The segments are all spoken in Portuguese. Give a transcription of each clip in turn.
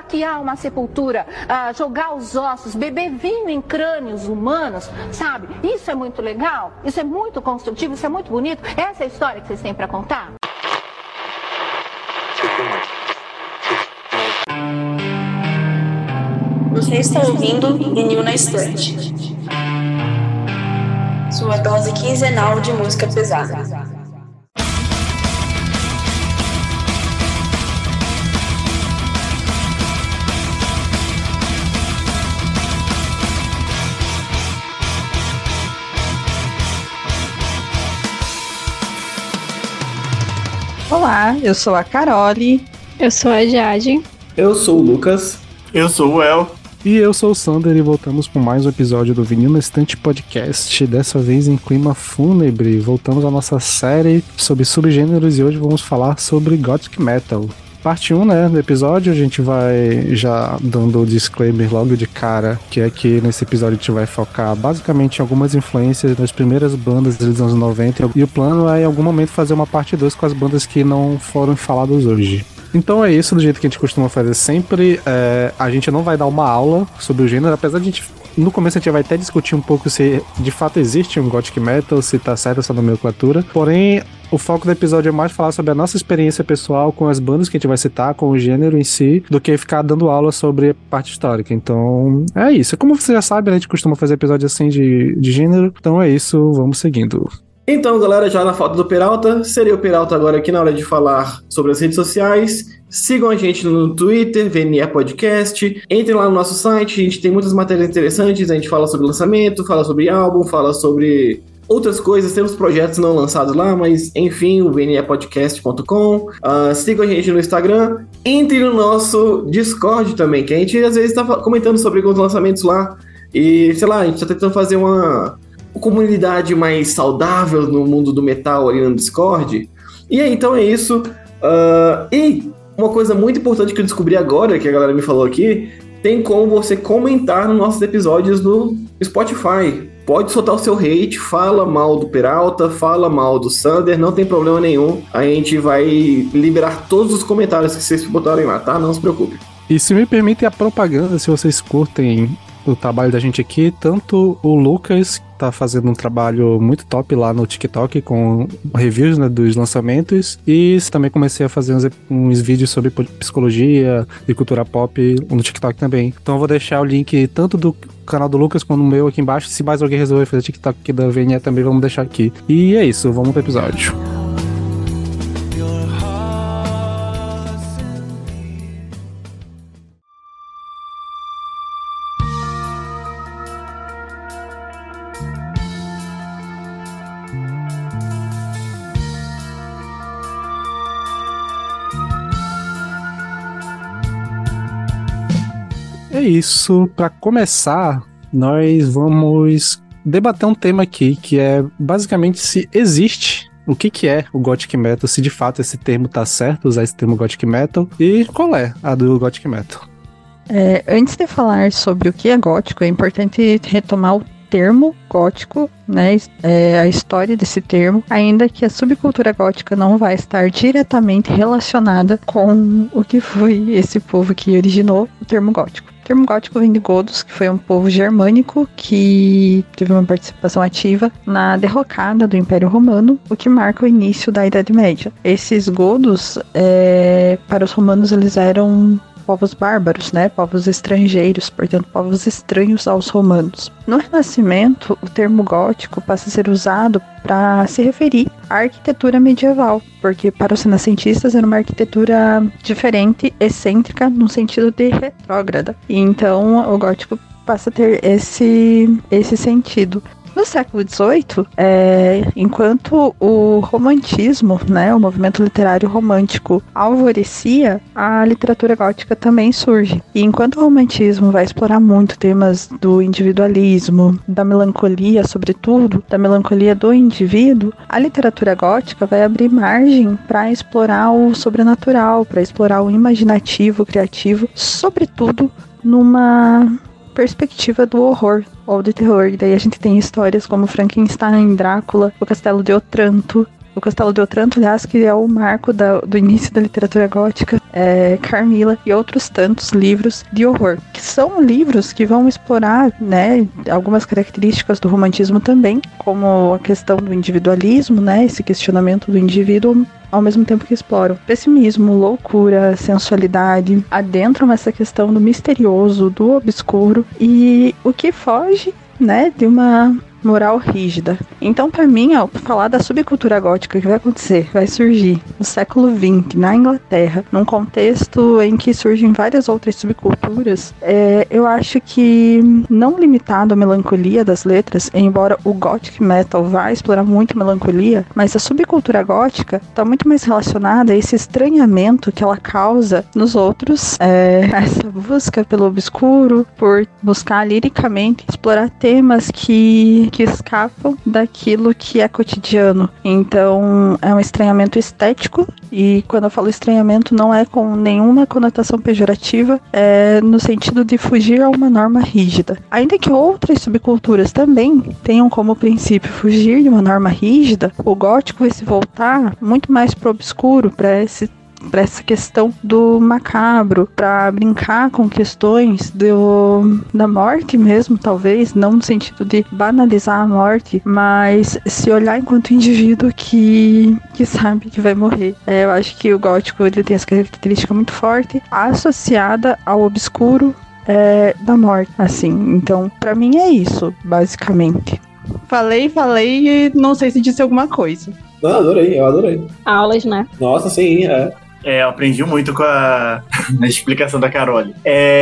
esfaquear uma sepultura, jogar os ossos, beber vinho em crânios humanos, sabe? Isso é muito legal, isso é muito construtivo, isso é muito bonito. Essa é a história que vocês têm para contar? Você está ouvindo Vinil na Estante, sua dose quinzenal de música pesada. Olá, eu sou a Carole. Eu sou a Jade. Eu sou o Lucas. Eu sou o El. E eu sou o Sander e voltamos com mais um episódio do Vinil na Estante Podcast, dessa vez em clima fúnebre. Voltamos à nossa série sobre subgêneros e hoje vamos falar sobre Gothic Metal. Parte 1, né, do episódio, a gente vai já dando o disclaimer logo de cara, que é que nesse episódio a gente vai focar basicamente em algumas influências das primeiras bandas dos anos 90, e o plano é em algum momento fazer uma parte 2 com as bandas que não foram faladas hoje. Então é isso, do jeito que a gente costuma fazer sempre. A gente não vai dar uma aula sobre o gênero, apesar de a gente, no começo a gente vai até discutir um pouco se de fato existe um Gothic Metal, se tá certo essa nomenclatura. Porém, o foco do episódio é mais falar sobre a nossa experiência pessoal com as bandas que a gente vai citar, com o gênero em si, do que ficar dando aula sobre a parte histórica. Então, é isso. Como você já sabe, né, a gente costuma fazer episódios assim de gênero. Então é isso, vamos seguindo. Então, galera, já na falta do Peralta, seria o Peralta agora aqui na hora de falar sobre as redes sociais. Sigam a gente no Twitter, VNE Podcast. Entrem lá no nosso site, a gente tem muitas matérias interessantes. A gente fala sobre lançamento, fala sobre álbum, fala sobre outras coisas. Temos projetos não lançados lá, mas enfim, o vnepodcast.com. Sigam a gente no Instagram. Entre no nosso Discord também, que a gente às vezes tá comentando sobre alguns lançamentos lá. E, sei lá, a gente tá tentando fazer uma comunidade mais saudável no mundo do metal ali no Discord. E aí, então é isso. E uma coisa muito importante que eu descobri agora, que a galera me falou aqui, tem como você comentar nos nossos episódios no Spotify. Pode soltar o seu hate, fala mal do Peralta, fala mal do Sander, não tem problema nenhum. A gente vai liberar todos os comentários que vocês botarem lá, tá? Não se preocupe. E se me permitem a propaganda, se vocês curtem o trabalho da gente aqui, tanto o Lucas, que tá fazendo um trabalho muito top lá no TikTok com reviews, né, dos lançamentos, e também comecei a fazer uns vídeos sobre psicologia e cultura pop no TikTok também. Então eu vou deixar o link tanto do canal do Lucas quanto o meu aqui embaixo. Se mais alguém resolver fazer TikTok aqui da VNE também, vamos deixar aqui. E é isso, vamos pro episódio. É isso, para começar, nós vamos debater um tema aqui, que é basicamente se existe, o que é o Gothic Metal, se de fato esse termo tá certo, usar esse termo Gothic Metal, e qual é a do Gothic Metal. Antes de falar sobre o que é gótico, é importante retomar o termo gótico, né, a história desse termo, ainda que a subcultura gótica não vai estar diretamente relacionada com o que foi esse povo que originou o termo gótico. O termo gótico vem de Godos, que foi um povo germânico que teve uma participação ativa na derrocada do Império Romano, o que marca o início da Idade Média. Esses godos, para os romanos, eles eram povos bárbaros, né? Povos estrangeiros, portanto, povos estranhos aos romanos. No Renascimento, o termo gótico passa a ser usado para se referir à arquitetura medieval, porque para os renascentistas era uma arquitetura diferente, excêntrica, no sentido de retrógrada. E então o gótico passa a ter esse sentido. No século XVIII, enquanto o romantismo, né, o movimento literário romântico alvorecia, a literatura gótica também surge. E enquanto o romantismo vai explorar muito temas do individualismo, da melancolia, sobretudo, da melancolia do indivíduo, a literatura gótica vai abrir margem para explorar o sobrenatural, para explorar o imaginativo, o criativo, sobretudo numa perspectiva do horror ou do terror. E daí a gente tem histórias como Frankenstein, Drácula, o Castelo de Otranto, O Castelo de Otranto, aliás, que é o marco do início da literatura gótica, Carmila e outros tantos livros de horror, que são livros que vão explorar, né, algumas características do romantismo também, como a questão do individualismo, né, esse questionamento do indivíduo, ao mesmo tempo que exploram pessimismo, loucura, sensualidade, adentram essa questão do misterioso, do obscuro e o que foge, né, de uma moral rígida. Então, para mim, falar da subcultura gótica que vai acontecer, vai surgir no século XX, na Inglaterra, num contexto em que surgem várias outras subculturas, eu acho que não limitado à melancolia das letras, embora o gothic metal vá explorar muito melancolia, mas a subcultura gótica está muito mais relacionada a esse estranhamento que ela causa nos outros, essa busca pelo obscuro, por buscar liricamente explorar temas que escapam daquilo que é cotidiano. Então, é um estranhamento estético, e quando eu falo estranhamento, não é com nenhuma conotação pejorativa, é no sentido de fugir a uma norma rígida. Ainda que outras subculturas também tenham como princípio fugir de uma norma rígida, o gótico vai se voltar muito mais pro obscuro, para essa questão do macabro, para brincar com questões da morte mesmo, talvez, não no sentido de banalizar a morte, mas se olhar enquanto indivíduo que sabe que vai morrer. Eu acho que o gótico ele tem essa característica muito forte, associada ao obscuro da morte, assim. Então, para mim é isso, basicamente. Falei e não sei se disse alguma coisa. Não, eu adorei. Aulas, né? Nossa, sim, eu aprendi muito com a explicação da Carole.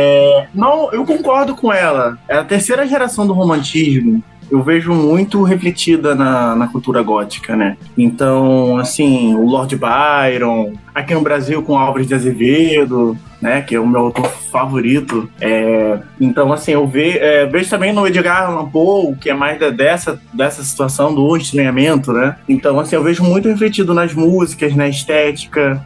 Não, eu concordo com ela. É a terceira geração do romantismo. Eu vejo muito refletida na cultura gótica, né? Então, assim, o Lord Byron, aqui no Brasil com Álvares de Azevedo, né? Que é o meu autor favorito. Então, assim, eu vejo também no Edgar Allan Poe, que é mais dessa situação do estranhamento, né? Então, assim, eu vejo muito refletido nas músicas, na estética,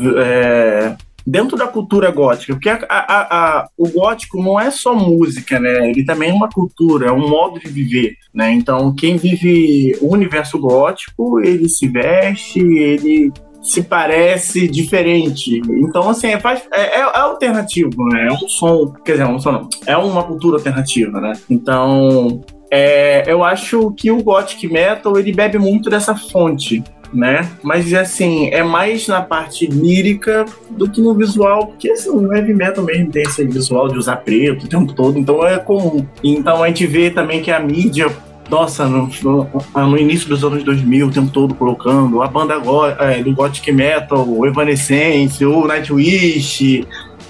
dentro da cultura gótica, porque o gótico não é só música, né? Ele também é uma cultura, é um modo de viver, né? Então, quem vive o universo gótico, ele se veste, ele se parece diferente. Então, assim, é alternativo, né? É um som, quer dizer, um som não, é uma cultura alternativa, né? Então, eu acho que o gothic metal, ele bebe muito dessa fonte, né? Mas assim, é mais na parte lírica do que no visual, porque assim, o heavy metal mesmo tem esse visual de usar preto o tempo todo, então é comum. Então a gente vê também que a mídia, nossa, no início dos anos 2000, o tempo todo colocando a banda do gothic metal, o Evanescence, o Nightwish,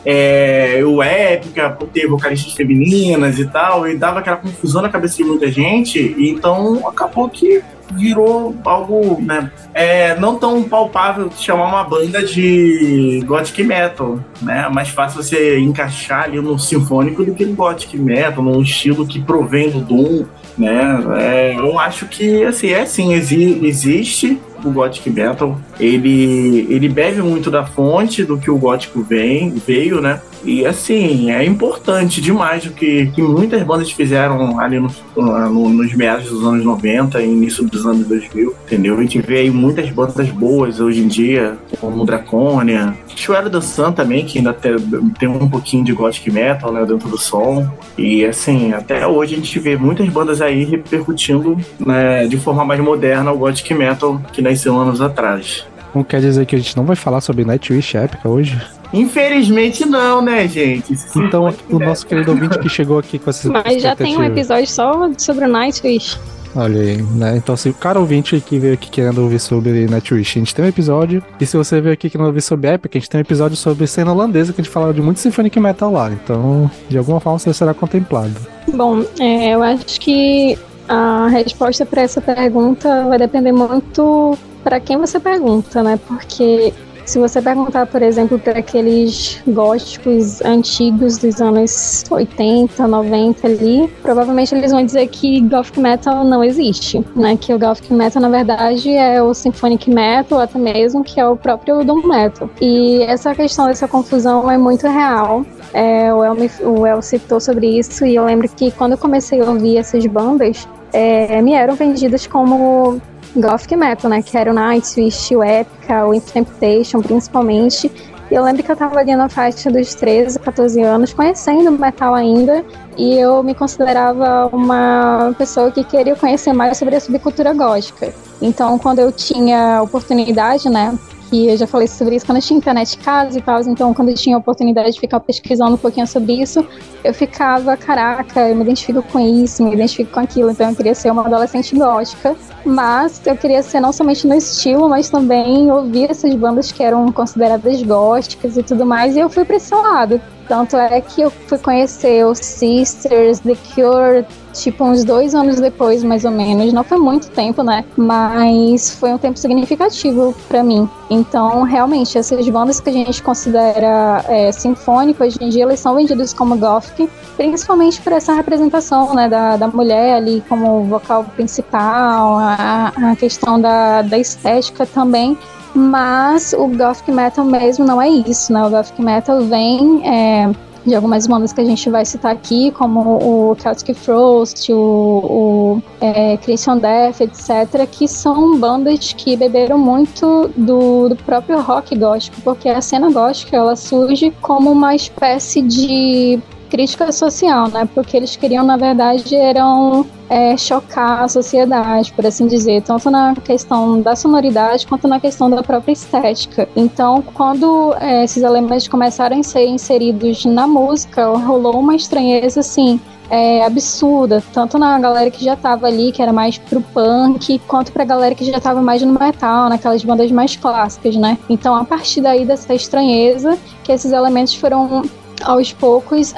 o Épica, por ter vocalistas femininas e tal, e dava aquela confusão na cabeça de muita gente, e então acabou que virou algo, né, não tão palpável chamar uma banda de gothic metal, né? É mais fácil você encaixar ali no sinfônico do que no gothic metal, num estilo que provém do doom, né? Eu acho que, assim, existe o gothic metal, ele bebe muito da fonte do que o gótico veio, né? E assim, é importante demais o que muitas bandas fizeram ali nos meados dos anos 90 e início dos anos 2000, entendeu? A gente vê aí muitas bandas boas hoje em dia, como Draconia, Shroud of the Sun também, que ainda tem um pouquinho de gothic metal, né, dentro do som. E assim, até hoje a gente vê muitas bandas aí repercutindo, né, de forma mais moderna o gothic metal que nasceu anos atrás. Não quer dizer que a gente não vai falar sobre Nightwish Épica hoje? Infelizmente não, né, gente? Então, o nosso querido ouvinte que chegou aqui com essa Mas já tem um episódio só sobre o Nightwish. Olha aí, né? Então, se o cara ouvinte que veio aqui querendo ouvir sobre Nightwish, a gente tem um episódio. E se você veio aqui querendo ouvir sobre Epic, a gente tem um episódio sobre cena holandesa, que a gente falava de muito symphonic metal lá. Então, de alguma forma, você será contemplado. Bom, eu acho que a resposta para essa pergunta vai depender muito para quem você pergunta, né? Porque se você perguntar, por exemplo, para aqueles góticos antigos dos anos 80, 90 ali, provavelmente eles vão dizer que Gothic Metal não existe, né? Que o Gothic Metal, na verdade, é o Symphonic Metal, até mesmo, que é o Doom Metal. E essa questão dessa confusão é muito real. O El citou sobre isso, e eu lembro que quando eu comecei a ouvir essas bandas, me eram vendidas como Gothic Metal, né? Que era o Nightwish, o Epica, o Infant Temptation, principalmente. E eu lembro que eu tava ali na faixa dos 13, 14 anos, conhecendo metal ainda, e eu me considerava uma pessoa que queria conhecer mais sobre a subcultura gótica. Então, quando eu tinha oportunidade, né, que eu já falei sobre isso, quando eu tinha internet em casa e tal, então quando eu tinha a oportunidade de ficar pesquisando um pouquinho sobre isso, eu ficava, caraca, eu me identifico com isso, me identifico com aquilo, então eu queria ser uma adolescente gótica, mas eu queria ser não somente no estilo, mas também ouvir essas bandas que eram consideradas góticas e tudo mais, e eu fui pra esse lado. Tanto é que eu fui conhecer os Sisters, The Cure, tipo uns 2 anos depois, mais ou menos. Não foi muito tempo, né? Mas foi um tempo significativo pra mim. Então, realmente, essas bandas que a gente considera sinfônicas, hoje em dia, elas são vendidas como gothic, principalmente por essa representação, né, da mulher ali como vocal principal, a questão da estética também. Mas o Gothic Metal mesmo não é isso, né? O Gothic Metal vem de algumas bandas que a gente vai citar aqui, como o Celtic Frost, o Christian Death, etc., que são bandas que beberam muito do próprio rock gótico, porque a cena gótica, ela surge como uma espécie de crítica social, né? Porque eles queriam, na verdade, chocar a sociedade, por assim dizer, tanto na questão da sonoridade quanto na questão da própria estética. Então, quando esses elementos começaram a ser inseridos na música, rolou uma estranheza, assim, absurda, tanto na galera que já tava ali, que era mais pro punk, quanto pra galera que já tava mais no metal, naquelas bandas mais clássicas, né? Então, a partir daí dessa estranheza, que esses elementos foram aos poucos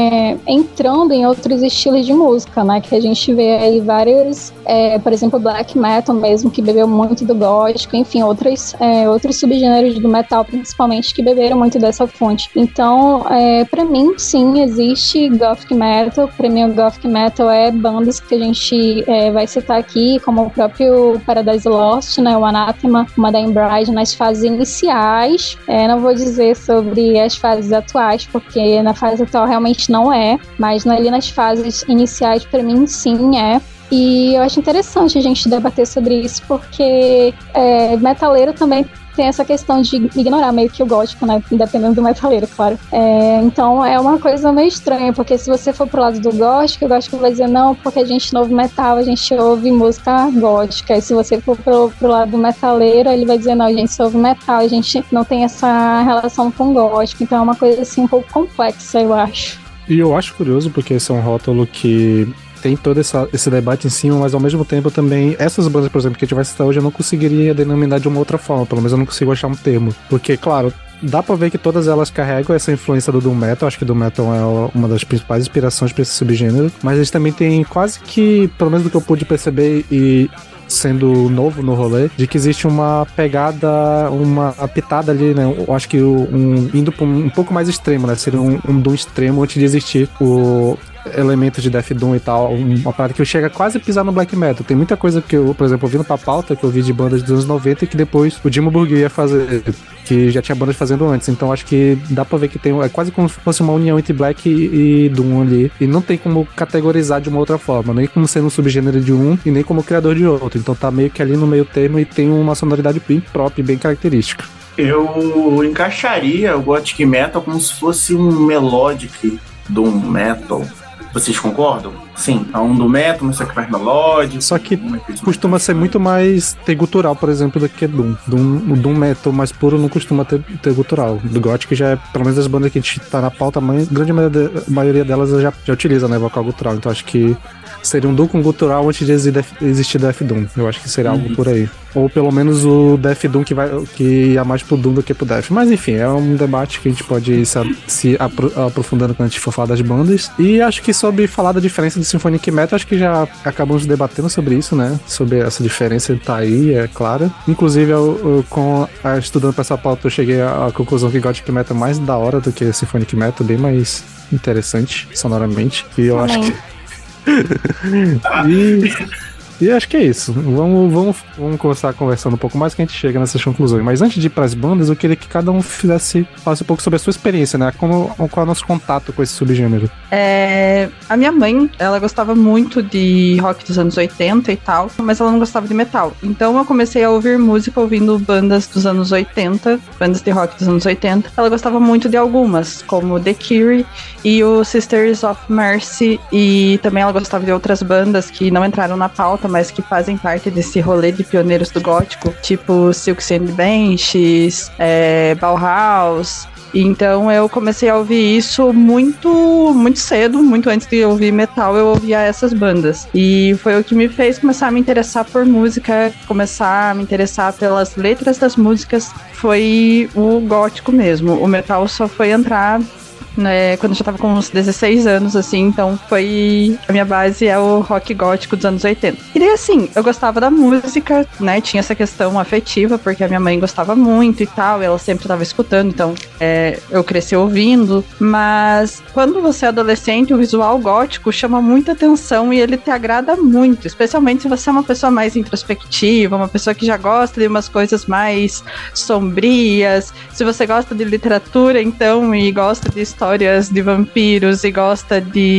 entrando em outros estilos de música, né, que a gente vê aí vários, por exemplo, black metal mesmo, que bebeu muito do gótico, enfim, outros subgêneros do metal, principalmente, que beberam muito dessa fonte. Então, pra mim, sim, existe Gothic Metal. Pra mim, o Gothic Metal é bandas que a gente vai citar aqui, como o próprio Paradise Lost, né, o Anathema, o Madame Bride, nas fases iniciais. Não vou dizer sobre as fases atuais, porque na fase atual realmente não mas ali nas fases iniciais, pra mim, sim, E eu acho interessante a gente debater sobre isso, porque metaleiro também tem essa questão de ignorar meio que o gótico, né? Dependendo do metaleiro, claro. Então é uma coisa meio estranha, porque se você for pro lado do gótico, o gótico vai dizer não, porque a gente não ouve metal, a gente ouve música gótica. E se você for pro lado do metaleiro, ele vai dizer não, a gente só ouve metal, a gente não tem essa relação com o gótico. Então é uma coisa assim um pouco complexa, eu acho. E eu acho curioso, porque esse é um rótulo que tem todo esse debate em cima, mas ao mesmo tempo também, essas bandas, por exemplo, que a gente vai citar hoje, eu não conseguiria denominar de uma outra forma, pelo menos eu não consigo achar um termo. Porque, claro, dá pra ver que todas elas carregam essa influência do Doom Metal, acho que Doom Metal é uma das principais inspirações pra esse subgênero, mas eles também têm quase que, pelo menos do que eu pude perceber e sendo novo no rolê, de que existe uma pegada, uma pitada ali, né? Eu acho que indo pra um pouco mais extremo, né? Seria um Doom extremo antes de existir o elementos de Death Doom e tal, uma parada que chega quase a pisar no black metal. Tem muita coisa que eu, por exemplo, ouvindo pra pauta, que eu vi de bandas dos anos 90 e que depois o Dimmu Borgir ia fazer, que já tinha bandas fazendo antes. Então acho que dá pra ver que é quase como se fosse uma união entre black e Doom ali, e não tem como categorizar de uma outra forma, nem como sendo um subgênero de um e nem como criador de outro. Então tá meio que ali no meio termo e tem uma sonoridade bem própria e bem característica. Eu encaixaria o Gothic Metal como se fosse um melodic Doom Metal. Vocês concordam? Sim, é um Doom Metal, mas só que mais melódico. Só que costuma ser muito mais ter gutural, por exemplo, do que Doom. O Doom Metal mais puro não costuma ter gutural. Do Gothic já é, pelo menos as bandas que a gente tá na pauta, a grande maioria delas já utiliza, né, vocal gutural. Então acho que seria um Doom com gutural antes de existir Death Doom. Eu acho que seria algo por aí. Ou pelo menos o Death Doom que ia mais pro Doom do que pro Death. Mas enfim, é um debate que a gente pode ir se aprofundando quando a gente for falar das bandas. E acho que sobre falar da diferença de Symphonic Metal, acho que já acabamos debatendo sobre isso, né? Sobre essa diferença, tá aí, é clara. Inclusive, estudando pra essa pauta, eu cheguei à conclusão que Gothic Metal é mais da hora do que Symphonic Metal, bem mais interessante sonoramente. E eu acho que E acho que é isso. Vamos começar conversando um pouco mais que a gente chega nessas conclusões. Mas antes de ir pras bandas, eu queria que cada um falasse um pouco sobre a sua experiência, né? Qual é o nosso contato com esse subgênero? A minha mãe, ela gostava muito de rock dos anos 80 e tal, mas ela não gostava de metal. Então eu comecei a ouvir música ouvindo bandas dos anos 80, bandas de rock dos anos 80. Ela gostava muito de algumas, como The Cure e o Sisters of Mercy, e também ela gostava de outras bandas que não entraram na pauta, mas que fazem parte desse rolê de pioneiros do gótico, tipo Silks and the Benches, Bauhaus. Então eu comecei a ouvir isso muito, muito cedo, muito antes de ouvir metal, eu ouvia essas bandas. E foi o que me fez começar a me interessar por música, começar a me interessar pelas letras das músicas, foi o gótico mesmo. O metal só foi entrar, né, quando eu já tava com uns 16 anos, assim, então a minha base é o rock gótico dos anos 80. E daí, assim, eu gostava da música, né, tinha essa questão afetiva, porque a minha mãe gostava muito e tal, e ela sempre tava escutando, então eu cresci ouvindo, mas quando você é adolescente, o visual gótico chama muita atenção e ele te agrada muito, especialmente se você é uma pessoa mais introspectiva, uma pessoa que já gosta de umas coisas mais sombrias, se você gosta de literatura, então, e gosta de histórias de vampiros e gosta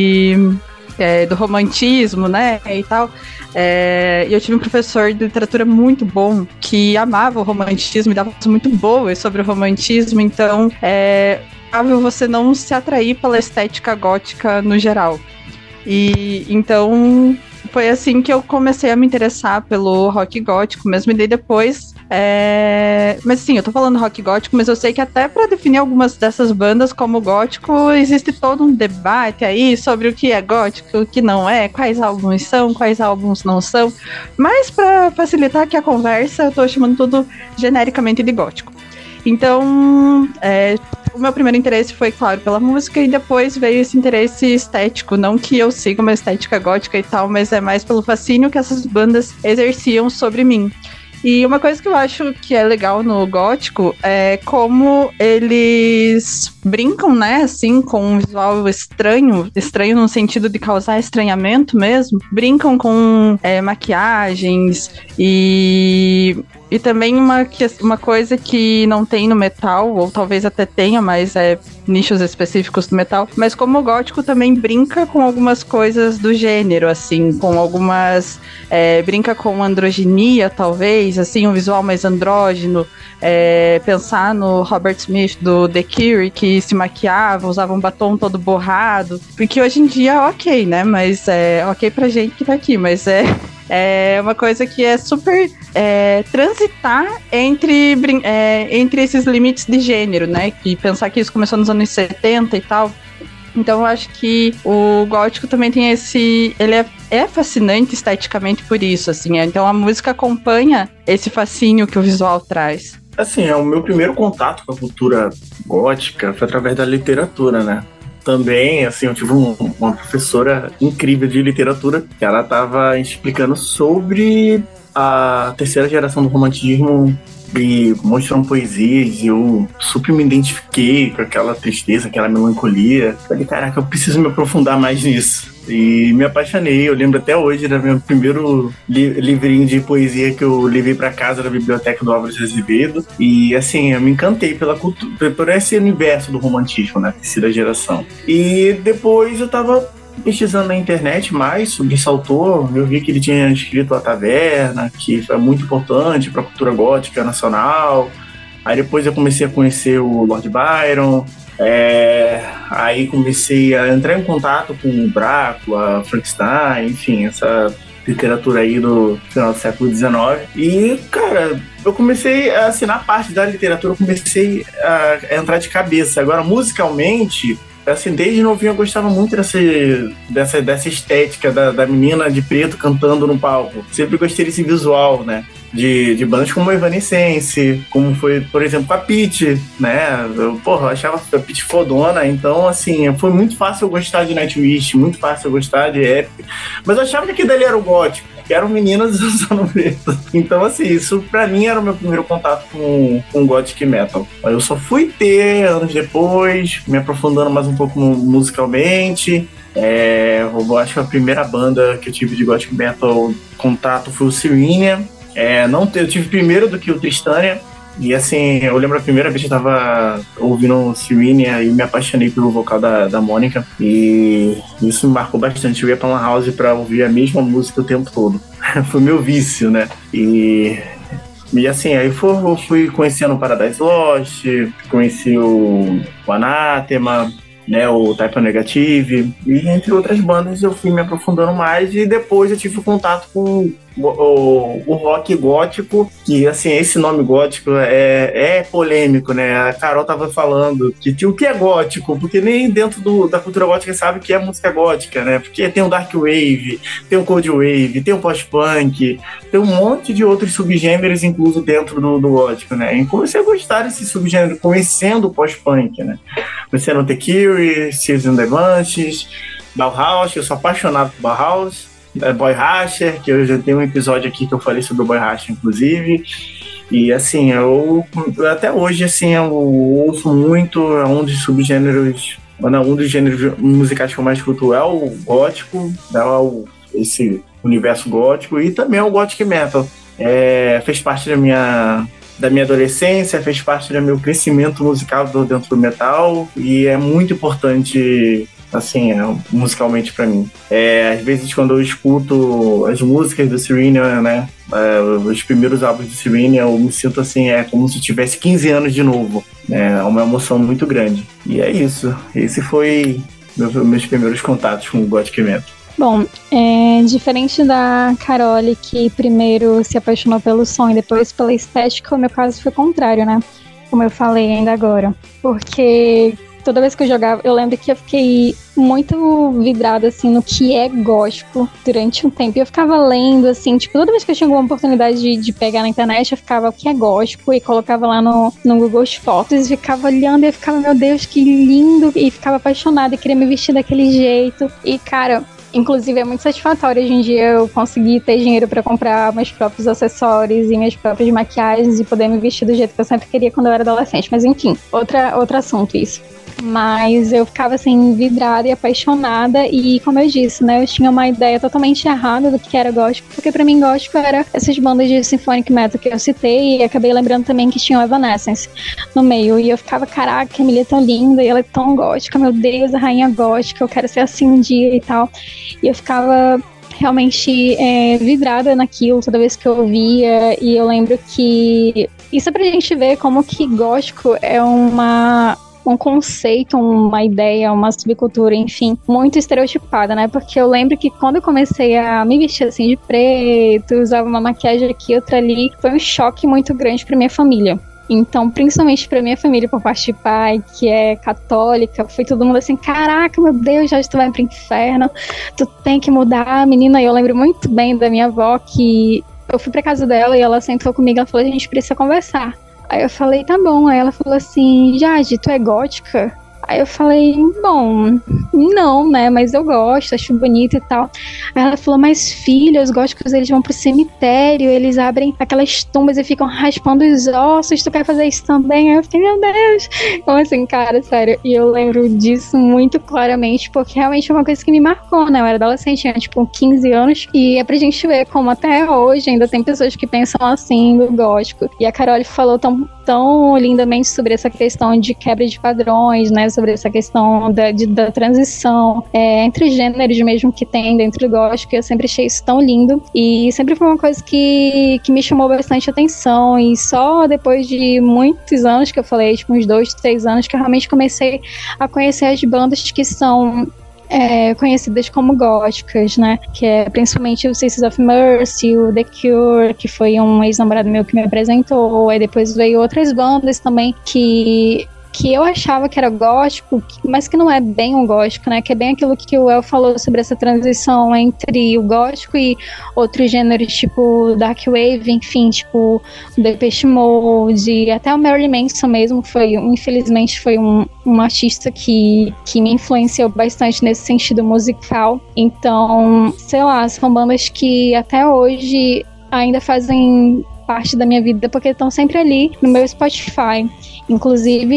do romantismo, né, e tal. E eu tive um professor de literatura muito bom que amava o romantismo e dava coisas muito boas sobre o romantismo, então é provável você não se atrair pela estética gótica no geral. E então foi assim que eu comecei a me interessar pelo rock gótico mesmo, e daí depois mas sim, eu tô falando rock gótico, mas eu sei que até pra definir algumas dessas bandas como gótico, existe todo um debate aí sobre o que é gótico, o que não é, quais álbuns são, quais álbuns não são, mas pra facilitar aqui a conversa, eu tô chamando tudo genericamente de gótico. Então, o meu primeiro interesse foi, claro, pela música, e depois veio esse interesse estético. Não que eu siga uma estética gótica e tal, mas é mais pelo fascínio que essas bandas exerciam sobre mim. E uma coisa que eu acho que é legal no gótico é como eles brincam, né, assim, com um visual estranho no sentido de causar estranhamento mesmo, brincam com maquiagens e também uma coisa que não tem no metal, ou talvez até tenha, mas nichos específicos do metal, mas como o gótico também brinca com algumas coisas do gênero, assim, com algumas... brinca com androginia, talvez, assim, um visual mais andrógeno, pensar no Robert Smith do The Cure, que se maquiava, usava um batom todo borrado, porque hoje em dia ok, né, mas ok pra gente que tá aqui, mas é uma coisa que é super transitar entre esses limites de gênero, né? E pensar que isso começou nos anos 70 e tal. Então eu acho que o gótico também tem ele é fascinante esteticamente por isso, assim. Então a música acompanha esse fascínio que o visual traz. Assim, o meu primeiro contato com a cultura gótica foi através da literatura, né? Também, assim, eu tive uma professora incrível de literatura que ela estava explicando sobre a terceira geração do romantismo e mostrando poesias, e eu super me identifiquei com aquela tristeza, aquela melancolia. Falei, caraca, eu preciso me aprofundar mais nisso. E me apaixonei. Eu lembro até hoje do meu primeiro livrinho de poesia que eu levei para casa da biblioteca do Álvares de Azevedo. E assim, eu me encantei pela cultura, por esse universo do romantismo, né? Terceira geração. E depois eu tava pesquisando na internet mais sobre esse autor, eu vi que ele tinha escrito A Taverna, que foi muito importante para a cultura gótica nacional. Aí depois eu comecei a conhecer o Lord Byron. Aí comecei a entrar em contato com o Drácula, Frankenstein, enfim, essa literatura aí do final do século XIX. E, cara, eu comecei, assim, na parte da literatura, eu comecei a entrar de cabeça. Agora, musicalmente, assim, desde novinho eu gostava muito dessa estética da menina de preto cantando no palco. Sempre gostei desse visual, né? De bandas como Evanescence, como foi, por exemplo, a Pitty, né? Eu achava a Pitty fodona, então, assim, foi muito fácil eu gostar de Nightwish, muito fácil eu gostar de Epic, mas eu achava que aquilo dali era o gótico, que eram meninas usando preto. Então, assim, isso pra mim era o meu primeiro contato com Gothic Metal. Eu só fui ter, anos depois, me aprofundando mais um pouco musicalmente, Eu acho que a primeira banda que eu tive de Gothic Metal contato foi o Cyrenia. Eu tive primeiro do que o Tristania. E assim, eu lembro a primeira vez que eu tava ouvindo o Cyrenia e me apaixonei pelo vocal da Mônica. E isso me marcou bastante. Eu ia pra Lan House pra ouvir a mesma música o tempo todo. Foi meu vício, né? E assim, aí eu fui conhecendo o Paradise Lost, conheci o Anathema, né, o Type O Negative, e entre outras bandas eu fui me aprofundando mais, e depois eu tive contato com o rock gótico, que assim, esse nome gótico é polêmico, né? A Carol tava falando que o que é gótico, porque nem dentro da cultura gótica sabe o que é música gótica, né? Porque tem o Dark Wave, tem o Cold Wave, tem o Post-Punk, tem um monte de outros subgêneros incluso dentro do gótico, né? E comecei a gostar desse subgênero, conhecendo o Post-Punk, né? Conhecendo o The Cure, Seals and the Bunches, Bauhaus, eu sou apaixonado por Bauhaus, Boy Rasher, que eu já tenho um episódio aqui que eu falei sobre o Boy Rasher, inclusive. E assim, eu até hoje assim, eu ouço muito, um dos subgêneros, um dos gêneros musicais que eu mais escuto é o gótico, esse universo gótico, e também o Gothic Metal. Fez parte da minha adolescência, fez parte do meu crescimento musical dentro do metal, e é muito importante, assim, musicalmente pra mim. Às vezes quando eu escuto as músicas do Cyrenia, né, os primeiros álbuns do Cyrenia, eu me sinto assim, como se eu tivesse 15 anos de novo, né, é uma emoção muito grande. E é isso, esse foi meus primeiros contatos com o Gothic Metal. Bom, diferente da Carole, que primeiro se apaixonou pelo som e depois pela estética, o meu caso foi o contrário, né? Como eu falei ainda agora. Porque toda vez que eu jogava, eu lembro que eu fiquei muito vidrada, assim, no que é gótico durante um tempo. E eu ficava lendo, assim, tipo, toda vez que eu tinha alguma oportunidade de pegar na internet, eu ficava, o que é gótico? E colocava lá no Google Fotos e ficava olhando e eu ficava, meu Deus, que lindo! E ficava apaixonada e queria me vestir daquele jeito. E, cara, inclusive é muito satisfatório hoje em dia eu conseguir ter dinheiro pra comprar meus próprios acessórios e minhas próprias maquiagens e poder me vestir do jeito que eu sempre queria quando eu era adolescente. Mas enfim, outro assunto isso. Mas eu ficava assim, vidrada e apaixonada, e como eu disse, né, eu tinha uma ideia totalmente errada do que era gótico, porque pra mim gótico era essas bandas de symphonic metal que eu citei, e acabei lembrando também que tinha o Evanescence no meio, e eu ficava, caraca, a Emily é tão linda, e ela é tão gótica, meu Deus, a rainha gótica, eu quero ser assim um dia e tal, e eu ficava realmente vidrada naquilo toda vez que eu ouvia, e eu lembro que isso é pra gente ver como que gótico é um conceito, uma ideia, uma subcultura, enfim, muito estereotipada, né? Porque eu lembro que quando eu comecei a me vestir assim de preto, usava uma maquiagem aqui, outra ali, foi um choque muito grande pra minha família. Então, principalmente pra minha família, por parte de pai, que é católica, foi todo mundo assim, caraca, meu Deus, já tu vai pro inferno, tu tem que mudar, menina. E eu lembro muito bem da minha avó, que eu fui pra casa dela e ela sentou comigo, ela falou, a gente precisa conversar. Aí eu falei, tá bom. Aí ela falou assim, Jade, tu é gótica? Aí eu falei, bom, não, né, mas eu gosto, acho bonito e tal. Aí ela falou, mas filha, os góticos, eles vão pro cemitério, eles abrem aquelas tumbas e ficam raspando os ossos, tu quer fazer isso também? Aí eu fiquei, meu Deus, como assim, cara, sério. E eu lembro disso muito claramente, porque realmente é uma coisa que me marcou, né, eu era adolescente, tinha tipo 15 anos, e é pra gente ver como até hoje ainda tem pessoas que pensam assim do gótico. E a Carole falou tão lindamente sobre essa questão de quebra de padrões, né, sobre essa questão da transição entre gêneros mesmo que tem dentro do gótico. Eu sempre achei isso tão lindo e sempre foi uma coisa que me chamou bastante atenção, e só depois de muitos anos que eu falei, tipo uns 2, 3 anos, que eu realmente comecei a conhecer as bandas que são conhecidas como góticas, né, que é principalmente o Sisters of Mercy, o The Cure, que foi um ex-namorado meu que me apresentou, aí depois veio outras bandas também que eu achava que era gótico, mas que não é bem um gótico, né? Que é bem aquilo que o El falou sobre essa transição entre o gótico e outros gêneros, tipo Dark Wave, enfim, tipo Depeche Mode, até o Marilyn Manson mesmo infelizmente foi um artista que me influenciou bastante nesse sentido musical. Então, sei lá, são bandas que até hoje ainda fazem parte da minha vida, porque estão sempre ali no meu Spotify. Inclusive,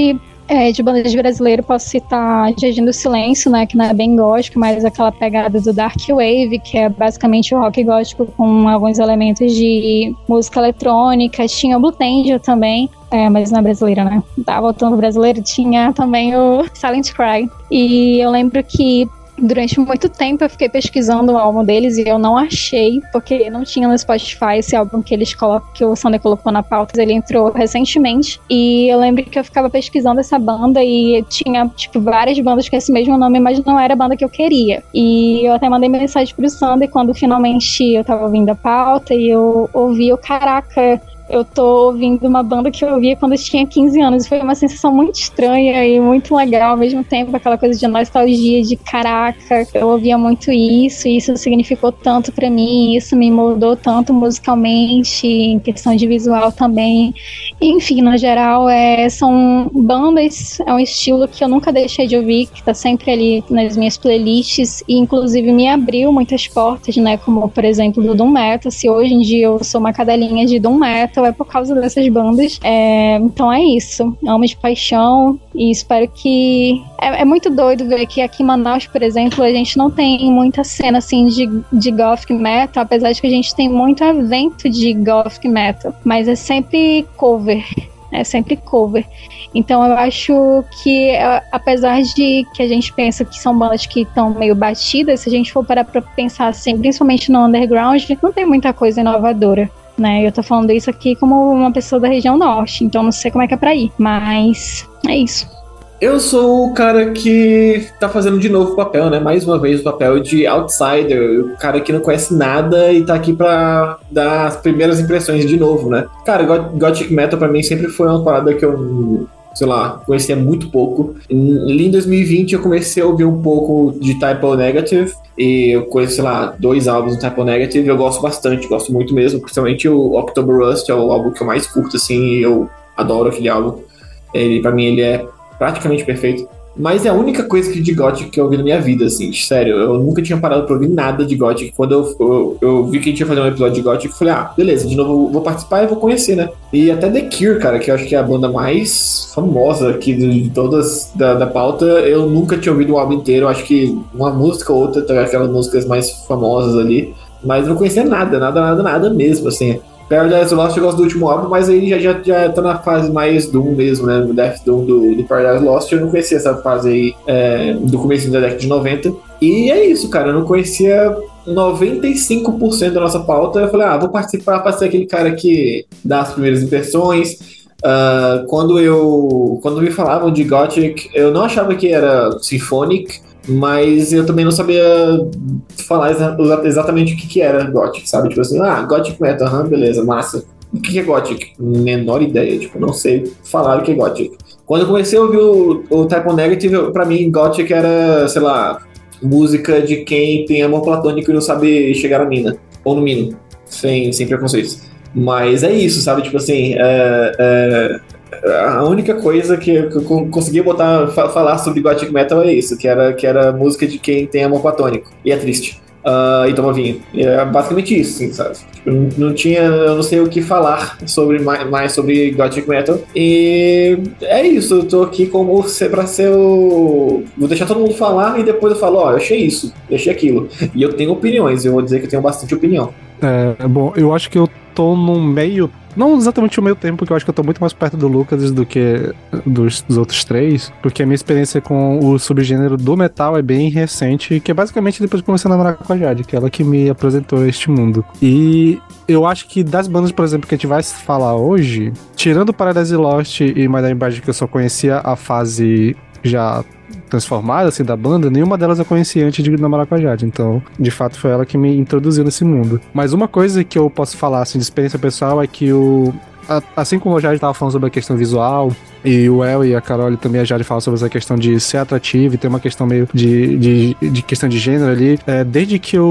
De bandas brasileiras, posso citar Jardim do Silêncio, né, que não é bem gótico, mas aquela pegada do Dark Wave, que é basicamente o rock gótico com alguns elementos de música eletrônica. Tinha o Blue Angel também, mas não é brasileira, né? Tá voltando pro brasileiro, tinha também o Silent Cry. E eu lembro que durante muito tempo eu fiquei pesquisando o álbum deles e eu não achei, porque não tinha no Spotify esse álbum que que o Sander colocou na pauta. Ele entrou recentemente e eu lembro que eu ficava pesquisando essa banda e tinha, tipo, várias bandas com esse mesmo nome, mas não era a banda que eu queria. E eu até mandei mensagem pro Sander quando finalmente eu tava ouvindo a pauta e eu ouvi o caraca, eu tô ouvindo uma banda que eu ouvia quando eu tinha 15 anos. E foi uma sensação muito estranha e muito legal ao mesmo tempo, aquela coisa de nostalgia, de caraca, eu ouvia muito isso, e isso significou tanto pra mim, isso me moldou tanto musicalmente, em questão de visual também. Enfim, no geral, são bandas, é um estilo que eu nunca deixei de ouvir, que tá sempre ali nas minhas playlists, e inclusive me abriu muitas portas, né, como por exemplo do Doom Metal. Se hoje em dia eu sou uma cadelinha de Doom Metal, é por causa dessas bandas. Então é isso, amo de paixão e espero que... É muito doido ver que aqui em Manaus, por exemplo, a gente não tem muita cena assim de Gothic Metal, apesar de que a gente tem muito evento de Gothic Metal, mas é sempre cover. Então eu acho que, apesar de que a gente pensa que são bandas que estão meio batidas, se a gente for parar pra pensar assim, principalmente no underground, não tem muita coisa inovadora, né? Eu tô falando isso aqui como uma pessoa da região norte, então não sei como é que é pra ir, mas é isso. Eu sou o cara que tá fazendo de novo o papel, né? Mais uma vez o papel de outsider, o cara que não conhece nada e tá aqui pra dar as primeiras impressões de novo, né? Cara, Gothic Metal pra mim sempre foi uma parada que eu, sei lá, conhecia muito pouco. Em 2020 eu comecei a ouvir um pouco de Type O Negative, e eu conheço, sei lá, 2 álbuns do Type O Negative e eu gosto bastante, gosto muito mesmo, principalmente o October Rust é o álbum que eu mais curto, assim, e eu adoro aquele álbum. Pra mim ele é praticamente perfeito, mas é a única coisa de Gothic que eu ouvi na minha vida, assim, sério, eu nunca tinha parado pra ouvir nada de Gothic. Quando eu vi que a gente ia fazer um episódio de Gothic, eu falei, beleza, de novo eu vou participar e vou conhecer, né? E até The Cure, cara, que eu acho que é a banda mais famosa aqui de todas da pauta, eu nunca tinha ouvido o álbum inteiro, eu acho que uma música ou outra, aquelas músicas mais famosas ali, mas eu não conhecia nada mesmo, assim. Paradise Lost eu gosto do último álbum, mas aí já tá na fase mais Doom mesmo, né? Death Doom do Paradise Lost. Eu não conhecia essa fase aí do começo da década de 90. E é isso, cara. Eu não conhecia 95% da nossa pauta. Eu falei, vou participar pra ser aquele cara que dá as primeiras impressões. Quando me falavam de Gothic, eu não achava que era Symphonic, mas eu também não sabia falar exatamente o que era Gothic, sabe? Tipo assim, Gothic Metal, beleza, massa. O que é Gothic? Menor ideia, tipo, não sei falar o que é Gothic. Quando eu comecei a ouvir o Type O Negative, pra mim, Gothic era, sei lá, música de quem tem amor platônico e não sabe chegar na mina, ou no mino, sem preconceitos. Mas é isso, sabe? Tipo assim, a única coisa que eu conseguia falar sobre Gothic Metal é isso, que era música de quem tem amor platônico e é triste, e toma vinho. E é basicamente isso, assim, sabe? Tipo, eu não sei o que falar mais sobre Gothic Metal, e é isso. Eu tô aqui pra ser o... Vou deixar todo mundo falar e depois eu falo, eu achei isso, eu achei aquilo. E eu tenho opiniões, eu vou dizer que eu tenho bastante opinião. Bom, eu acho que eu tô no meio... Não exatamente o meio tempo, porque eu acho que eu tô muito mais perto do Lucas do que dos outros 3, porque a minha experiência com o subgênero do metal é bem recente, que é basicamente depois de começar a namorar com a Jade, que é ela que me apresentou a este mundo. E eu acho que das bandas, por exemplo, que a gente vai falar hoje, tirando Paradise Lost e My Dying Bride, que eu só conhecia a fase já transformada, assim, da banda, nenhuma delas eu conhecia antes de namorar com a Jade, então, de fato, foi ela que me introduziu nesse mundo. Mas uma coisa que eu posso falar, assim, de experiência pessoal é que assim como a Jade estava falando sobre a questão visual, e o El e a Carol também, a Jade fala sobre essa questão de ser atrativo e ter uma questão meio de questão de gênero ali, desde que eu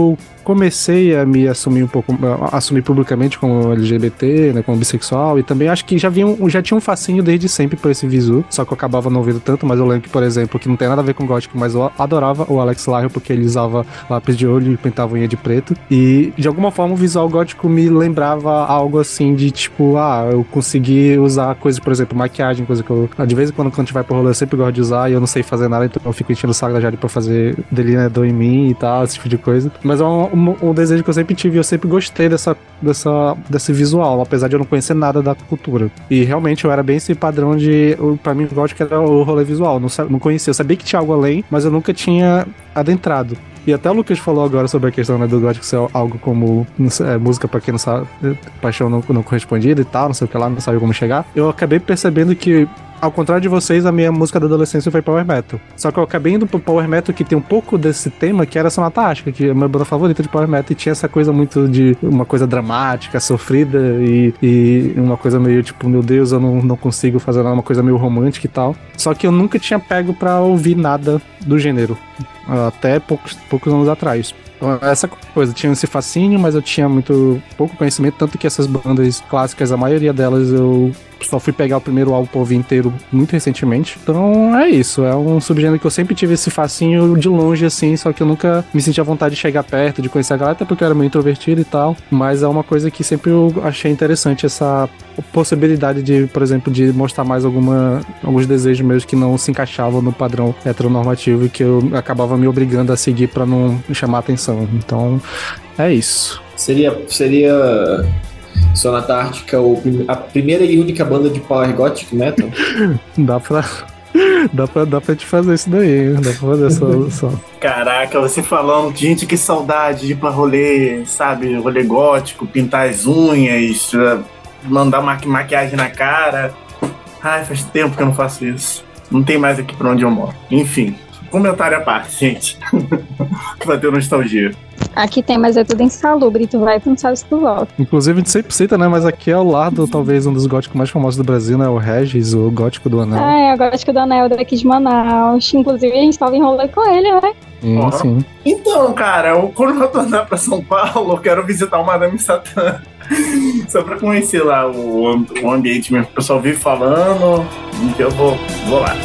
comecei a me assumir um pouco, assumir publicamente como LGBT, né, como bissexual, e também acho que já tinha um fascínio desde sempre por esse visu, só que eu acabava não vendo tanto, mas eu lembro que, por exemplo, que não tem nada a ver com gótico, mas eu adorava o Alex Lyle porque ele usava lápis de olho e pintava unha de preto, e de alguma forma o visual gótico me lembrava algo assim de tipo, eu consegui usar coisas, por exemplo, maquiagem, coisa que eu, de vez em quando a gente vai pro rolê, eu sempre gosto de usar e eu não sei fazer nada, então eu fico enchendo o saco da Jade pra fazer delineador em mim e tal, esse tipo de coisa. Mas é um desejo que eu sempre tive, e eu sempre gostei desse visual, apesar de eu não conhecer nada da cultura. E realmente eu era bem esse padrão de, pra mim, o gótico era o rolê visual, não conhecia, eu sabia que tinha algo além, mas eu nunca tinha adentrado. E até o Lucas falou agora sobre a questão, né, do gótico ser algo como música pra quem não sabe, paixão não correspondida e tal, não sei o que lá, não sabe como chegar. Eu acabei percebendo que, ao contrário de vocês, a minha música da adolescência foi Power Metal. Só que eu acabei indo pro Power Metal que tem um pouco desse tema, que era Sonata Ártica, que é a minha banda favorita de Power Metal, e tinha essa coisa muito de uma coisa dramática, sofrida, e uma coisa meio tipo, meu Deus, eu não consigo fazer nada, uma coisa meio romântica e tal. Só que eu nunca tinha pego pra ouvir nada do gênero, até poucos anos atrás. Então, essa coisa, tinha esse fascínio, mas eu tinha muito pouco conhecimento, tanto que essas bandas clássicas, a maioria delas eu só fui pegar o primeiro álbum pra ouvir inteiro muito recentemente. Então é isso, é um subgênero que eu sempre tive esse fascínio de longe, assim, só que eu nunca me senti à vontade de chegar perto, de conhecer a galera, até porque eu era meio introvertido e tal, mas é uma coisa que sempre eu achei interessante, essa possibilidade de, por exemplo, de mostrar mais alguns desejos meus que não se encaixavam no padrão heteronormativo e que eu acabava me obrigando a seguir pra não chamar atenção. Então é isso. Seria Sonata Ártica a primeira e única banda de power gothic metal? Dá pra te fazer isso daí, dá pra fazer só. Caraca, você falando, gente, que saudade de ir pra rolê, sabe, rolê gótico, pintar as unhas, mandar maquiagem na cara. Ai, faz tempo que eu não faço isso. Não tem mais aqui pra onde eu moro. Enfim, comentário à parte, gente. Vai ter nostalgia. Aqui tem, mas é tudo insalubre. Tu vai e tu não sabe se tu volta. Inclusive, a gente sempre cita, né? Mas aqui é ao lado, talvez, um dos góticos mais famosos do Brasil, né? O Regis, o Gótico do Anel. O Gótico do Anel daqui de Manaus. Inclusive, a gente tava em rolê com ele, né? Sim. Então, cara, quando eu retornar pra São Paulo, eu quero visitar o Madame Satã. Só pra conhecer lá o ambiente mesmo. O pessoal vive falando, então eu vou lá.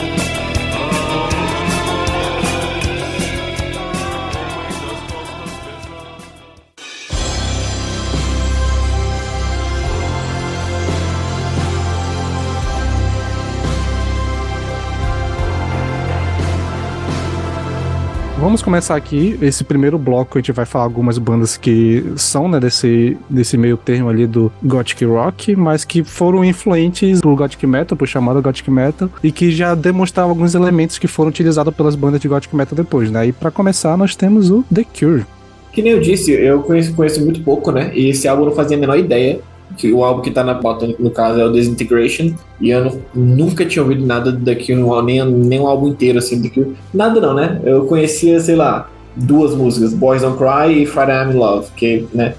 Vamos começar aqui, esse primeiro bloco a gente vai falar algumas bandas que são, né, desse meio termo ali do Gothic Rock, mas que foram influentes do Gothic Metal, por chamado Gothic Metal, e que já demonstravam alguns elementos que foram utilizados pelas bandas de Gothic Metal depois, né? E pra começar nós temos o The Cure. Que nem eu disse, eu conheço muito pouco, né? E esse álbum eu não fazia a menor ideia. Que o álbum que tá na pauta, no caso, é o Disintegration. E eu nunca tinha ouvido nada do The Cure, nem um álbum inteiro, assim, do The Cure. Nada não, né? Eu conhecia, sei lá, 2 músicas, Boys Don't Cry e Friday I'm in Love, que, né?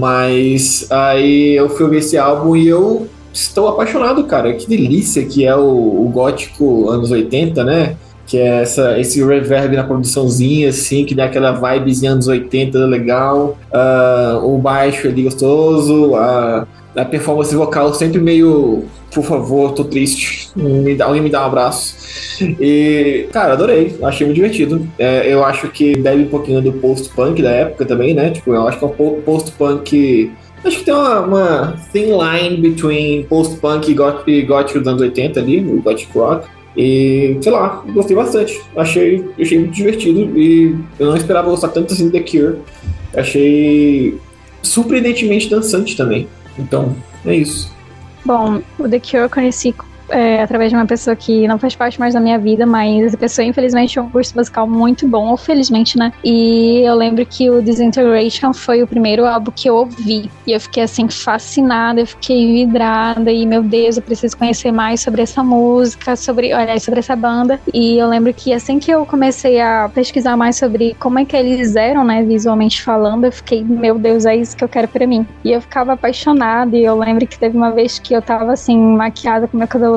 Mas aí eu fui ouvir esse álbum e eu estou apaixonado, cara. Que delícia que é o gótico anos 80, né? Que é esse reverb na produçãozinha, assim, que dá aquela vibezinha anos 80 legal. O baixo ali gostoso, a performance vocal sempre meio, por favor, tô triste, alguém me dá um abraço. E, cara, adorei, achei muito divertido. Eu acho que bebe um pouquinho do post-punk da época também, né? Tipo, eu acho que é um post-punk. Acho que tem uma thin line between post-punk e gótico dos anos 80 ali, o gothic rock. E, sei lá, gostei bastante. Achei muito divertido e eu não esperava gostar tanto assim do The Cure. Achei surpreendentemente dançante também. Então, é isso. Bom, o The Cure eu conheci através de uma pessoa que não faz parte mais da minha vida, mas essa pessoa infelizmente tinha um gosto musical muito bom, ou felizmente, né? E eu lembro que o Disintegration foi o primeiro álbum que eu ouvi, e eu fiquei assim fascinada, eu fiquei vidrada, e meu Deus, eu preciso conhecer mais sobre essa música, sobre essa banda. E eu lembro que assim que eu comecei a pesquisar mais sobre como é que eles eram, né, visualmente falando, eu fiquei, meu Deus, é isso que eu quero pra mim. E eu ficava apaixonada, e eu lembro que teve uma vez que eu tava assim, maquiada com meu cabelo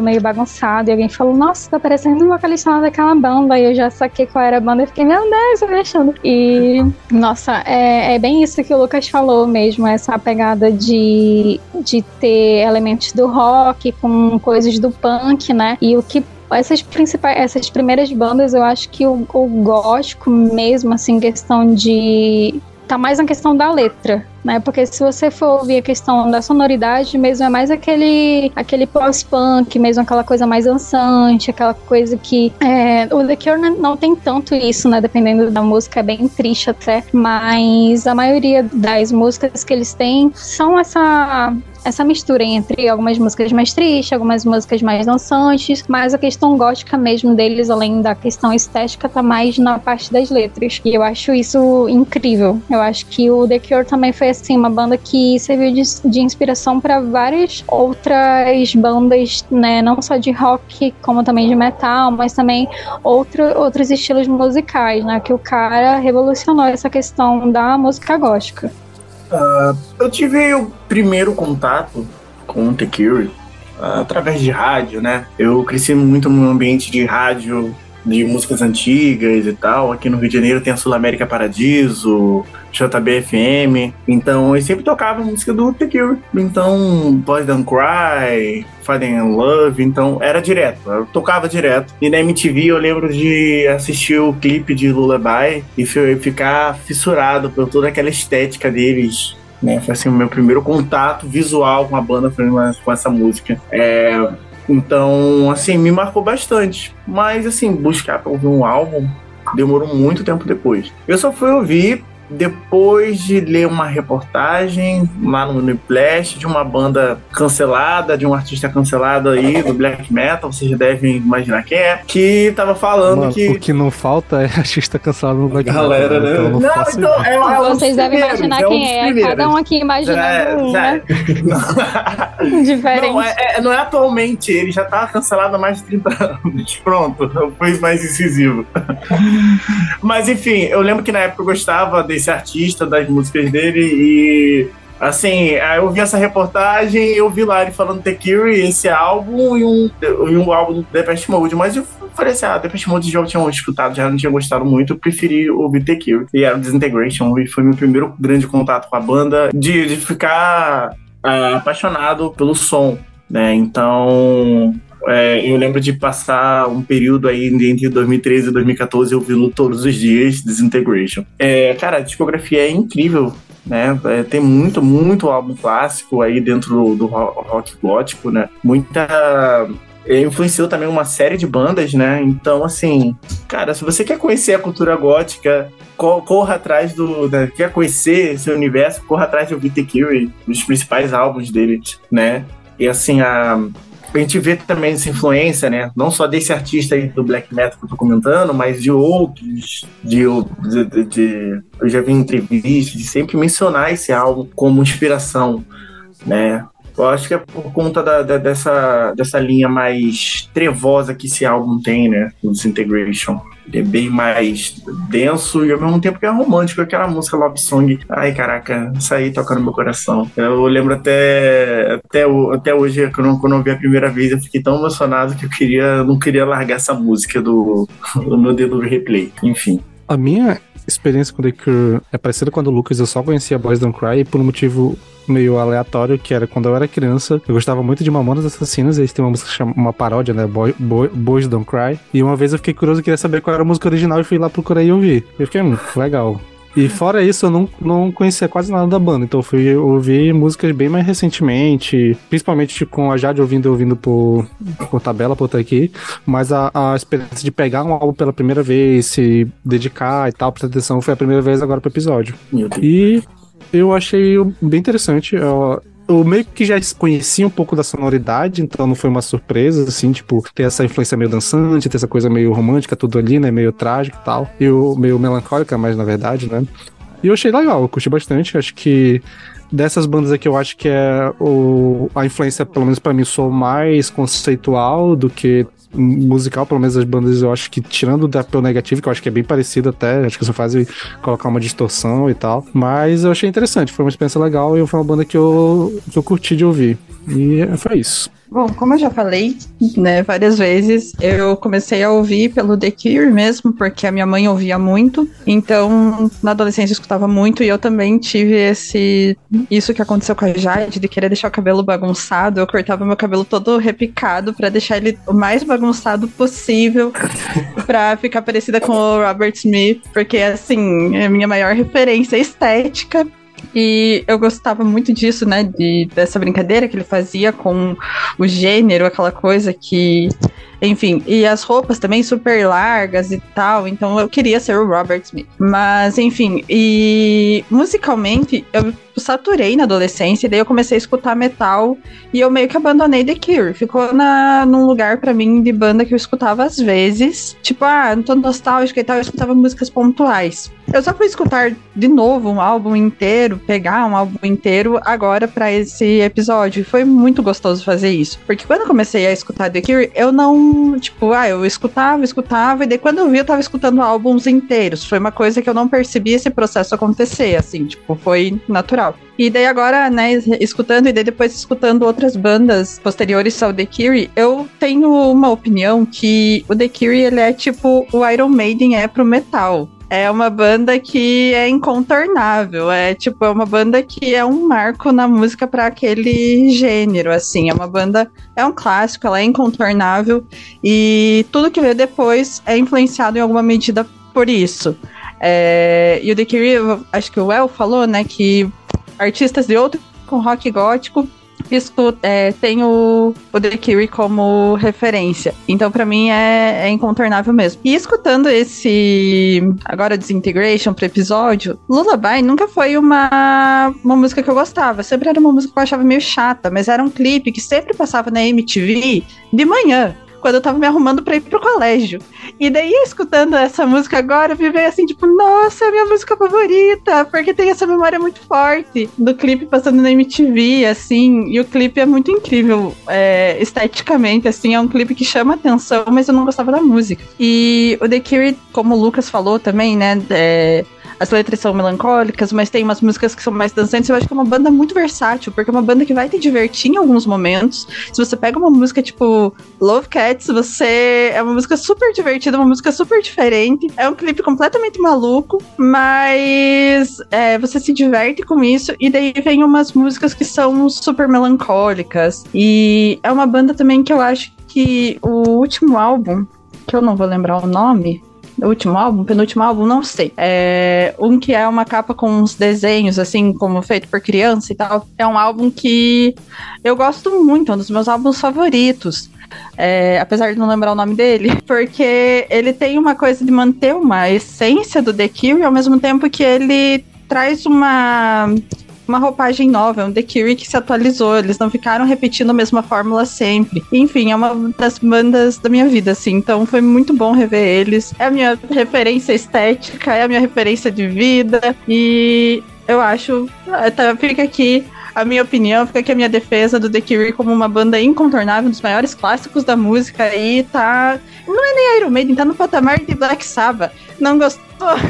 meio bagunçado, e alguém falou, nossa, tá parecendo o vocalista lá daquela banda, e eu já saquei qual era a banda, e fiquei, meu Deus, eu me achando. E, nossa, é bem isso que o Lucas falou mesmo, essa pegada de ter elementos do rock com coisas do punk, né, e o que essas primeiras bandas, eu acho que o gótico mesmo, assim, questão de... tá mais na questão da letra, né? Porque se você for ouvir a questão da sonoridade mesmo, é mais aquele pós-punk, mesmo aquela coisa mais dançante, aquela coisa que... o The Cure não tem tanto isso, né? Dependendo da música, é bem triste até, mas a maioria das músicas que eles têm são essa mistura entre algumas músicas mais tristes, algumas músicas mais dançantes, mas a questão gótica mesmo deles, além da questão estética, tá mais na parte das letras. E eu acho isso incrível. Eu acho que o The Cure também foi, assim, uma banda que serviu de inspiração para várias outras bandas, né, não só de rock, como também de metal, mas também outros estilos musicais, né, que o cara revolucionou essa questão da música gótica. Eu tive o primeiro contato com o The Cure através de rádio, né? Eu cresci muito no ambiente de rádio, de músicas antigas e tal. Aqui no Rio de Janeiro tem a Sul América Paradiso, JBFM. Então eu sempre tocava música do The Cure. Então, Boys Don't Cry, Falling in Love. Então era direto, eu tocava direto. E na MTV eu lembro de assistir o clipe de Lullaby e ficar fissurado por toda aquela estética deles, né? Foi assim o meu primeiro contato visual com a banda, foi com essa música. Então, assim, me marcou bastante. Mas, assim, buscar pra ouvir um álbum demorou muito tempo depois. Eu só fui ouvir depois de ler uma reportagem lá no Uniplash de uma banda cancelada, de um artista cancelado aí do black metal, vocês já devem imaginar quem é, que tava falando. Mano, que... O que não falta é artista cancelado no black metal. Galera, né? Então, vocês devem imaginar quem é. Cada um aqui imaginando né? Diferente. Não é atualmente, ele já tá cancelado há mais de 30 anos. Pronto, eu fui mais incisivo. Mas enfim, eu lembro que na época eu gostava desse artista, das músicas dele, e assim, eu vi essa reportagem, eu vi lá ele falando The Cure, esse álbum e um álbum do Depeche Mode, mas eu falei assim, Depeche Mode já tinha escutado, já não tinha gostado muito, eu preferi ouvir The Cure, e era o Disintegration, e foi meu primeiro grande contato com a banda, de ficar apaixonado pelo som, né? Então eu lembro de passar um período aí entre 2013 e 2014 ouvindo todos os dias Disintegration. Cara, a discografia é incrível, né? Tem muito álbum clássico aí dentro do rock gótico, né? Influenciou também uma série de bandas, né? Então, assim, cara, se você quer conhecer a cultura gótica, corra atrás quer conhecer esse universo, corra atrás de ouvir The Cure, os principais álbuns dele, né? E assim, a gente vê também essa influência, né? Não só desse artista aí do black metal que eu tô comentando, mas de outros. Eu já vi em entrevistas de sempre mencionar esse álbum como inspiração, né? Eu acho que é por conta dessa linha mais trevosa que esse álbum tem, né? O Disintegration. Ele é bem mais denso e ao mesmo tempo que é romântico. Aquela música Love Song, ai caraca, isso aí toca no meu coração. Eu lembro até hoje, quando eu vi a primeira vez, eu fiquei tão emocionado que eu não queria largar essa música do meu dedo do replay. Enfim. A minha experiência com The Cure é parecida com a do Lucas. Eu só conhecia Boys Don't Cry por um motivo meio aleatório, que era quando eu era criança, eu gostava muito de Mamonas Assassinas, e eles têm uma música, uma paródia, né, Boys Don't Cry, e uma vez eu fiquei curioso e queria saber qual era a música original e fui lá procurar e ouvir. Eu fiquei, legal. E fora isso, eu não conhecia quase nada da banda, então eu fui ouvir músicas bem mais recentemente, principalmente com a Jade ouvindo por tabela, por estar aqui, mas a experiência de pegar um álbum pela primeira vez, se dedicar e tal, prestar atenção, foi a primeira vez agora pro episódio. E eu achei bem interessante. Eu meio que já conhecia um pouco da sonoridade, então não foi uma surpresa, assim, tipo, ter essa influência meio dançante, ter essa coisa meio romântica, tudo ali, né, meio trágico e tal, e meio melancólica, mas na verdade, né. E eu achei legal, eu curti bastante, acho que dessas bandas aqui eu acho que a influência, pelo menos pra mim, sou mais conceitual do que musical, pelo menos as bandas eu acho que, tirando o Death Pill Negative, que eu acho que é bem parecido até, acho que só faz colocar uma distorção e tal, mas eu achei interessante, foi uma experiência legal e foi uma banda que eu curti de ouvir, e foi isso. Bom, como eu já falei, né, várias vezes, eu comecei a ouvir pelo The Cure mesmo, porque a minha mãe ouvia muito, então na adolescência eu escutava muito e eu também tive isso que aconteceu com a Jade, de querer deixar o cabelo bagunçado. Eu cortava meu cabelo todo repicado pra deixar ele o mais bagunçado possível, pra ficar parecida com o Robert Smith, porque assim, é a minha maior referência estética. E eu gostava muito disso, né, dessa brincadeira que ele fazia com o gênero, aquela coisa que, enfim, e as roupas também super largas e tal, então eu queria ser o Robert Smith. Mas, enfim, e musicalmente eu saturei na adolescência, e daí eu comecei a escutar metal e eu meio que abandonei The Cure. Ficou num lugar pra mim de banda que eu escutava às vezes, tipo, não tô nostálgica e tal, eu escutava músicas pontuais. Eu só fui escutar de novo um álbum inteiro, pegar um álbum inteiro agora pra esse episódio. E foi muito gostoso fazer isso. Porque quando eu comecei a escutar The Cure, eu não, tipo, eu escutava, e daí quando eu vi, eu tava escutando álbuns inteiros. Foi uma coisa que eu não percebi esse processo acontecer, assim, tipo, foi natural. E daí agora, né, escutando, e daí depois escutando outras bandas posteriores ao The Cure, eu tenho uma opinião que o The Cure, ele é tipo o Iron Maiden é pro metal. É uma banda que é incontornável, é uma banda que é um marco na música para aquele gênero, assim, é um clássico, ela é incontornável e tudo que veio depois é influenciado em alguma medida por isso. E o The Cure, acho que o El falou, né, que artistas de outro com rock gótico tem o The Cure como referência. Então, pra mim, é incontornável mesmo. E escutando esse, agora, Disintegration pro episódio, Lullaby nunca foi uma música que eu gostava. Sempre era uma música que eu achava meio chata, mas era um clipe que sempre passava na MTV de manhã, quando eu tava me arrumando pra ir pro colégio. E daí, escutando essa música agora, eu me veio assim, tipo, nossa, é a minha música favorita, porque tem essa memória muito forte do clipe passando na MTV, assim, e o clipe é muito incrível, esteticamente, assim, é um clipe que chama atenção, mas eu não gostava da música. E o The Cure, como o Lucas falou também, né, as letras são melancólicas, mas tem umas músicas que são mais dançantes. Eu acho que é uma banda muito versátil, porque é uma banda que vai te divertir em alguns momentos. Se você pega uma música tipo Love Cats, é uma música super divertida, uma música super diferente. É um clipe completamente maluco, mas você se diverte com isso. E daí vem umas músicas que são super melancólicas. E é uma banda também que eu acho que o último álbum, que eu não vou lembrar o nome, o último álbum, penúltimo álbum, não sei. Um que é uma capa com uns desenhos, assim, como feito por criança e tal. É um álbum que eu gosto muito, é um dos meus álbuns favoritos. Apesar de não lembrar o nome dele, porque ele tem uma coisa de manter uma essência do The Cure, ao mesmo tempo que ele traz uma roupagem nova, é um The Cure que se atualizou, eles não ficaram repetindo a mesma fórmula sempre. Enfim, é uma das bandas da minha vida, assim, então foi muito bom rever eles. É a minha referência estética, é a minha referência de vida, e eu acho, fica aqui a minha opinião, fica aqui a minha defesa do The Cure como uma banda incontornável, um dos maiores clássicos da música, e tá... Não é nem Iron Maiden, tá no patamar de Black Sabbath. Não gostou?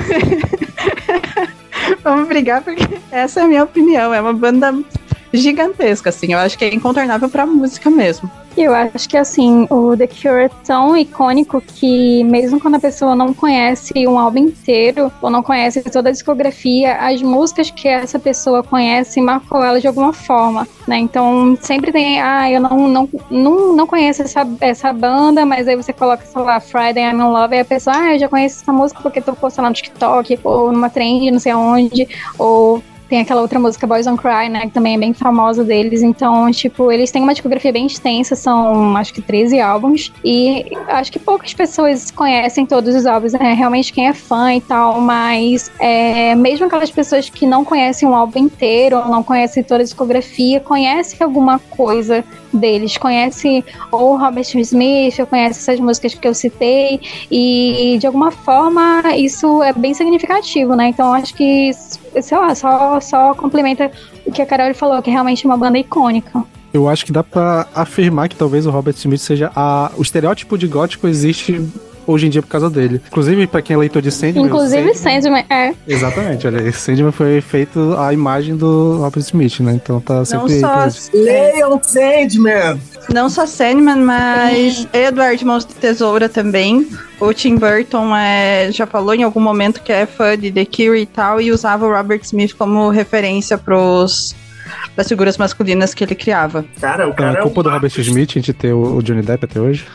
Vamos brigar, porque essa é a minha opinião. É uma banda gigantesca, assim. Eu acho que é incontornável pra música mesmo. Eu acho que, assim, o The Cure é tão icônico que mesmo quando a pessoa não conhece um álbum inteiro ou não conhece toda a discografia, as músicas que essa pessoa conhece marcou ela de alguma forma, né? Então, sempre tem, eu não conheço essa banda, mas aí você coloca, sei lá, Friday I'm in Love, e a pessoa, eu já conheço essa música porque tocou, sei lá, no TikTok, ou numa trend, não sei aonde, ou... Tem aquela outra música, Boys Don't Cry, né, que também é bem famosa deles. Então, tipo, eles têm uma discografia bem extensa, são, acho que 13 álbuns. E acho que poucas pessoas conhecem todos os álbuns, né, realmente quem é fã e tal. Mas, mesmo aquelas pessoas que não conhecem um álbum inteiro, ou não conhecem toda a discografia, conhecem alguma coisa deles, conhece ou Robert Smith, eu conheço essas músicas que eu citei, e de alguma forma isso é bem significativo, né? Então acho que, sei lá, só complementa o que a Carol falou, que é realmente uma banda icônica. Eu acho que dá pra afirmar que talvez o Robert Smith seja o estereótipo de gótico existe hoje em dia por causa dele. Inclusive, pra quem é leitor de Sandman... Inclusive Sandman, Exatamente, olha, Sandman foi feito a imagem do Robert Smith, né? Então tá sempre... Não só leiam Sandman! Não só Sandman, mas Edward Mãos de Tesoura também. O Tim Burton já falou em algum momento que é fã de The Cure e tal, e usava o Robert Smith como referência das figuras masculinas que ele criava. Cara, o cara é culpa do Robert Smith a gente ter o Johnny Depp até hoje?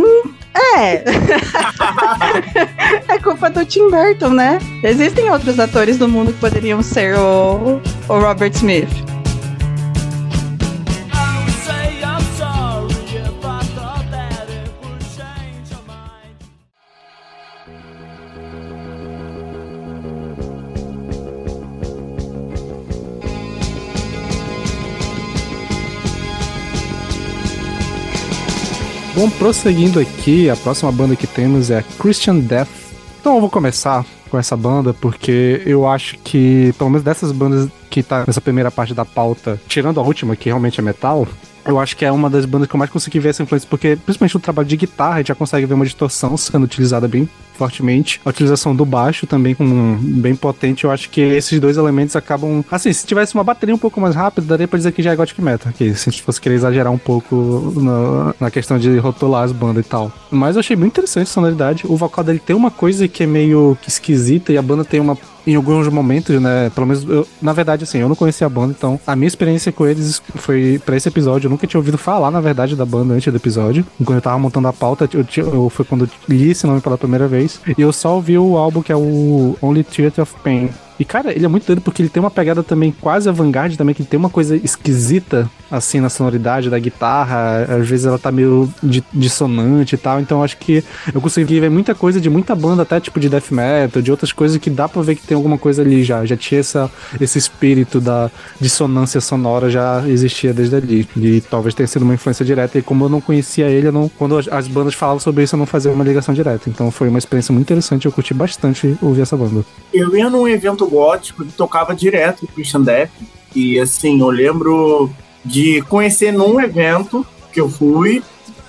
É culpa do Tim Burton, né? Existem outros atores do mundo que poderiam ser o Robert Smith. Bom, prosseguindo aqui, a próxima banda que temos é a Christian Death. Então eu vou começar com essa banda porque eu acho que, pelo menos dessas bandas que tá nessa primeira parte da pauta, tirando a última, que realmente é metal, eu acho que é uma das bandas que eu mais consegui ver essa influência, porque principalmente no trabalho de guitarra a gente já consegue ver uma distorção sendo utilizada bem fortemente. A utilização do baixo também bem potente. Eu acho que esses dois elementos acabam... Assim, se tivesse uma bateria um pouco mais rápida, daria pra dizer que já é Gothic Metal. Que se a gente fosse querer exagerar um pouco na questão de rotular as bandas e tal. Mas eu achei muito interessante a sonoridade. O vocal dele tem uma coisa que é meio que esquisita e a banda tem em alguns momentos, né? Pelo menos, na verdade, assim, eu não conhecia a banda, então a minha experiência com eles foi pra esse episódio. Eu nunca tinha ouvido falar, na verdade, da banda antes do episódio. Quando eu tava montando a pauta, foi quando eu li esse nome pela primeira vez. E eu só ouvi o álbum que é o Only Theatre of Pain. E, cara, ele é muito doido porque ele tem uma pegada também quase avant-garde também, que tem uma coisa esquisita, assim, na sonoridade da guitarra. Às vezes ela tá meio dissonante e tal. Então, acho que eu consegui ver muita coisa de muita banda, até tipo de death metal, de outras coisas que dá pra ver que tem alguma coisa ali já. Já tinha esse espírito da dissonância sonora, já existia desde ali. E talvez tenha sido uma influência direta. E como eu não conhecia ele, quando as bandas falavam sobre isso, eu não fazia uma ligação direta. Então, foi uma experiência muito interessante. Eu curti bastante ouvir essa banda. Eu ia num evento gótico que tocava direto o Christian Death, e assim, eu lembro de conhecer num evento que eu fui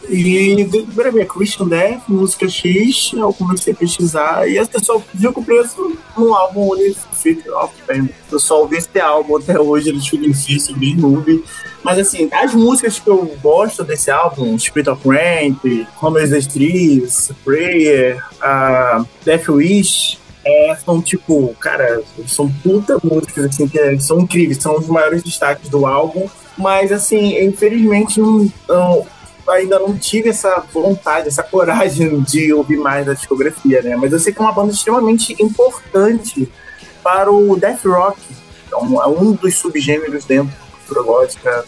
e ver Christian Death, música X, eu comecei a pesquisar e as pessoas viu que o preço no álbum Only Theatre of Pain. Eu só ouvi esse álbum até hoje, eles ficam difícil, bem noob. Mas assim, as músicas que eu gosto desse álbum, Spirit of Ramp, Homer's the Streets, Prayer, Death Wish, são tipo, cara, são puta músicas assim, que são incríveis, são os maiores destaques do álbum, mas assim, infelizmente ainda não tive essa vontade, essa coragem de ouvir mais da discografia, né? Mas eu sei que é uma banda extremamente importante para o death rock, então, é um dos subgêneros dentro da cultura gótica,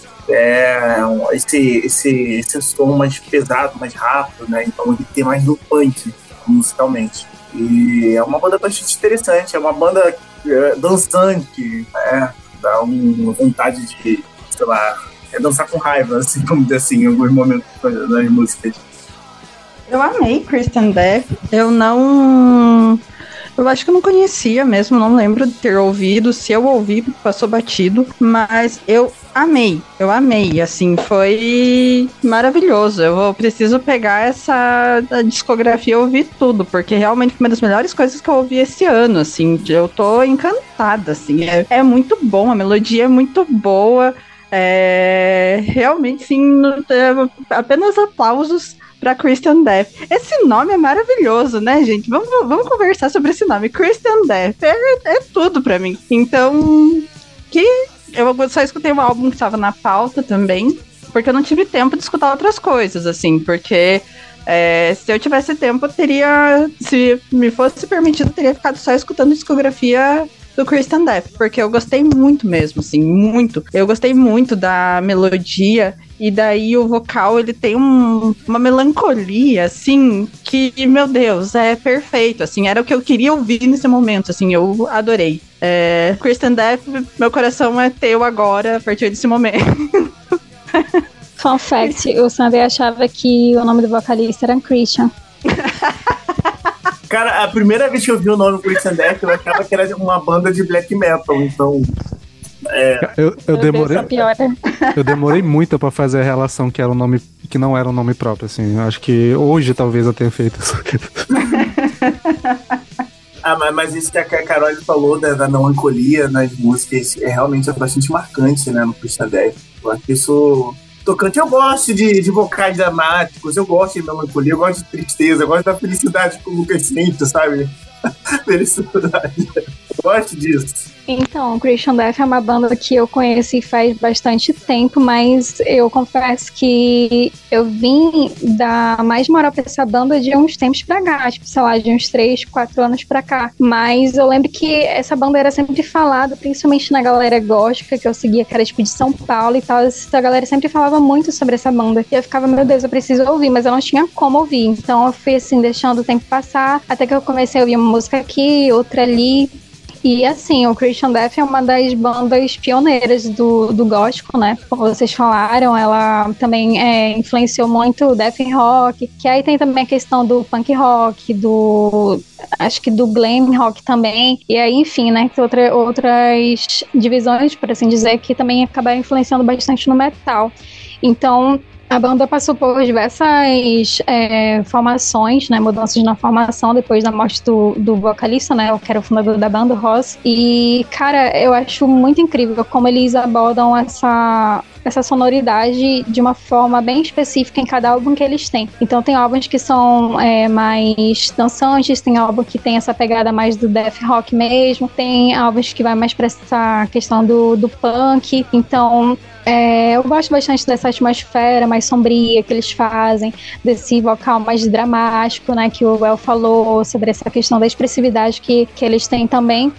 esse som mais pesado, mais rápido, né? Então ele tem mais do punk musicalmente. E é uma banda bastante interessante, é uma banda dançante, né? Dá uma vontade de, sei lá, dançar com raiva, assim, como dizer assim, em alguns momentos das músicas. Eu amei Christian Death. Eu acho que eu não conhecia mesmo, não lembro de ter ouvido. Se eu ouvi, passou batido. Mas eu amei, assim, foi maravilhoso. Eu preciso pegar essa discografia e ouvir tudo, porque realmente foi uma das melhores coisas que eu ouvi esse ano, assim. Eu tô encantada, assim. É muito bom, a melodia é muito boa. Realmente, sim, apenas aplausos para Christian Death. Esse nome é maravilhoso, né, gente? Vamos conversar sobre esse nome. Christian Death é tudo para mim. Então, eu só escutei o álbum que estava na pauta também, porque eu não tive tempo de escutar outras coisas, assim, porque se eu tivesse tempo, se me fosse permitido, eu teria ficado só escutando discografia do Christian Death, porque eu gostei muito mesmo, assim, muito. Eu gostei muito da melodia, e daí o vocal, ele tem uma melancolia, assim, que, meu Deus, é perfeito, assim, era o que eu queria ouvir nesse momento, assim, eu adorei. Christian Death, meu coração é teu agora, a partir desse momento. Fun fact, o Sander achava que o nome do vocalista era Christian. Cara, a primeira vez que eu vi o nome Christian Death, eu achava que era uma banda de black metal, então... Eu demorei muito pra fazer a relação que era um nome que não era um nome próprio, assim. Eu acho que hoje talvez eu tenha feito isso. Mas isso que a Carol falou da melancolia nas músicas realmente bastante marcante, né, no Christian Death. Eu acho que isso tocante. Eu gosto de vocais dramáticos, eu gosto de melancolia, eu gosto de tristeza, eu gosto da felicidade que o Lucas sente, sabe? Felicidade. Eu gosto disso. Então, Christian Death é uma banda que eu conheci faz bastante tempo, mas eu confesso que eu vim dar mais moral pra essa banda de uns tempos pra cá, tipo, sei lá, de uns 3, 4 anos pra cá. Mas eu lembro que essa banda era sempre falada, principalmente na galera gótica, que eu seguia, que era tipo de São Paulo e tal. Essa galera sempre falava muito sobre essa banda. E eu ficava, meu Deus, eu preciso ouvir, mas eu não tinha como ouvir. Então eu fui assim, deixando o tempo passar, até que eu comecei a ouvir uma música aqui, outra ali. E assim, o Christian Death é uma das bandas pioneiras do gótico, né? Como vocês falaram, ela também influenciou muito o death rock, que aí tem também a questão do punk rock, acho que do glam rock também, e aí, enfim, né, que outras divisões, por assim dizer, que também acabaram influenciando bastante no metal. Então, a banda passou por diversas formações, né, mudanças na formação depois da morte do vocalista, né, que era o fundador da banda, o Ross. E, cara, eu acho muito incrível como eles abordam essa sonoridade de uma forma bem específica em cada álbum que eles têm. Então tem álbuns que são mais dançantes, tem álbum que tem essa pegada mais do death rock mesmo, tem álbuns que vai mais pra essa questão do punk. Então eu gosto bastante dessa atmosfera mais sombria que eles fazem, desse vocal mais dramático, né, que o El falou, sobre essa questão da expressividade que eles têm também.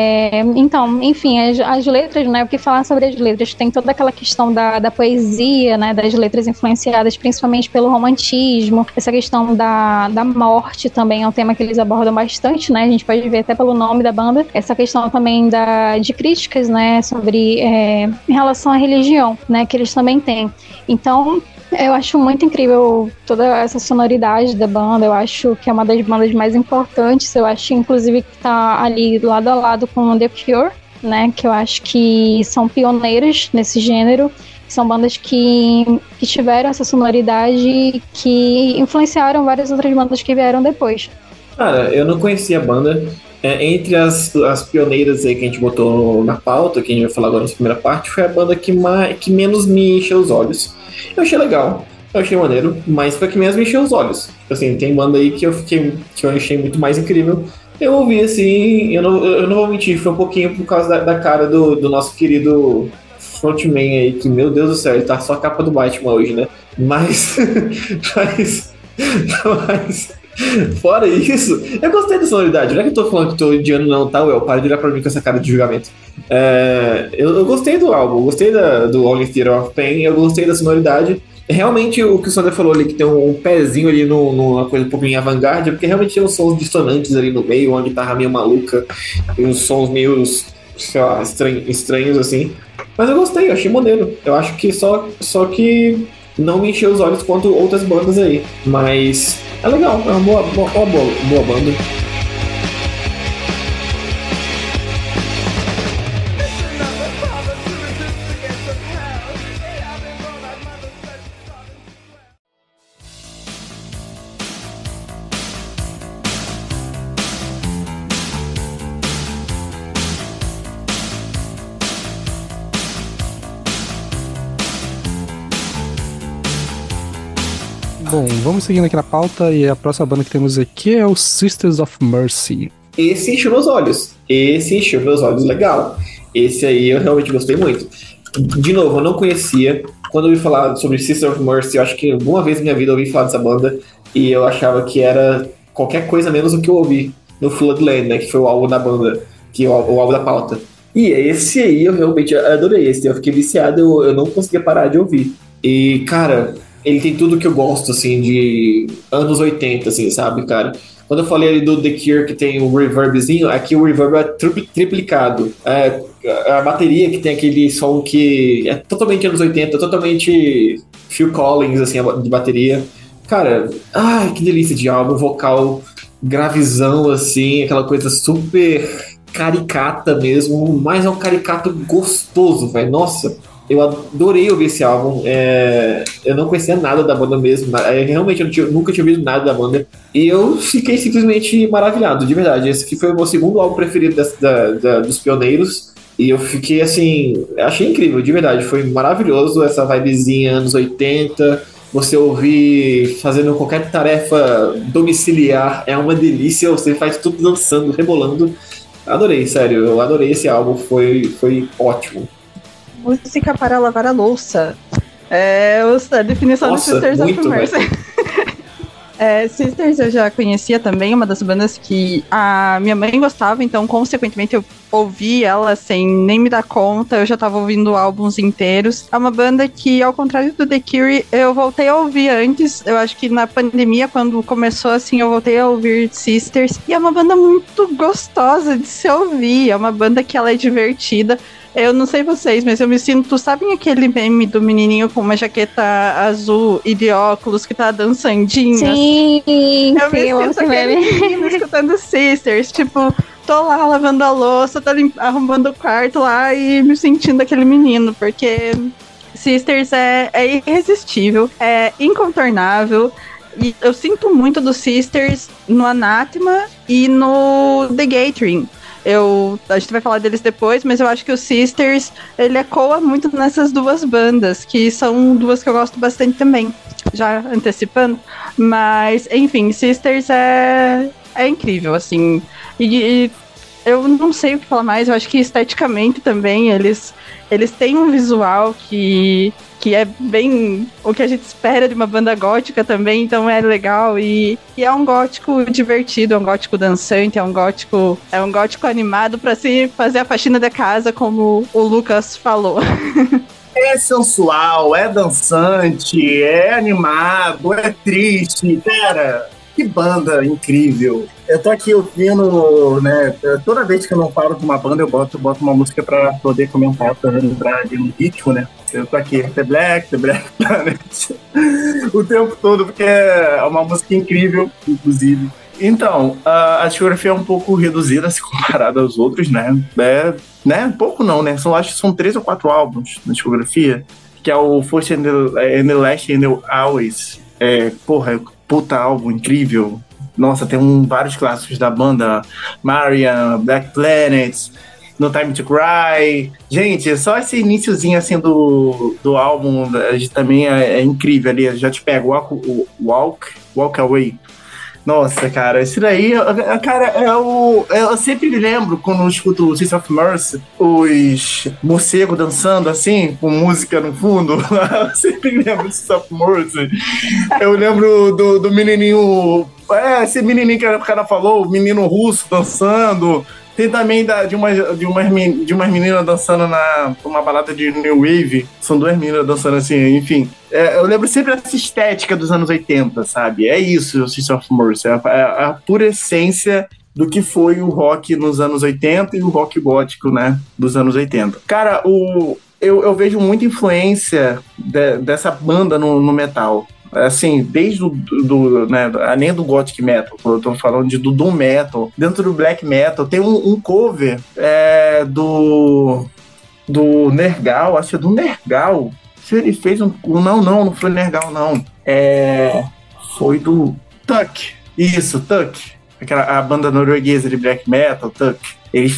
Então, enfim, as letras, né, o que falar sobre as letras? Tem toda aquela questão da poesia, né, das letras influenciadas principalmente pelo romantismo, essa questão da morte também é um tema que eles abordam bastante, né, a gente pode ver até pelo nome da banda, essa questão também de críticas, né, sobre em relação à religião, né, que eles também têm. Então, eu acho muito incrível toda essa sonoridade da banda, eu acho que é uma das bandas mais importantes, eu acho inclusive que tá ali lado a lado com The Cure, né, que eu acho que são pioneiros nesse gênero, são bandas que tiveram essa sonoridade, que influenciaram várias outras bandas que vieram depois. Cara, eu não conhecia a banda. Entre as pioneiras aí que a gente botou na pauta, que a gente vai falar agora na primeira parte, foi a banda que menos me encheu os olhos. Eu achei legal, eu achei maneiro, mas foi a que menos me encheu os olhos. Assim, tem banda aí que eu achei muito mais incrível. Eu ouvi assim, eu não vou mentir, foi um pouquinho por causa da cara do nosso querido frontman aí, que, meu Deus do céu, ele tá só a capa do Batman hoje, né? Mas fora isso, eu gostei da sonoridade. Não é que eu tô falando que tô odiando, não, tá, Well? Para de olhar pra mim com essa cara de julgamento. Eu gostei do álbum, gostei do Only Theater of Pain, eu gostei da sonoridade. Realmente, o que o Sander falou ali, que tem um pezinho ali numa coisa um pouquinho avant-garde, porque realmente tem uns sons dissonantes ali no meio, uma guitarra meio maluca, e uns sons meio, sei lá, estranhos assim. Mas eu gostei, eu achei maneiro. Eu acho que só que não me encheu os olhos quanto outras bandas aí. Mas é legal, é uma boa banda. Bom, vamos seguindo aqui na pauta e a próxima banda que temos aqui é o Sisters of Mercy. Esse encheu meus olhos. Legal. Esse aí eu realmente gostei muito. De novo, eu não conhecia. Quando eu ouvi falar sobre Sisters of Mercy, eu acho que alguma vez na minha vida eu ouvi falar dessa banda e eu achava que era qualquer coisa menos do que eu ouvi no Floodland, né, que foi o álbum da banda, que é o álbum da pauta. E esse aí eu realmente adorei. Esse eu fiquei viciado, eu não conseguia parar de ouvir. E, cara, ele tem tudo que eu gosto, assim, de anos 80, assim, sabe, cara? Quando eu falei ali do The Cure, que tem o reverbzinho, aqui o reverb é triplicado. A bateria que tem aquele som que é totalmente anos 80, totalmente Phil Collins, assim, de bateria. Cara, ai, que delícia de álbum, vocal gravizão, assim, aquela coisa super caricata mesmo, mas é um caricato gostoso, velho, nossa. Eu adorei ouvir esse álbum. Eu não conhecia nada da banda mesmo. Realmente eu nunca tinha ouvido nada da banda. E eu fiquei simplesmente maravilhado, de verdade. Esse aqui foi o meu segundo álbum preferido dos Pioneiros. E eu fiquei assim, achei incrível, de verdade. Foi maravilhoso essa vibezinha anos 80. Você ouvir fazendo qualquer tarefa domiciliar é uma delícia. Você faz tudo dançando, rebolando. Adorei, sério, eu adorei esse álbum, foi ótimo. Música para lavar a louça. A definição Nossa, de Sisters muito, of Mercy. Sisters eu já conhecia também, uma das bandas que a minha mãe gostava, então consequentemente eu ouvi ela sem nem me dar conta, eu já tava ouvindo álbuns inteiros. É uma banda que, ao contrário do The Cure, eu voltei a ouvir antes, eu acho que na pandemia, quando começou assim, eu voltei a ouvir Sisters, e é uma banda muito gostosa de se ouvir, é uma banda que ela é divertida. Eu não sei vocês, mas eu me sinto, sabem aquele meme do menininho com uma jaqueta azul e de óculos que tá dançandinho? Sim, Eu me sinto aquele menino escutando Sisters, tipo, tô lá lavando a louça, tô arrumando o quarto lá e me sentindo aquele menino, porque Sisters é irresistível, é incontornável. E eu sinto muito do Sisters no Anathema e no The Gathering. A gente vai falar deles depois, mas eu acho que o Sisters, ele ecoa muito nessas duas bandas, que são duas que eu gosto bastante também, já antecipando. Mas, enfim, Sisters é incrível, assim. E eu não sei o que falar mais, eu acho que esteticamente também eles têm um visual que é bem o que a gente espera de uma banda gótica também, então é legal e é um gótico divertido, é um gótico dançante, é um gótico animado pra se fazer a faxina da casa, como o Lucas falou. É sensual, é dançante, é animado, é triste, cara. Que banda incrível. Eu tô aqui ouvindo, né? Toda vez que eu não falo de uma banda, eu boto uma música pra poder comentar, pra entrar ali no ritmo, né? Eu tô aqui, The Black Planet, o tempo todo, porque é uma música incrível, inclusive. Então, a discografia é um pouco reduzida se comparada aos outros, né? Pouco não, né? Acho que são 3 ou 4 álbuns na discografia, que é o First and the Last and the Always. Puta álbum incrível. Nossa, tem vários clássicos da banda. Marian, Black Planet, No Time to Cry. Gente, só esse iniciozinho assim do álbum também é incrível ali. Já te pego Walk Away. Nossa, cara, esse daí, cara, eu sempre lembro quando eu escuto o Sisters of Mercy, os morcegos dançando assim, com música no fundo. Eu sempre lembro do Sisters of Mercy. Eu lembro do menininho, esse menininho que o cara falou, o menino russo dançando. Tem também de umas meninas dançando numa balada de New Wave. São 2 meninas dançando assim, enfim. Eu lembro sempre dessa estética dos anos 80, sabe? É isso, o Sisters of Mercy. É a pura essência do que foi o rock nos anos 80 e o rock gótico, né? Dos anos 80. Cara, eu vejo muita influência dessa banda no metal. Assim, desde né, nem do Gothic Metal, eu tô falando do Doom Metal. Dentro do Black Metal tem um cover do Nergal, acho que é do Nergal. Se ele fez não foi Nergal, não. Foi do Tuck. Isso, Tuck. A banda norueguesa de Black Metal, Tuck. Eles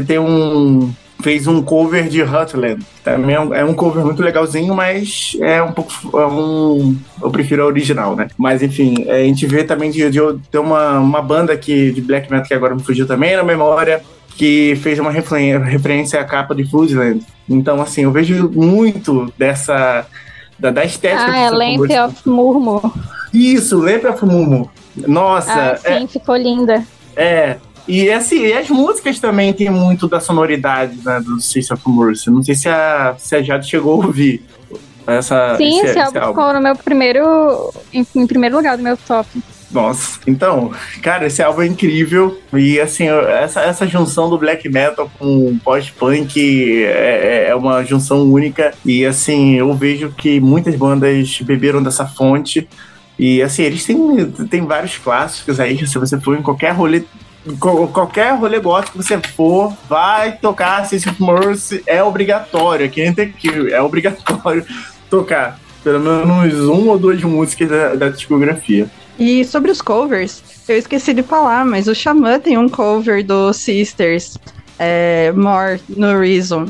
fez um cover de Hutland. Também é um cover muito legalzinho, mas eu prefiro a original, né? Mas enfim, a gente vê também de ter uma banda aqui de black metal que agora me fugiu também na memória, que fez uma referência à capa de Floodland. Então, assim, eu vejo muito da estética. Lamp of Murmur. Isso, Lamp of Murmur. Nossa. Sim, ficou linda. E assim, as músicas também tem muito da sonoridade, né, do Sisters of Mercy. Não sei se a Jade chegou a ouvir esse álbum ficou no meu em primeiro lugar do meu top. Nossa, então, cara, esse álbum é incrível. E assim, essa junção do black metal com o post-punk é uma junção única. E assim, eu vejo que muitas bandas beberam dessa fonte. E assim, eles têm vários clássicos aí. Se você for em qualquer rolê gótico que você for, vai tocar Sisters of Mercy, é obrigatório. Quem tem que é obrigatório tocar pelo menos 1 ou 2 músicas da discografia. E sobre os covers, eu esqueci de falar, mas o Xamã tem um cover do Sisters. More No Reason,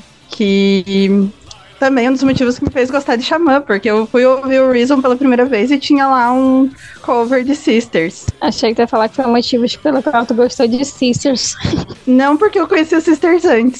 que também é um dos motivos que me fez gostar de Xamã, porque eu fui ouvir o Reason pela primeira vez e tinha lá um cover de Sisters. Achei que tu ia falar que foi o motivo pelo qual tu gostou de Sisters. Não porque eu conheci os Sisters antes.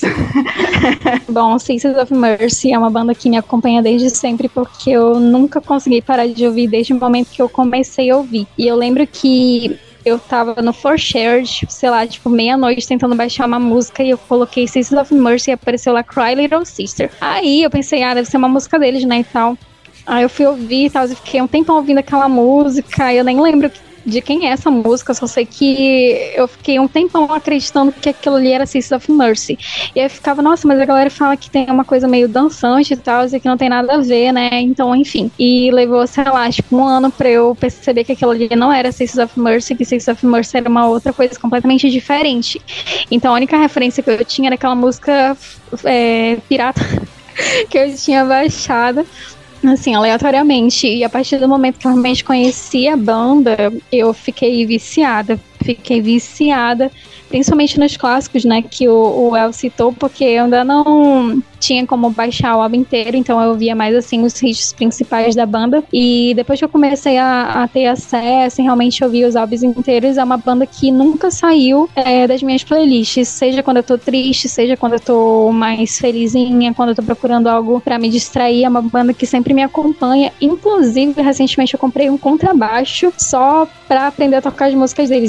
Bom, Sisters of Mercy é uma banda que me acompanha desde sempre, porque eu nunca consegui parar de ouvir desde o momento que eu comecei a ouvir. E eu lembro que eu tava no For Shared, sei lá, tipo, meia-noite tentando baixar uma música e eu coloquei Sisters of Mercy e apareceu lá Cry Little Sister. Aí eu pensei, deve ser uma música deles, né, e tal. Aí eu fui ouvir e tal, e fiquei um tempão ouvindo aquela música, e eu nem lembro de quem é essa música, só sei que eu fiquei um tempão acreditando que aquilo ali era Sisters of Mercy. E aí eu ficava, nossa, mas a galera fala que tem uma coisa meio dançante e tal, e que não tem nada a ver, né? Então, enfim. E levou, sei lá, tipo, 1 ano pra eu perceber que aquilo ali não era Sisters of Mercy, que Sisters of Mercy era uma outra coisa completamente diferente. Então, a única referência que eu tinha era aquela música pirata que eu tinha baixado, assim, aleatoriamente. E a partir do momento que eu realmente conheci a banda, eu fiquei viciada, principalmente nos clássicos, né, que o El citou, porque eu ainda não tinha como baixar o álbum inteiro, então eu via mais, assim, os hits principais da banda. E depois que eu comecei a ter acesso e realmente ouvir os álbuns inteiros, é uma banda que nunca saiu das minhas playlists, seja quando eu tô triste, seja quando eu tô mais felizinha, quando eu tô procurando algo pra me distrair. É uma banda que sempre me acompanha. Inclusive, recentemente eu comprei um contrabaixo só pra aprender a tocar as músicas deles.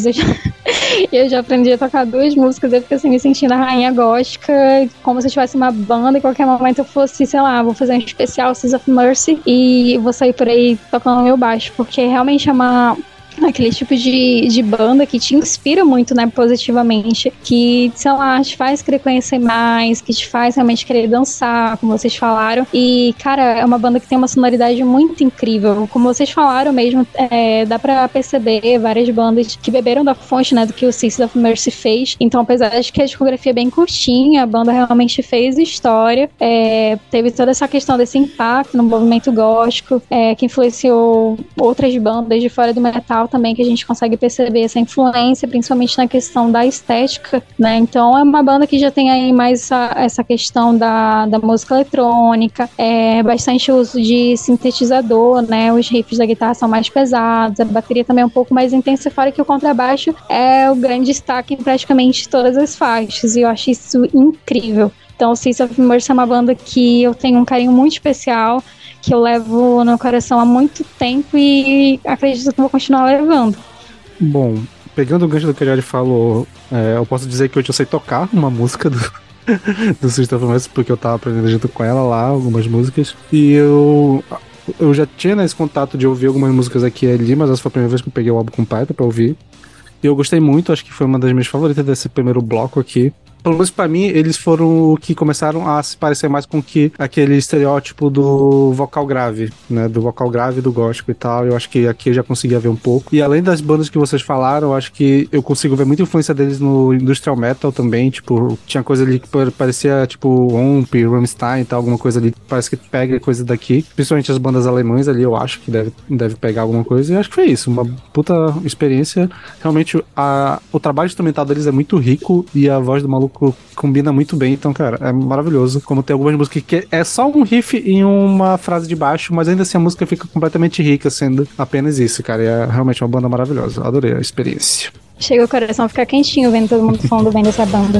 Eu já aprendi a tocar 2 músicas, eu fiquei assim, me sentindo a rainha gótica, como se eu tivesse uma banda, e qualquer momento eu fosse, sei lá, vou fazer um especial Sisters of Mercy e vou sair por aí tocando meu baixo, porque realmente é aquele tipo de banda que te inspira muito, né, positivamente, que, sei lá, te faz querer conhecer mais, que te faz realmente querer dançar, como vocês falaram. E, cara, é uma banda que tem uma sonoridade muito incrível. Como vocês falaram mesmo, dá pra perceber várias bandas que beberam da fonte, né, do que o Sisters of Mercy fez. Então, apesar de que a discografia é bem curtinha, a banda realmente fez história, teve toda essa questão desse impacto no movimento gótico, que influenciou outras bandas de fora do metal também, que a gente consegue perceber essa influência, principalmente na questão da estética, né? Então é uma banda que já tem aí mais essa questão da música eletrônica, bastante uso de sintetizador, né? Os riffs da guitarra são mais pesados, a bateria também é um pouco mais intensa, fora que o contrabaixo é o grande destaque em praticamente todas as faixas, e eu acho isso incrível. Então, Sisters of Mercy é uma banda que eu tenho um carinho muito especial, que eu levo no coração há muito tempo e acredito que vou continuar levando. Bom, pegando o gancho do que a Jade falou, eu posso dizer que hoje eu sei tocar uma música do Sisters of Mercy, porque eu tava aprendendo junto com ela lá, algumas músicas, e eu já tinha esse contato de ouvir algumas músicas aqui e ali, mas essa foi a primeira vez que eu peguei o álbum completo pra ouvir. E eu gostei muito, acho que foi uma das minhas favoritas desse primeiro bloco aqui. Pelo menos pra mim, eles foram o que começaram a se parecer mais com aquele estereótipo do vocal grave, né? Do vocal grave do gótico e tal. Eu acho que aqui eu já conseguia ver um pouco. E além das bandas que vocês falaram, eu acho que eu consigo ver muita influência deles no industrial metal também. Tipo, tinha coisa ali que parecia, tipo, Omp, Rammstein e tal, alguma coisa ali que parece que pega coisa daqui. Principalmente as bandas alemãs ali, eu acho que deve pegar alguma coisa. E eu acho que foi isso. Uma puta experiência. Realmente, o trabalho instrumental deles é muito rico e a voz do maluco combina muito bem, então, cara, é maravilhoso. Como tem algumas músicas que é só um riff em uma frase de baixo, mas ainda assim a música fica completamente rica, sendo apenas isso, cara. E é realmente uma banda maravilhosa. Adorei a experiência. Chega o coração a ficar quentinho vendo todo mundo falando bem dessa banda.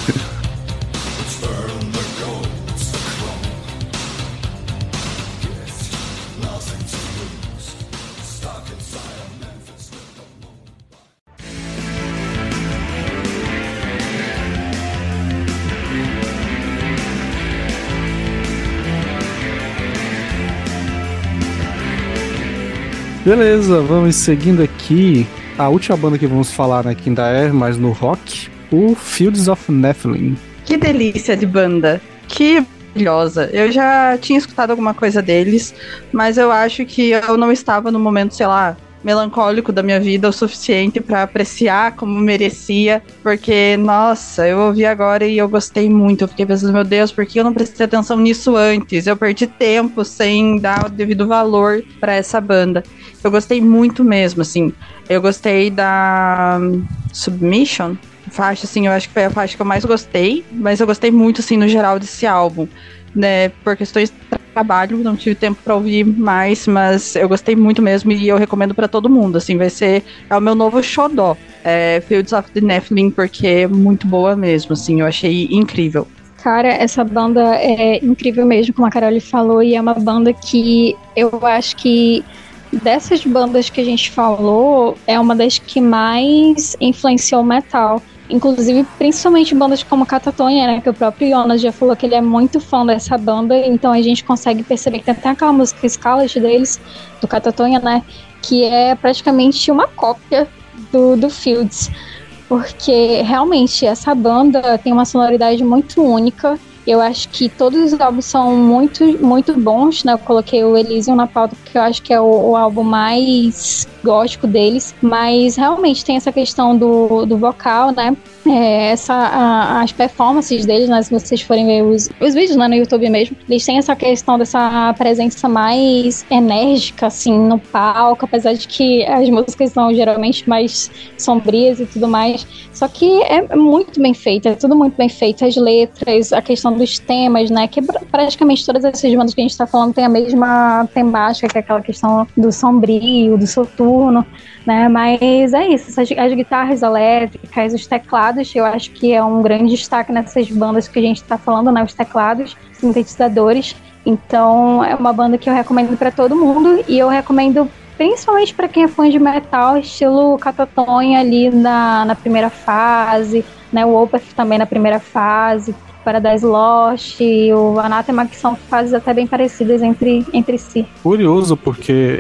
Beleza, vamos seguindo aqui. A última banda que vamos falar, né, que ainda é mais no rock, o Fields of Nephilim. Que delícia de banda. Que maravilhosa. Eu já tinha escutado alguma coisa deles, mas eu acho que eu não estava no momento, sei lá, melancólico da minha vida o suficiente pra apreciar como merecia, porque, nossa, eu ouvi agora e eu gostei muito. Eu fiquei pensando, meu Deus, por que eu não prestei atenção nisso antes? Eu perdi tempo sem dar o devido valor pra essa banda. Eu gostei muito mesmo, assim. Eu gostei da Submission, faixa, assim, eu acho que foi a faixa que eu mais gostei, mas eu gostei muito, assim, no geral desse álbum, né, por questões de trabalho, não tive tempo pra ouvir mais, mas eu gostei muito mesmo e eu recomendo pra todo mundo, assim, é o meu novo xodó, Fields of the Nephilim, porque é muito boa mesmo, assim, eu achei incrível. Cara, essa banda é incrível mesmo, como a Carole falou, e é uma banda que eu acho que dessas bandas que a gente falou, é uma das que mais influenciou o metal. Inclusive, principalmente bandas como Catatonia, né? Que o próprio Jonas já falou que ele é muito fã dessa banda, então a gente consegue perceber que tem até aquela música Scarlet deles, do Catatonia, né? Que é praticamente uma cópia do Fields. Porque realmente essa banda tem uma sonoridade muito única. Eu acho que todos os álbuns são muito, muito bons, né? Eu coloquei o Elysium na pauta porque eu acho que é o álbum mais gótico deles. Mas realmente tem essa questão do vocal, né? As performances deles, né? Se vocês forem ver os vídeos, né, no YouTube mesmo, eles têm essa questão dessa presença mais enérgica, assim, no palco, apesar de que as músicas são geralmente mais sombrias e tudo mais. Só que é muito bem feito, é tudo muito bem feito. As letras, a questão dos temas, né? Que praticamente todas essas bandas que a gente tá falando tem a mesma temática, que é aquela questão do sombrio, do soturno, né? Mas é isso, as guitarras elétricas, os teclados, eu acho que é um grande destaque nessas bandas que a gente tá falando, né? Os teclados, sintetizadores. Então é uma banda que eu recomendo para todo mundo, e eu recomendo principalmente para quem é fã de metal, estilo Catatonia ali na primeira fase, né? O Opeth também na primeira fase, Paradise Lost e o Anathema, que são fases até bem parecidas entre si. Curioso, porque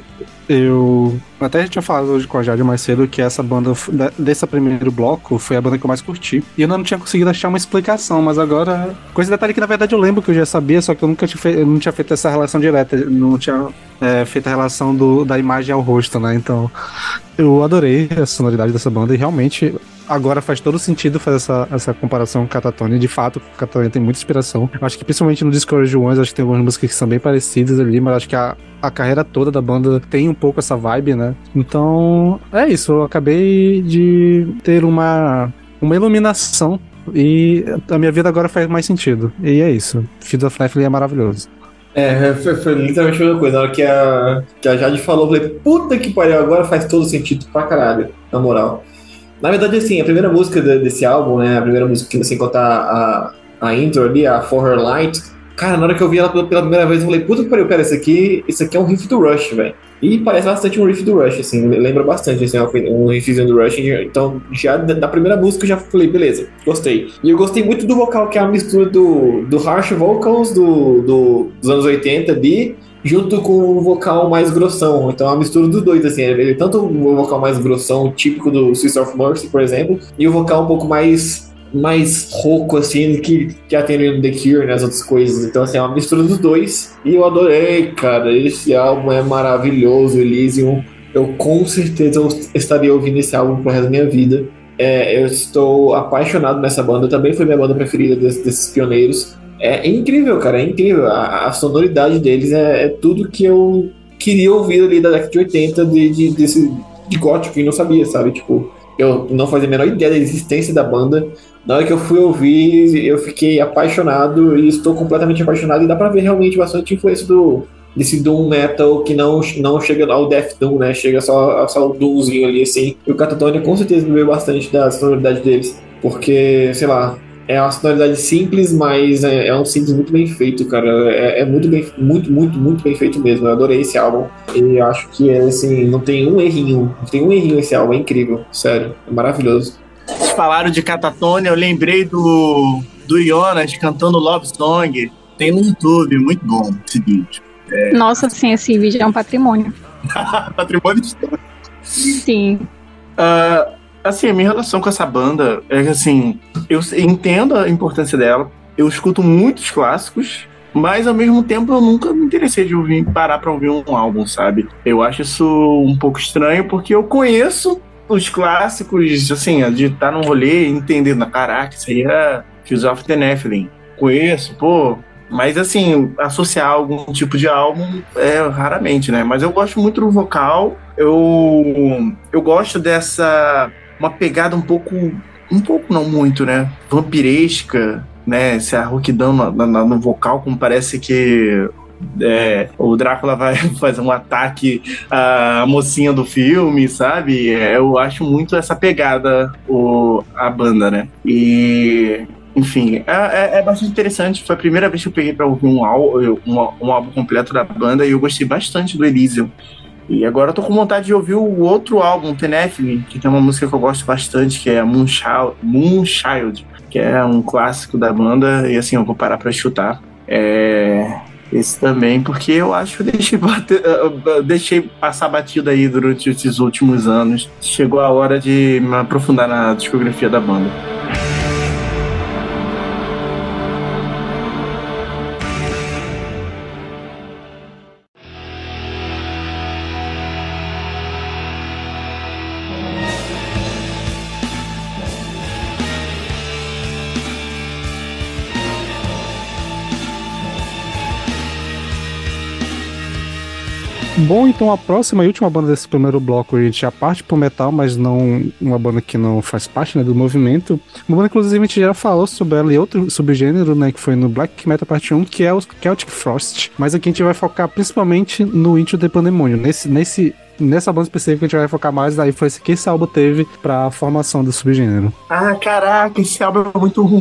eu até já tinha falado hoje com a Jade mais cedo que essa banda, desse primeiro bloco, foi a banda que eu mais curti. E eu não tinha conseguido achar uma explicação, mas agora... Com esse detalhe que, na verdade, eu lembro que eu já sabia, só que eu não tinha feito essa relação direta, não tinha feito a relação da imagem ao rosto, né? Então, eu adorei a sonoridade dessa banda e realmente... Agora faz todo sentido fazer essa comparação com Catatonia. De fato, Catatonia tem muita inspiração. Eu acho que principalmente no Discourage Ones, acho que tem algumas músicas que são bem parecidas ali, mas acho que a carreira toda da banda tem um pouco essa vibe, né? Então, é isso. Eu acabei de ter uma iluminação e a minha vida agora faz mais sentido. E é isso. Fields of Nephilim é maravilhoso. Foi literalmente a mesma coisa. Na hora que a Jade falou, eu falei, puta que pariu, agora faz todo sentido pra caralho, na moral. Na verdade, assim, a primeira música desse álbum, né, a primeira música, sem contar a intro ali, a For Her Light, cara, na hora que eu vi ela pela primeira vez, eu falei, puta que pariu, cara, isso aqui é um riff do Rush, velho. E parece bastante um riff do Rush, assim, lembra bastante, assim, um riffzinho do Rush. Então, já da primeira música, eu já falei, beleza, gostei. E eu gostei muito do vocal, que é a mistura do harsh vocals dos anos 80 ali, junto com o vocal mais grossão. Então é uma mistura dos dois, assim, ele tanto o vocal mais grossão, típico do Sister of Mercy, por exemplo, e o vocal um pouco mais rouco, assim, que atende no The Cure, né, as outras coisas. Então, assim, é uma mistura dos dois, e eu adorei, cara, esse álbum é maravilhoso, Elysium. Eu com certeza estaria ouvindo esse álbum pro resto da minha vida. Eu estou apaixonado nessa banda, também foi minha banda preferida desses pioneiros. É incrível, cara, é incrível. A sonoridade deles é tudo que eu queria ouvir ali da década de 80 de gótico, e não sabia, sabe? Tipo, eu não fazia a menor ideia da existência da banda. Na hora que eu fui ouvir, eu fiquei apaixonado e estou completamente apaixonado. E dá pra ver realmente bastante influência desse Doom Metal que não chega ao Death Doom, né? Chega só o Doomzinho ali, assim. E o Catatonia com certeza bebeu bastante da sonoridade deles, porque, sei lá, é uma sonoridade simples, mas é um simples muito bem feito, cara. É muito bem, muito bem feito mesmo. Eu adorei esse álbum. E acho que assim, não tem um errinho esse álbum, é incrível, sério, é maravilhoso. Vocês falaram de Catatonia, eu lembrei do Jonas cantando Love Song. Tem no YouTube, muito bom esse vídeo. Nossa, sim, esse vídeo é um patrimônio. Patrimônio histórico. Sim. Assim, a minha relação com essa banda é que, assim, eu entendo a importância dela, eu escuto muitos clássicos, mas ao mesmo tempo eu nunca me interessei de parar pra ouvir um álbum, sabe? Eu acho isso um pouco estranho, porque eu conheço os clássicos, assim, de estar num rolê e entender, caraca, isso aí é Fields of the Nephilim. Conheço, pô, mas assim, associar algum tipo de álbum raramente, né? Mas eu gosto muito do vocal, eu gosto dessa... uma pegada um pouco um pouco, não muito, né? Vampiresca, né? Se a rouquidão no vocal, como parece que o Drácula vai fazer um ataque à mocinha do filme, sabe? Eu acho muito essa pegada a banda, né? E... Enfim, é bastante interessante. Foi a primeira vez que eu peguei pra ouvir um álbum completo da banda e eu gostei bastante do Elysium. E agora eu tô com vontade de ouvir o outro álbum, Tenefne, que tem uma música que eu gosto bastante, que é Moonchild, que é um clássico da banda, e assim, eu vou parar pra escutar. Esse também, porque eu acho que eu deixei passar batida aí durante esses últimos anos. Chegou a hora de me aprofundar na discografia da banda. Bom, então a próxima e última banda desse primeiro bloco, a gente já parte pro metal, mas não uma banda que não faz parte, né, do movimento. Uma banda, inclusive, a gente já falou sobre ela e outro subgênero, né, que foi no Black Metal Parte 1, que é o Celtic Frost. Mas aqui a gente vai focar principalmente no Into the Pandemonium. Nessa banda específica a gente vai focar mais, daí foi esse que esse álbum teve pra formação do subgênero. Ah, caraca, esse álbum é muito ruim.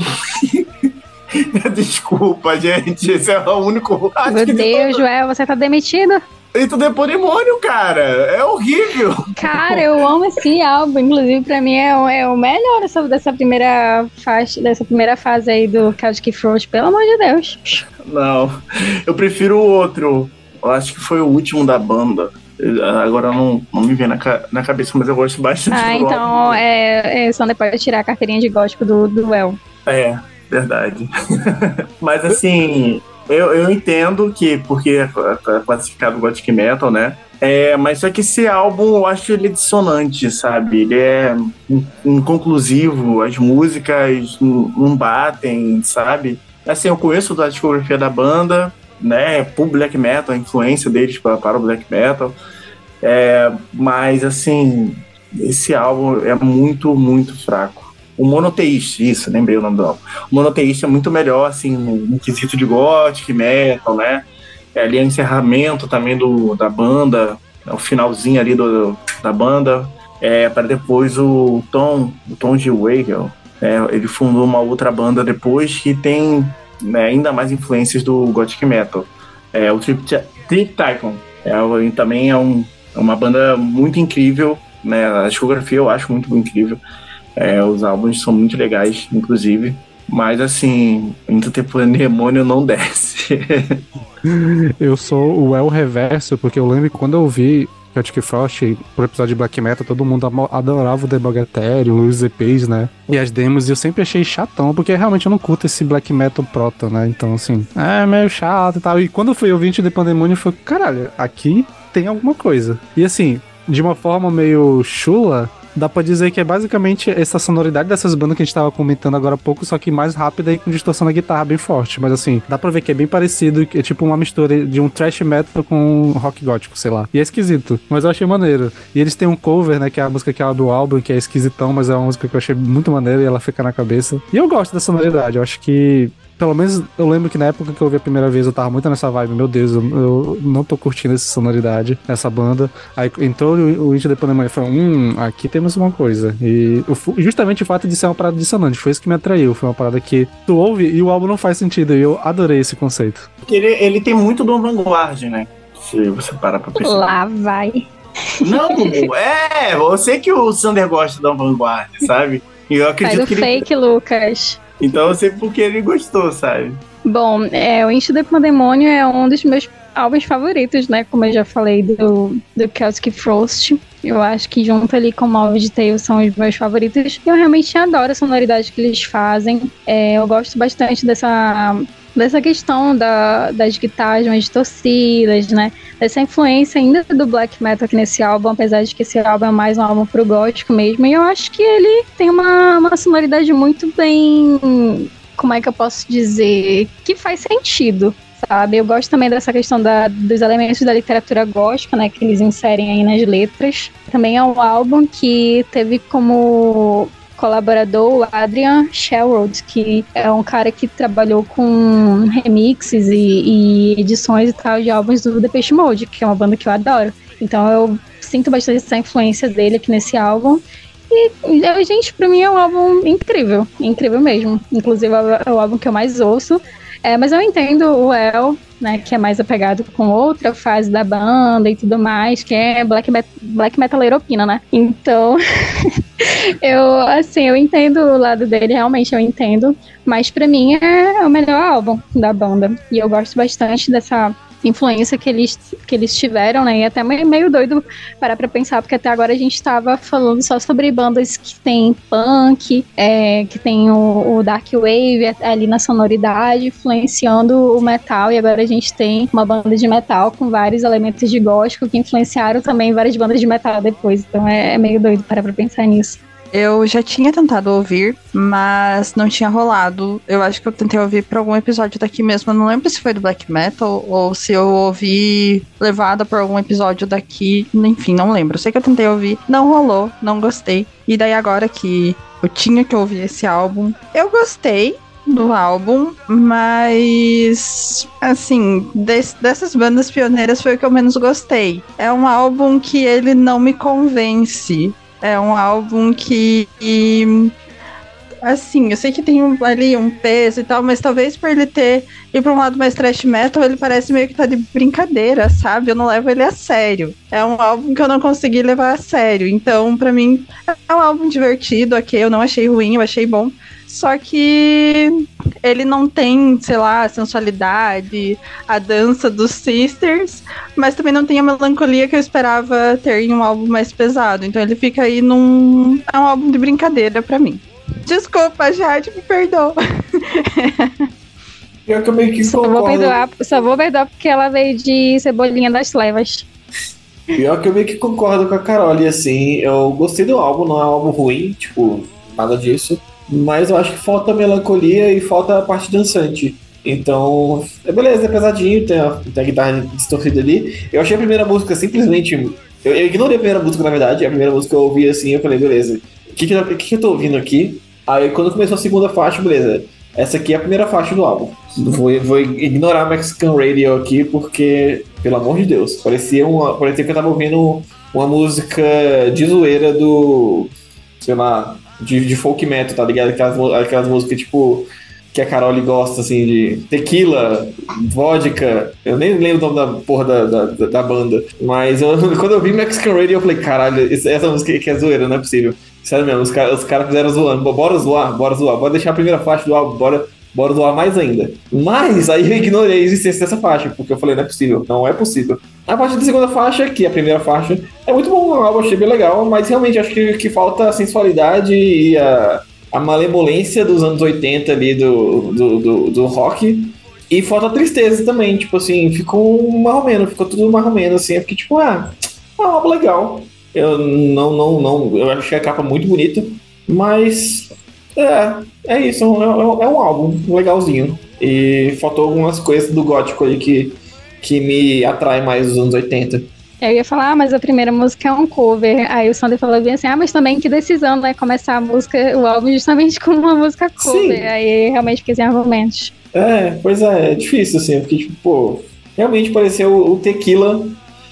Desculpa, gente, esse é o único... Meu Deus, Joel, você tá demitido? Into the Pandemonium, cara, é horrível. Cara, eu amo esse álbum, inclusive pra mim é o melhor dessa primeira fase aí do Celtic Frost, pelo amor de Deus. Não, eu prefiro o outro, eu acho que foi o último da banda. Agora não me vem na cabeça, mas eu gosto bastante do então álbum. Só depois de tirar a carteirinha de gótico do El. É, verdade. Mas assim... Eu entendo que, porque é classificado Gothic Metal, né? Mas só que esse álbum, eu acho ele dissonante, sabe? Ele é inconclusivo, as músicas não batem, sabe? Assim, eu conheço a discografia da banda, né? Pro Black Metal, a influência deles para o Black Metal. Mas, assim, esse álbum é muito, muito fraco. O Monotheist, isso, lembrei o nome do álbum. O Monotheist é muito melhor, assim, no quesito de Gothic Metal, né? Ali é o encerramento também da banda, o finalzinho ali da banda. Para depois o Tom G. Wagle, ele fundou uma outra banda depois que tem, né, ainda mais influências do Gothic Metal. O Triptykon também é uma banda muito incrível, né? A discografia eu acho muito incrível. Os álbuns são muito legais, inclusive. Mas, assim, Into the Pandemonium não desce. Eu sou o El Reverso, porque eu lembro que quando eu vi Celtic Frost, pro episódio de Black Metal, todo mundo adorava o Debug Ethereum, os EPs, né? E as demos, e eu sempre achei chatão, porque realmente eu não curto esse Black Metal proto, né? Então, assim, meio chato e tal. E quando eu fui ouvir Into the Pandemonium, eu falei, caralho, aqui tem alguma coisa. E, assim, de uma forma meio chula, dá pra dizer que é basicamente essa sonoridade dessas bandas que a gente tava comentando agora há pouco, só que mais rápida e com distorção na guitarra bem forte. Mas assim, dá pra ver que é bem parecido, é tipo uma mistura de um thrash metal com rock gótico, sei lá. E é esquisito, mas eu achei maneiro. E eles têm um cover, né, que é a música que abre o álbum, que é esquisitão, mas é uma música que eu achei muito maneira e ela fica na cabeça. E eu gosto da sonoridade, eu acho que... Pelo menos eu lembro que na época que eu ouvi a primeira vez eu tava muito nessa vibe, meu Deus, eu não tô curtindo essa sonoridade, essa banda. Aí entrou o Into the Pandemonium e falou, aqui temos uma coisa. E justamente o fato de ser uma parada dissonante, foi isso que me atraiu, foi uma parada que tu ouve e o álbum não faz sentido, e eu adorei esse conceito. Ele tem muito do Vanguard, né? Se você parar pra perceber. Lá vai. Não, eu sei que o Sander gosta do Vanguard, sabe? E eu acredito Faz o fake, Lucas. Então eu sei porque ele gostou, sabe? Bom, o Into the Pandemonium é um dos meus álbuns favoritos, né? Como eu já falei do Celtic Frost. Eu acho que junto ali com Morbid Tales são os meus favoritos. Eu realmente adoro a sonoridade que eles fazem. Eu gosto bastante dessa questão das guitarras mais distorcidas, né? Dessa influência ainda do black metal aqui nesse álbum, apesar de que esse álbum é mais um álbum pro gótico mesmo. E eu acho que ele tem uma sonoridade muito bem... Como é que eu posso dizer? Que faz sentido, sabe? Eu gosto também dessa questão dos elementos da literatura gótica, né? Que eles inserem aí nas letras. Também é um álbum que teve como colaborador, o Adrian Sherwood, que é um cara que trabalhou com remixes e edições e tal de álbuns do Depeche Mode, que é uma banda que eu adoro. Então eu sinto bastante essa influência dele aqui nesse álbum. E, gente, pra mim é um álbum incrível, incrível mesmo. Inclusive é o álbum que eu mais ouço. Mas eu entendo o El, né, que é mais apegado com outra fase da banda e tudo mais, que é black metal europina, né? Então, eu entendo o lado dele, realmente eu entendo. Mas pra mim é o melhor álbum da banda. E eu gosto bastante dessa influência que eles tiveram, né? E até meio doido parar pra pensar, porque até agora a gente tava falando só sobre bandas que tem punk, que tem o dark wave ali na sonoridade, influenciando o metal, e agora a gente tem uma banda de metal com vários elementos de gótico que influenciaram também várias bandas de metal depois. Então é meio doido parar pra pensar nisso. Eu já tinha tentado ouvir, mas não tinha rolado. Eu acho que eu tentei ouvir pra algum episódio daqui mesmo. Eu não lembro se foi do Black Metal ou se eu ouvi levada por algum episódio daqui. Enfim, não lembro. Eu sei que eu tentei ouvir, não rolou, não gostei. E daí agora que eu tinha que ouvir esse álbum, eu gostei do álbum, mas assim, dessas bandas pioneiras foi o que eu menos gostei. É um álbum que ele não me convence. É um álbum que, assim, eu sei que tem ali um peso e tal, mas talvez por ele ir pra um lado mais thrash metal, ele parece meio que tá de brincadeira, sabe? Eu não levo ele a sério. É um álbum que eu não consegui levar a sério. Então, pra mim, é um álbum divertido, ok? Eu não achei ruim, eu achei bom. Só que ele não tem, sei lá, a sensualidade, a dança dos Sisters, mas também não tem a melancolia que eu esperava ter em um álbum mais pesado. Então ele fica aí é um álbum de brincadeira pra mim. Desculpa, Jade, me perdoa. Eu que meio que só vou perdoar porque ela veio de Cebolinha das Trevas. Pior que eu meio que concordo com a Carol, e assim, eu gostei do álbum, não é um álbum ruim, tipo, nada disso. Mas eu acho que falta melancolia e falta a parte dançante. Então, beleza, é pesadinho, tem a guitarra distorcida ali. Eu achei a primeira música simplesmente... Eu ignorei a primeira música, na verdade. A primeira música eu ouvi assim, eu falei, beleza, o que eu tô ouvindo aqui? Aí quando começou a segunda faixa, beleza, essa aqui é a primeira faixa do álbum. Vou ignorar Mexican Radio aqui, porque, pelo amor de Deus, parecia que eu tava ouvindo uma música de zoeira do... sei lá... De folk metal, tá ligado? Aquelas músicas, tipo, que a Carol gosta, assim, de tequila, vodka. Eu nem lembro o nome da porra da banda. Mas quando eu vi Mexican Radio, eu falei, caralho, essa música aqui é zoeira, não é possível. Sério mesmo, os caras fizeram zoando. Bora zoar. Bora deixar a primeira faixa do álbum, bora zoar mais ainda. Mas aí eu ignorei a existência dessa faixa, porque eu falei, não é possível. A partir da segunda faixa, que é a primeira faixa, é muito bom, o álbum, achei bem legal, mas realmente acho que falta a sensualidade e a malemolência dos anos 80 ali do rock, e falta a tristeza também, tipo assim, ficou tudo mais ou menos, assim, eu fiquei tipo, é um álbum legal. Eu eu achei a capa muito bonita, mas é isso, é um álbum legalzinho, e faltou algumas coisas do gótico aí que me atrai mais dos anos 80. Eu ia falar, mas a primeira música é um cover. Aí o Sander falou bem assim, mas também que decisão, né? Começar o álbum justamente com uma música cover. Sim. Aí realmente fiquei sem argumentos. Pois é difícil, assim, porque, tipo, pô, realmente pareceu o tequila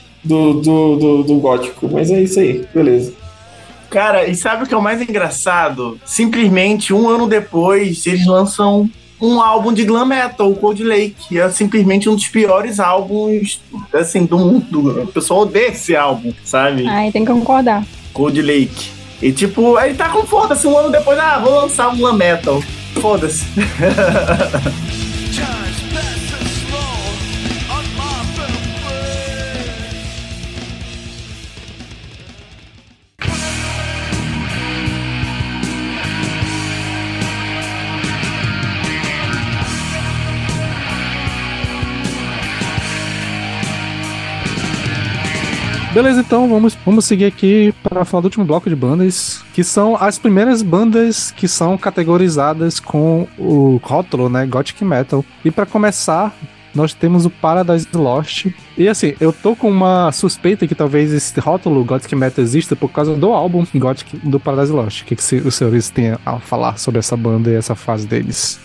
do gótico, mas é isso aí, beleza. Cara, e sabe o que é o mais engraçado? Simplesmente, um ano depois, eles lançam um álbum de glam metal, o Cold Lake. É simplesmente um dos piores álbuns, assim, do mundo. O pessoal odeia esse álbum, sabe? Ai, tem que concordar. Cold Lake. E tipo, ele tá com foda-se, um ano depois, vou lançar um glam metal. Foda-se. Beleza, então vamos seguir aqui para falar do último bloco de bandas, que são as primeiras bandas que são categorizadas com o rótulo, né, Gothic Metal. E para começar, nós temos o Paradise Lost. E assim, eu tô com uma suspeita que talvez esse rótulo Gothic Metal exista por causa do álbum Gothic do Paradise Lost. O que os senhores têm a falar sobre essa banda e essa fase deles?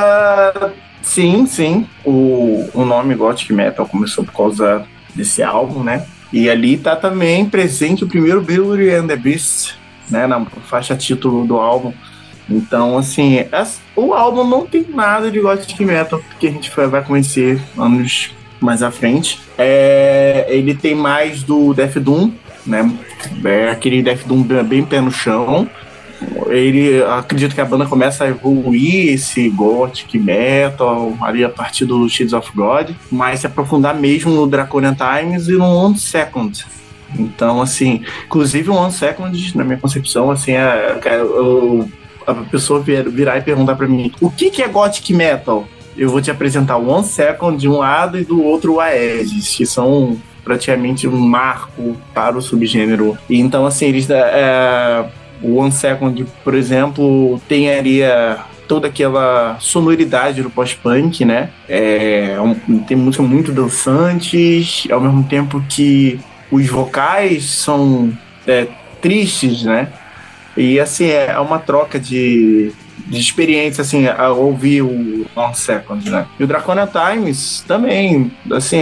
Sim. O nome Gothic Metal começou por causa desse álbum, né? E ali tá também presente o primeiro Beauty and the Beast, né? Na faixa título do álbum. Então, assim, o álbum não tem nada de Gothic Metal, que a gente vai conhecer anos mais à frente. Ele tem mais do Death Doom, né? Aquele Death Doom bem pé no chão. Acredito que a banda começa a evoluir esse Gothic Metal ali a partir do Shades of God, mas se aprofundar mesmo no Draconian Times e no One Second. Então, assim, inclusive o One Second, na minha concepção, assim, a pessoa virar e perguntar pra mim o que é Gothic Metal? Eu vou te apresentar o One Second de um lado e do outro o Aegis, que são praticamente um marco para o subgênero. E então, assim, o One Second, por exemplo, tem ali toda aquela sonoridade do pós-punk, né? Tem músicas muito dançantes, ao mesmo tempo que os vocais são tristes, né? E, assim, é uma troca de experiência, assim, a ouvir o One Second, né? E o Draconian Times também, assim,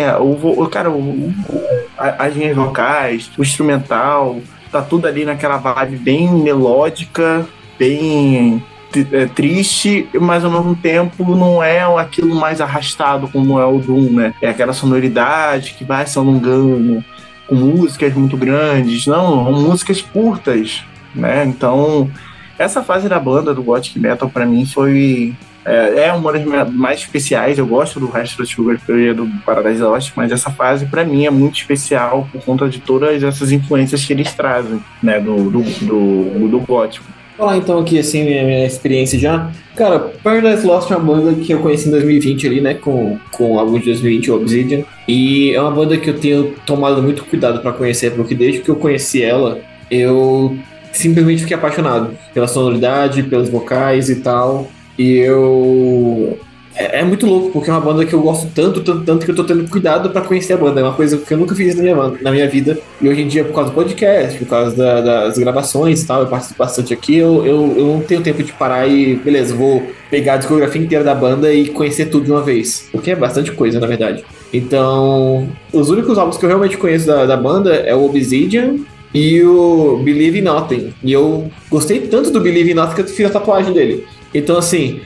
as linhas vocais, o instrumental, tá tudo ali naquela vibe bem melódica, bem triste, mas ao mesmo tempo não é aquilo mais arrastado como é o Doom, né? É aquela sonoridade que vai se alongando, com músicas muito grandes, não, músicas curtas, né? Então, essa fase da banda do Gothic Metal pra mim foi uma das mais especiais. Eu gosto do resto da discografia do Paradise Lost, mas essa fase pra mim é muito especial por conta de todas essas influências que eles trazem, né, do gótico. Vou falar então aqui, assim, minha experiência já. Cara, Paradise Lost é uma banda que eu conheci em 2020 ali, né, com o álbum de 2020, o Obsidian. E é uma banda que eu tenho tomado muito cuidado pra conhecer, porque desde que eu conheci ela, eu simplesmente fiquei apaixonado pela sonoridade, pelos vocais e tal. E é muito louco, porque é uma banda que eu gosto tanto que eu tô tendo cuidado pra conhecer a banda. É uma coisa que eu nunca fiz na minha vida. E hoje em dia, por causa do podcast, por causa das gravações e tal, eu participo bastante aqui, eu não tenho tempo de parar e, beleza, vou pegar a discografia inteira da banda e conhecer tudo de uma vez. O que é bastante coisa, na verdade. Então, os únicos álbuns que eu realmente conheço da banda é o Obsidian e o Believe in Nothing. E eu gostei tanto do Believe in Nothing que eu fiz a tatuagem dele. Então, assim,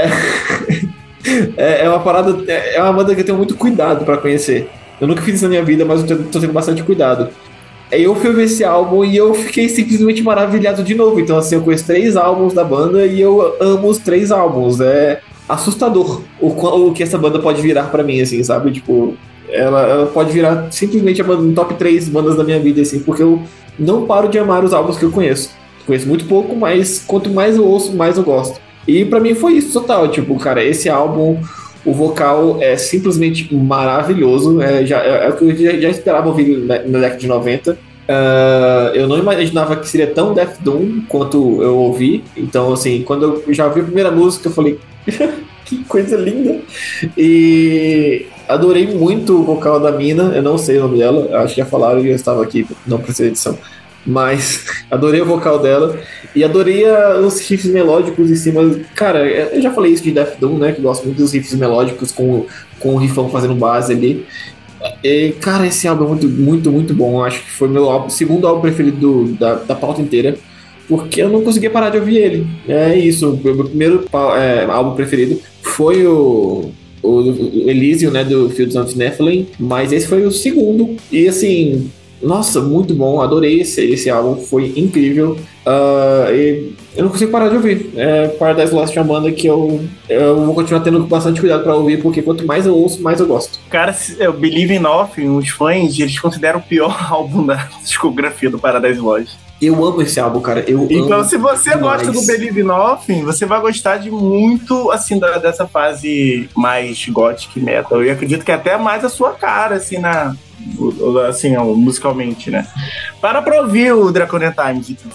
é uma parada, é uma banda que eu tenho muito cuidado pra conhecer. Eu nunca fiz isso na minha vida, mas eu tô tendo bastante cuidado. Aí eu fui ver esse álbum e eu fiquei simplesmente maravilhado de novo. Então, assim, eu conheço 3 álbuns da banda e eu amo os 3 álbuns. É assustador o que essa banda pode virar pra mim, assim, sabe? Tipo, ela pode virar simplesmente a banda, top 3 bandas da minha vida, assim, porque eu não paro de amar os álbuns que eu conheço. Conheço muito pouco, mas quanto mais eu ouço, mais eu gosto. E pra mim foi isso total, tipo, cara, esse álbum, o vocal é simplesmente maravilhoso, é o que eu já esperava ouvir na década de 90. Eu não imaginava que seria tão Death Doom quanto eu ouvi, então, assim, quando eu já ouvi a primeira música, eu falei, que coisa linda, e adorei muito o vocal da mina, eu não sei o nome dela, acho que já falaram e eu estava aqui, não precisei edição. Mas adorei o vocal dela e adorei os riffs melódicos em cima. Cara, eu já falei isso de Death Doom, né? Que eu gosto muito dos riffs melódicos com o riffão fazendo base ali. E, cara, esse álbum é muito, muito, muito bom. Eu acho que foi meu segundo álbum preferido da pauta inteira, porque eu não conseguia parar de ouvir ele. É isso, o meu primeiro álbum preferido foi o Elysium, né? Do Fields of Nephilim, mas esse foi o segundo. E assim, nossa, muito bom, adorei esse álbum, foi incrível. E eu não consigo parar de ouvir. Paradise Lost é uma banda que eu vou continuar tendo bastante cuidado pra ouvir, porque quanto mais eu ouço, mais eu gosto. Cara, eu Believe in Nothing, os fãs, eles consideram o pior álbum da discografia do Paradise Lost. Eu amo esse álbum, cara. Então, se você gosta do Believe in Nothing, você vai gostar de muito, assim, dessa fase mais gothic metal. Eu acredito que é até mais a sua cara, assim, musicalmente, né? Para ouvir o Draconian Times, inclusive.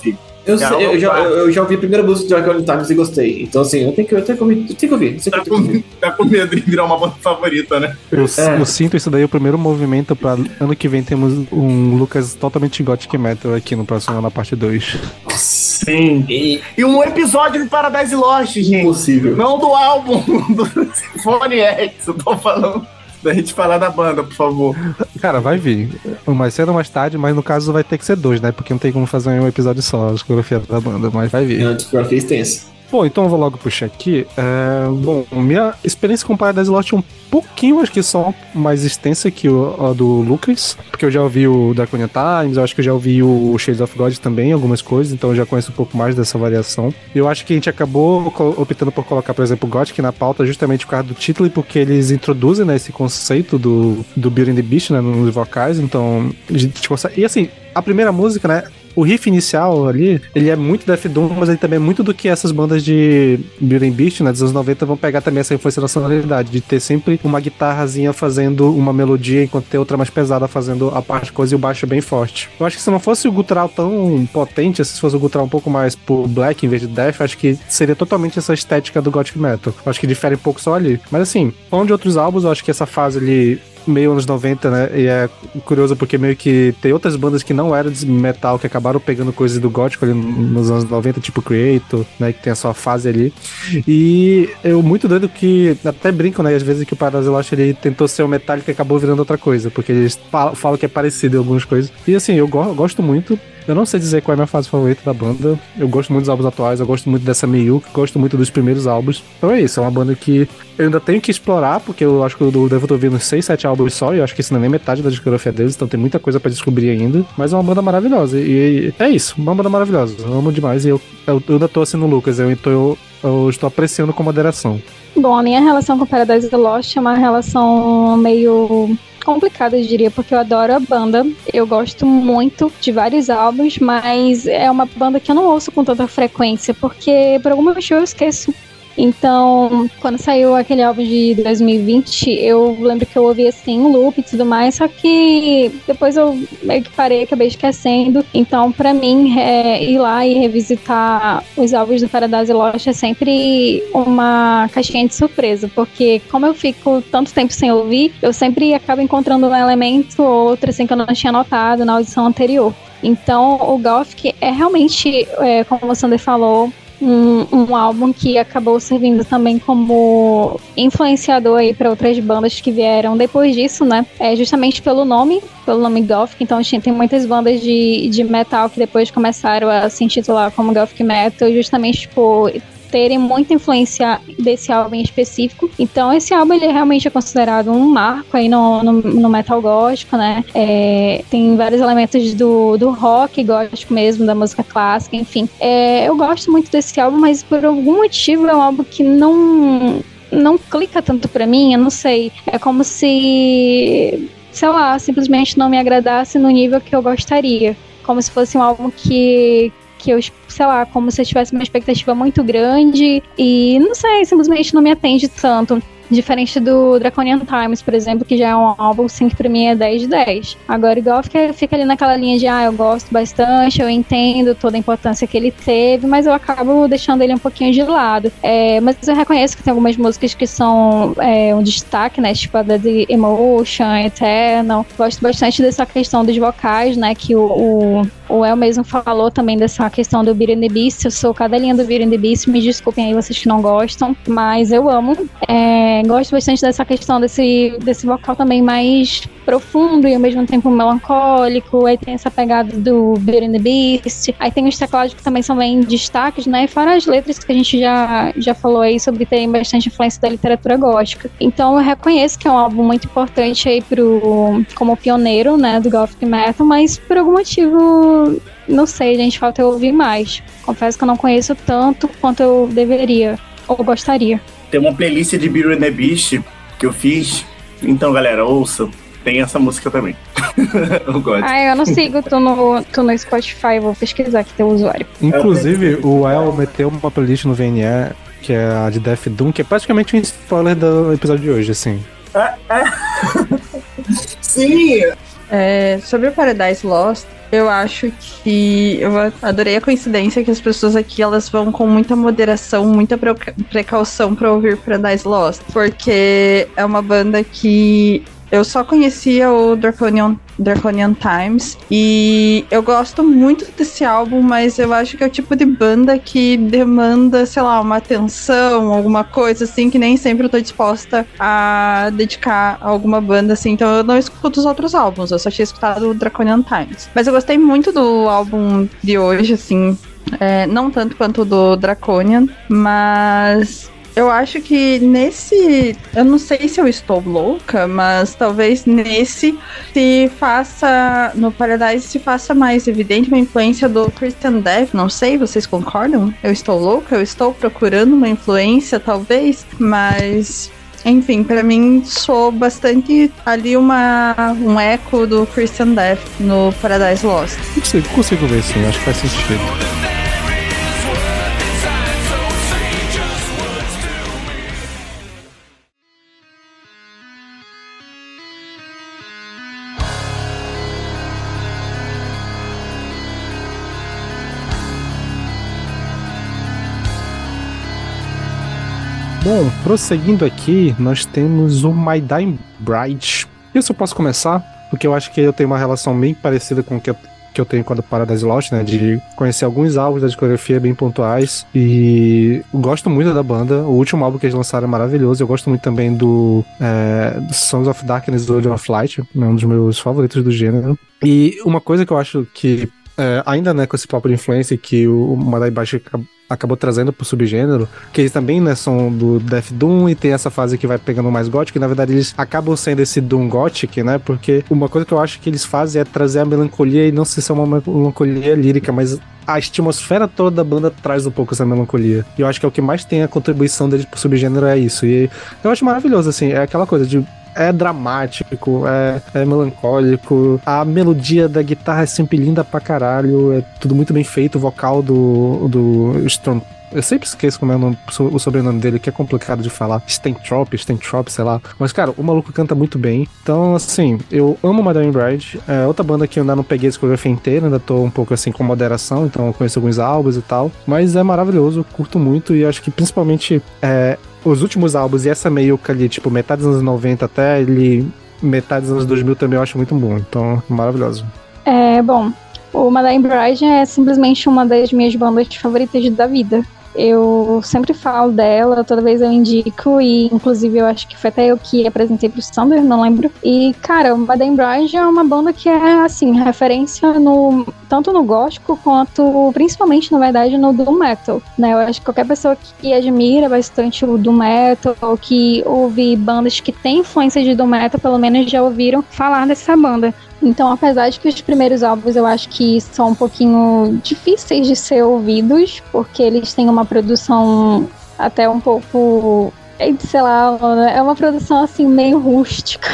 Eu já ouvi a primeira música de Draconian Times e gostei. Então, assim, eu tenho que ouvir. Tá com medo de virar uma banda favorita, né? Eu sinto isso daí, o primeiro movimento pra ano que vem temos um Lucas totalmente Gothic Metal aqui no próximo, na parte 2. Sim. E um episódio do Paradise Lost, gente. Impossível. Não do álbum do Symphony X, eu tô falando da gente falar da banda, por favor. Cara, vai vir. Mais cedo ou mais tarde, mas no caso vai ter que ser 2, né? Porque não tem como fazer um episódio só, a discografia da banda, mas vai vir. A discografia é extensa. Bom, então eu vou logo puxar aqui. Bom, minha experiência com Paradise Lost é um pouquinho, acho que só mais extensa que a do Lucas, porque eu já ouvi o Draconian Times, eu acho que eu já ouvi o Shades of God também, algumas coisas, então eu já conheço um pouco mais dessa variação. Eu acho que a gente acabou optando por colocar, por exemplo, o Gothic na pauta justamente por causa do título e porque eles introduzem, né, esse conceito do Beauty and the Beast, né, nos vocais, então a gente consegue... E assim, a primeira música, né, o riff inicial ali, ele é muito Death Doom, mas ele também é muito do que essas bandas de Beauty and Beast, né, dos anos 90 vão pegar também essa influência da sonoridade, de ter sempre uma guitarrazinha fazendo uma melodia, enquanto tem outra mais pesada fazendo a parte coisa e o baixo bem forte. Eu acho que se não fosse o gutural tão potente, se fosse o gutural um pouco mais pro black em vez de death, acho que seria totalmente essa estética do Gothic Metal. Eu acho que difere um pouco só ali. Mas assim, falando de outros álbuns, eu acho que essa fase ali meio anos 90, né, e é curioso porque meio que tem outras bandas que não eram de metal que acabaram pegando coisas do gótico ali nos anos 90, tipo Creator, né, que tem a sua fase ali, e eu muito doido que até brinco, né, às vezes que o Paradise Lost ele tentou ser um Metallica e acabou virando outra coisa, porque eles falam que é parecido em algumas coisas, e assim, eu gosto muito. Eu não sei dizer qual é a minha fase favorita da banda. Eu gosto muito dos álbuns atuais, eu gosto muito dessa Miyuki, gosto muito dos primeiros álbuns. Então é isso, é uma banda que eu ainda tenho que explorar, porque eu acho que eu devo ter ouvido uns 6, 7 álbuns só, e eu acho que isso não é nem metade da discografia deles, então tem muita coisa pra descobrir ainda. Mas é uma banda maravilhosa, e é isso, uma banda maravilhosa. Eu amo demais, e eu ainda tô assim no Lucas, eu estou apreciando com moderação. Bom, a minha relação com Paradise Lost é uma relação meio complicada, eu diria, porque eu adoro a banda, eu gosto muito de vários álbuns, mas é uma banda que eu não ouço com tanta frequência, porque por algum motivo eu esqueço. Então, quando saiu aquele álbum de 2020, eu lembro que eu ouvi assim, em loop e tudo mais, só que depois eu meio que parei, acabei esquecendo. Então, pra mim, ir lá e revisitar os álbuns do Paradise Lost é sempre uma caixinha de surpresa, porque como eu fico tanto tempo sem ouvir, eu sempre acabo encontrando um elemento ou outro assim que eu não tinha notado na audição anterior. Então, o Gothic é realmente, como o Sander falou, um álbum que acabou servindo também como influenciador aí para outras bandas que vieram depois disso, né? Justamente pelo nome Gothic. Então tem muitas bandas de metal que depois começaram a se intitular como Gothic Metal, justamente por terem muita influência desse álbum em específico. Então esse álbum ele realmente é considerado um marco aí no metal gótico, né? Tem vários elementos do rock gótico mesmo, da música clássica, enfim. Eu gosto muito desse álbum, mas por algum motivo é um álbum que não clica tanto pra mim, eu não sei. É como se, sei lá, simplesmente não me agradasse no nível que eu gostaria. Como se fosse um álbum que eu, sei lá, como se eu tivesse uma expectativa muito grande e, não sei, simplesmente não me atende tanto. Diferente do Draconian Times, por exemplo, que já é um álbum, assim, que pra mim é 10 de 10. Agora, igual fica ali naquela linha de, eu gosto bastante, eu entendo toda a importância que ele teve, mas eu acabo deixando ele um pouquinho de lado. Mas eu reconheço que tem algumas músicas que são um destaque, né, tipo a The Emotion, Eternal. Gosto bastante dessa questão dos vocais, né, que o El mesmo falou também dessa questão do Beauty and the Beast. Eu sou cadelinha do Beauty and the Beast, me desculpem aí vocês que não gostam, mas eu amo. Gosto bastante dessa questão desse vocal também mais profundo e ao mesmo tempo melancólico. Aí tem essa pegada do Beauty and the Beast. Aí tem os teclados que também são bem destaques, né? Fora as letras que a gente já falou aí sobre terem bastante influência da literatura gótica. Então eu reconheço que é um álbum muito importante aí como pioneiro, né, do Gothic Metal, mas por algum motivo, não sei, gente, falta eu ouvir mais. Confesso que eu não conheço tanto quanto eu deveria ou gostaria. Tem uma playlist de Beauty and the Beast que eu fiz. Então, galera, ouça. Tem essa música também. Eu gosto. Eu não sigo. Tô no Spotify. Vou pesquisar aqui teu usuário. Inclusive, o El meteu uma playlist no VNE, que é a de Death Doom, que é praticamente um spoiler do episódio de hoje, assim. Sim! Sobre o Paradise Lost, eu acho que eu adorei a coincidência que as pessoas aqui elas vão com muita moderação, muita precaução pra ouvir Paradise Lost, porque é uma banda que eu só conhecia o Draconian Times e eu gosto muito desse álbum, mas eu acho que é o tipo de banda que demanda, sei lá, uma atenção, alguma coisa assim, que nem sempre eu tô disposta a dedicar a alguma banda, assim, então eu não escuto os outros álbuns, eu só tinha escutado o Draconian Times. Mas eu gostei muito do álbum de hoje, assim, não tanto quanto o do Draconian, mas eu acho que nesse, eu não sei se eu estou louca, mas talvez nesse no Paradise se faça mais evidente uma influência do Christian Death, não sei, vocês concordam? Eu estou louca? Eu estou procurando uma influência, talvez, mas enfim, pra mim soou bastante ali um eco do Christian Death no Paradise Lost. Consigo ver sim, acho que faz sentido. Bom, prosseguindo aqui, nós temos o My Dying Bride. Isso eu posso começar, porque eu acho que eu tenho uma relação bem parecida com o que eu tenho com a do Paradise Lost, né? De conhecer alguns álbuns da discografia bem pontuais. E gosto muito da banda. O último álbum que eles lançaram é maravilhoso. Eu gosto muito também do Songs of Darkness do Order of Light, é um dos meus favoritos do gênero. E uma coisa que eu acho que ainda, né, com esse papo de influência que o My Dying Bride acabou trazendo pro subgênero, que eles também, né, são do Death Doom e tem essa fase que vai pegando mais gótico, e na verdade eles acabam sendo esse Doom Gothic, né, porque uma coisa que eu acho que eles fazem é trazer a melancolia e não ser só uma melancolia lírica, mas a atmosfera toda da banda traz um pouco essa melancolia. E eu acho que é o que mais tem a contribuição deles pro subgênero, é isso. E eu acho maravilhoso, assim, é aquela coisa de é dramático, é melancólico, a melodia da guitarra é sempre linda pra caralho, é tudo muito bem feito, o vocal do Storm, eu sempre esqueço como é o sobrenome dele, que é complicado de falar, Stentrop, sei lá, mas cara, o maluco canta muito bem, então assim, eu amo My Dying Bride, é outra banda que eu ainda não peguei a discografia inteira, ainda tô um pouco assim com moderação, então eu conheço alguns álbuns e tal, mas é maravilhoso, curto muito e acho que principalmente os últimos álbuns e essa meiuca ali, tipo, metade dos anos 90 até metade dos anos 2000 também eu acho muito bom. Então, maravilhoso. Bom, o My Dying Bride é simplesmente uma das minhas bandas favoritas da vida. Eu sempre falo dela, toda vez eu indico, e inclusive eu acho que foi até eu que apresentei pro Sander, não lembro. E, cara, o My Dying Bride é uma banda que é, assim, referência tanto no gótico quanto, principalmente, na verdade, no doom metal, né? Eu acho que qualquer pessoa que admira bastante o doom metal, ou que ouve bandas que têm influência de doom metal, pelo menos já ouviram falar dessa banda. Então, apesar de que os primeiros álbuns eu acho que são um pouquinho difíceis de ser ouvidos, porque eles têm uma produção até um pouco, sei lá, é uma produção assim meio rústica,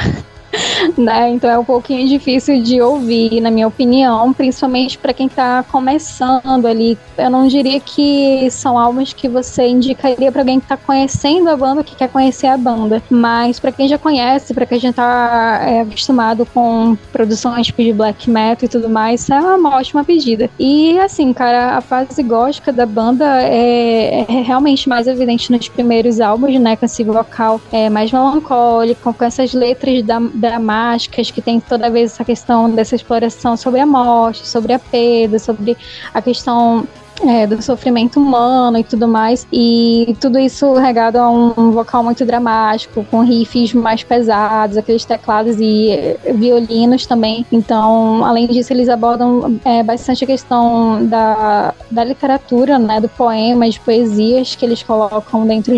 né? Então é um pouquinho difícil de ouvir, na minha opinião, principalmente para quem tá começando ali. Eu não diria que são álbuns que você indicaria para alguém que tá conhecendo a banda, que quer conhecer a banda, mas para quem já conhece, para quem já tá acostumado com produções tipo de black metal e tudo mais, é uma ótima pedida. E assim, cara, a fase gótica da banda é realmente mais evidente nos primeiros álbuns, né, com esse vocal mais melancólico, com essas letras dramáticas, que tem toda vez essa questão dessa exploração sobre a morte, sobre a perda, sobre a questão do sofrimento humano e tudo mais, e tudo isso regado a um vocal muito dramático, com riffs mais pesados, aqueles teclados e violinos também. Então, além disso, eles abordam bastante a questão da literatura, né, do poema, de poesias que eles colocam dentro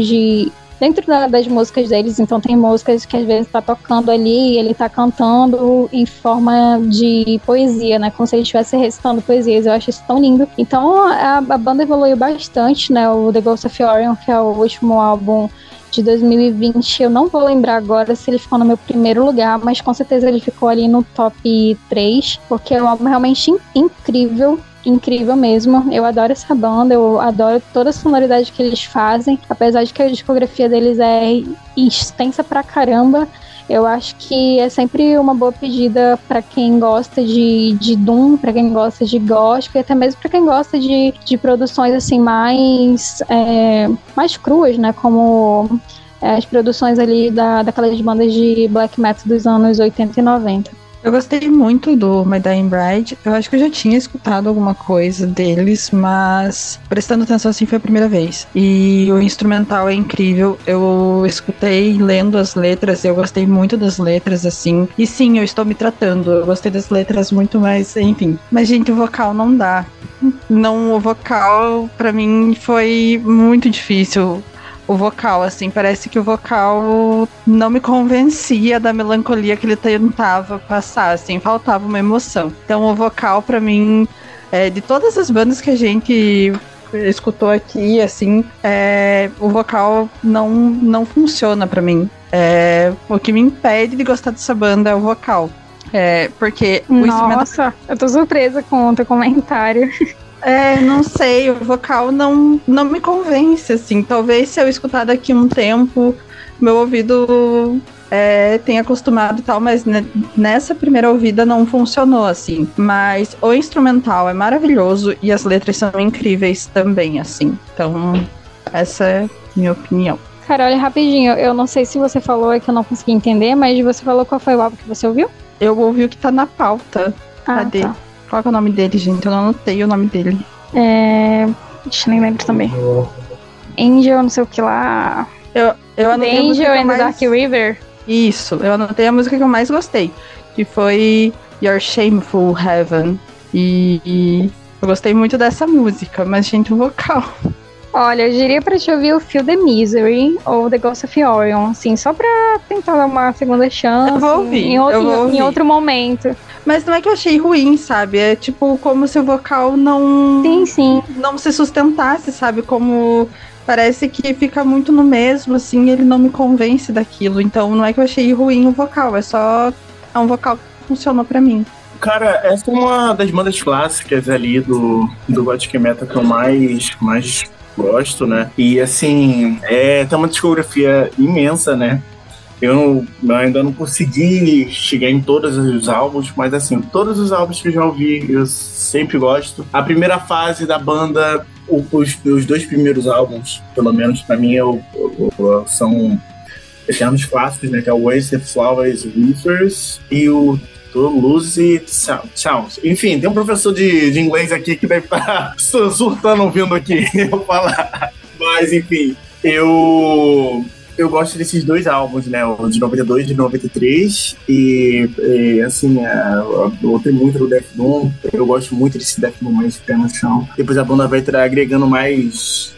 das músicas deles. Então tem músicas que às vezes tá tocando ali e ele tá cantando em forma de poesia, né, como se ele estivesse recitando poesias. Eu acho isso tão lindo. Então a banda evoluiu bastante, né, o The Ghost of Orion, que é o último álbum de 2020, eu não vou lembrar agora se ele ficou no meu primeiro lugar, mas com certeza ele ficou ali no top 3, porque é um álbum realmente incrível mesmo. Eu adoro essa banda, eu adoro toda a sonoridade que eles fazem, apesar de que a discografia deles é extensa pra caramba. Eu acho que é sempre uma boa pedida para quem gosta de Doom, para quem gosta de gótico e até mesmo para quem gosta de produções assim mais cruas, né? Como as produções ali daquelas bandas de black metal dos anos 80 e 90. Eu gostei muito do My Dying Bride. Eu acho que eu já tinha escutado alguma coisa deles, mas prestando atenção assim foi a primeira vez. E o instrumental é incrível. Eu escutei lendo as letras, eu gostei muito das letras, assim. E sim, eu estou me tratando. Eu gostei das letras muito mais, enfim. Mas, gente, o vocal não dá. Não, o vocal, pra mim, foi muito difícil. O vocal, assim, parece que o vocal não me convencia da melancolia que ele tentava passar, assim, faltava uma emoção. Então o vocal, pra mim, de todas as bandas que a gente escutou aqui, assim, o vocal não funciona pra mim. O que me impede de gostar dessa banda é o vocal. Porque o instrumento... Nossa, eu tô surpresa com o teu comentário. Não sei, o vocal não me convence, assim. Talvez se eu escutar daqui um tempo, meu ouvido tenha acostumado e tal, mas nessa primeira ouvida não funcionou, assim. Mas o instrumental é maravilhoso e as letras são incríveis também, assim. Então, essa é a minha opinião. Cara, olha rapidinho, eu não sei se você falou, é que eu não consegui entender, mas você falou qual foi o álbum que você ouviu? Eu ouvi o que tá na pauta. Cadê? Tá. Qual é o nome dele, gente? Eu não anotei o nome dele. Deixa eu nem lembro também. Angel, não sei o que lá. Eu anotei Angel and the Dark River. Isso, eu anotei a música que eu mais gostei, que foi Your Shameful Heaven. E eu gostei muito dessa música, mas, gente, o vocal... Olha, eu diria pra te ouvir o Feel the Misery ou The Ghost of Orion, assim, só pra tentar dar uma segunda chance. Eu vou ouvir, em outro momento. Mas não é que eu achei ruim, sabe? É tipo como se o vocal não se sustentasse, sabe? Como parece que fica muito no mesmo, assim, ele não me convence daquilo. Então não é que eu achei ruim o vocal, é um vocal que funcionou pra mim. Cara, essa é uma das bandas clássicas ali do Gothic Metal que eu mais gosto, né? E assim, tem uma discografia imensa, né? Eu ainda não consegui chegar em todos os álbuns, mas assim, todos os álbuns que eu já ouvi, eu sempre gosto. A primeira fase da banda, os dois primeiros álbuns, pelo menos pra mim, são eternos clássicos, né? Que é o Wasted Flowers Reefers e o Lucy Sounds. Enfim, tem um professor de inglês aqui que deve estar surtando ouvindo aqui eu falar. Mas, enfim, eu gosto desses dois álbuns, né? O de 92 e de 93. E assim, eu gostei muito do Death Doom. Eu gosto muito desse Death Doom mais pé no chão. Depois a banda vai estar agregando mais...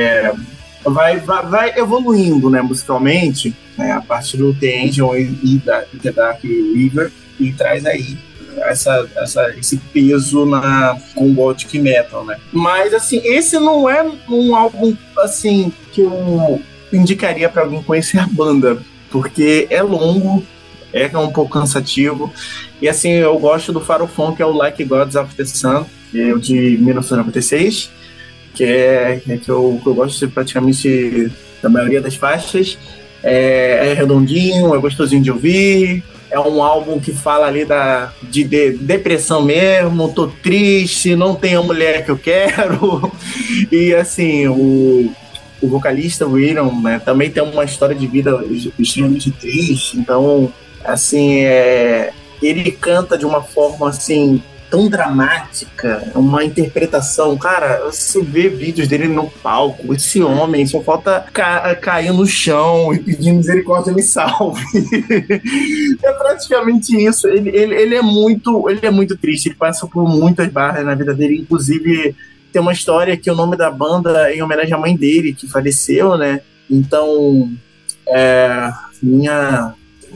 Vai evoluindo, né, musicalmente, né, a partir do The Angel e da The Dark River. E traz aí esse peso com o Gothic Metal, né? Mas, assim, esse não é um álbum, assim, que eu indicaria para alguém conhecer a banda, porque é longo, é um pouco cansativo, e, assim, eu gosto do farofão, que é o Like Gods of the Sun, que é o de 1996, que eu gosto praticamente da maioria das faixas. É redondinho, é gostosinho de ouvir. É um álbum que fala ali de depressão mesmo, tô triste, não tenho a mulher que eu quero. E assim, o vocalista, o William, né, também tem uma história de vida extremamente triste. Então, assim, ele canta de uma forma assim tão dramática, uma interpretação, cara, você vê vídeos dele no palco, esse homem só falta cair no chão e pedir misericórdia, me salve. É praticamente isso. Ele é muito triste, ele passa por muitas barras na vida dele, inclusive tem uma história que o nome da banda é em homenagem à mãe dele, que faleceu, né? Então, minha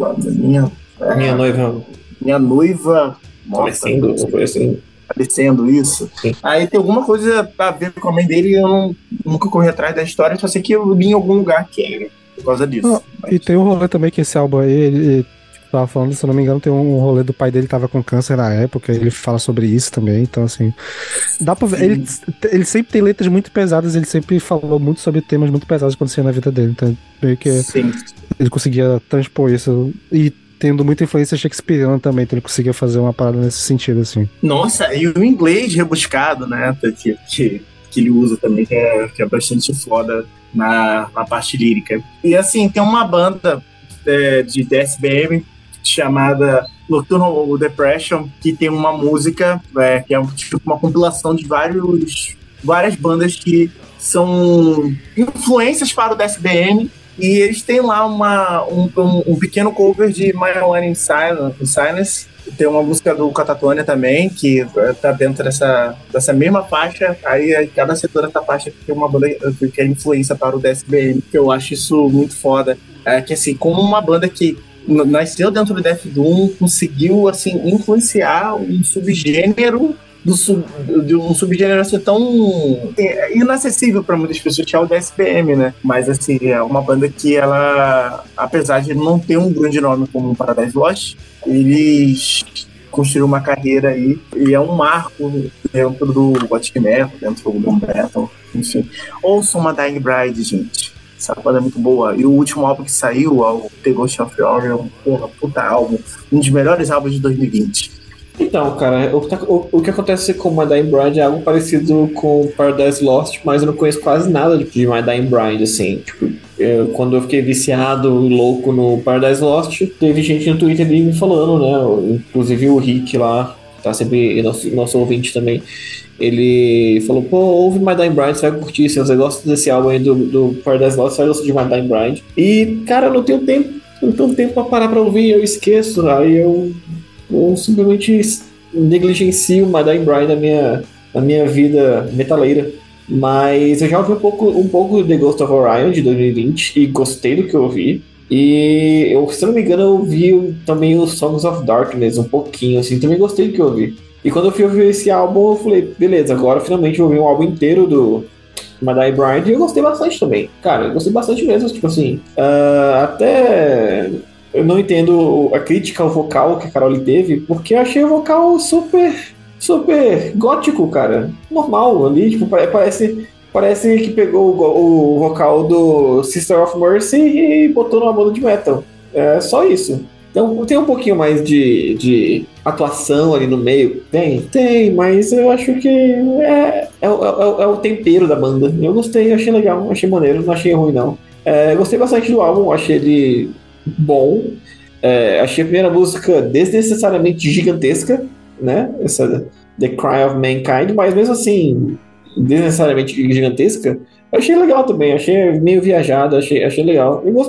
noiva falecendo, isso. Sim. Aí tem alguma coisa a ver com a mãe dele e eu nunca corri atrás da história, só sei que eu li em algum lugar que era por causa disso. E tem um rolê também que esse álbum aí, ele tava falando, se eu não me engano, tem um rolê do pai dele que tava com câncer na época, ele fala sobre isso também, então assim, dá pra ver, ele sempre tem letras muito pesadas, ele sempre falou muito sobre temas muito pesados que aconteciam na vida dele, então meio que ele conseguia transpor isso, e tendo muita influência shakespeariana também, então ele conseguia fazer uma parada nesse sentido, assim. Nossa, e o inglês rebuscado, né, que ele usa também, que é bastante foda na parte lírica. E assim, tem uma banda de DSBM chamada Nocturnal Depression, que tem uma música que é tipo uma compilação de várias bandas que são influências para o DSBM, e eles têm lá um pequeno cover de My One in Silence. Tem uma música do Catatonia também, que tá dentro dessa mesma faixa. Aí cada setor dessa faixa tem uma banda que é influência para o DSBM, que eu acho isso muito foda. Que assim, como uma banda que nasceu dentro do Death Doom, conseguiu assim, influenciar um subgênero de um subgênero assim, tão inacessível para muitas pessoas, que é o DSBM, né? Mas assim, é uma banda que ela, apesar de não ter um grande nome como o Paradise Lost, eles construíram uma carreira aí, e é um marco dentro do Gothic Metal, dentro do Doom Metal, enfim. Ouçam uma Dying Bride, gente. Essa banda é muito boa. E o último álbum que saiu, o The Ghost of Orion, puta álbum, um dos melhores álbuns de 2020. Então, cara, o que acontece com My Dying Bride é algo parecido com Paradise Lost, mas eu não conheço quase nada de My Dying Bride, assim. Tipo, quando eu fiquei viciado e louco no Paradise Lost, teve gente no Twitter ali me falando, né? Inclusive o Rick lá, que tá sempre nosso ouvinte também. Ele falou, pô, ouve My Dying Bride, você vai curtir. Se você gosta desse álbum aí do Paradise Lost, você vai gostar de My Dying Bride. E, cara, eu não tenho tempo pra parar pra ouvir, eu esqueço, aí eu simplesmente negligencio My Dying Bride na minha vida metaleira. Mas eu já ouvi um pouco The Ghost of Orion de 2020 e gostei do que eu ouvi. E se não me engano, eu ouvi também os Songs of Darkness um pouquinho, assim, também gostei do que eu ouvi. E quando eu fui ouvir esse álbum, eu falei, beleza, agora finalmente eu ouvi um álbum inteiro do My Dying Bride e eu gostei bastante também. Cara, eu gostei bastante mesmo, tipo assim, até... Eu não entendo a crítica ao vocal que a Carole teve, porque eu achei o vocal super gótico, cara. Normal ali, tipo, parece que pegou o vocal do Sister of Mercy e botou numa banda de metal. É só isso. Então tem um pouquinho mais de atuação ali no meio. Tem, mas eu acho que é o tempero da banda. Eu gostei, achei legal, achei maneiro, não achei ruim não. Gostei bastante do álbum, achei ele bom. Achei a primeira música desnecessariamente gigantesca, né? Essa The Cry of Mankind, mas mesmo assim, desnecessariamente gigantesca, eu achei legal também, achei meio viajado, achei legal. Eu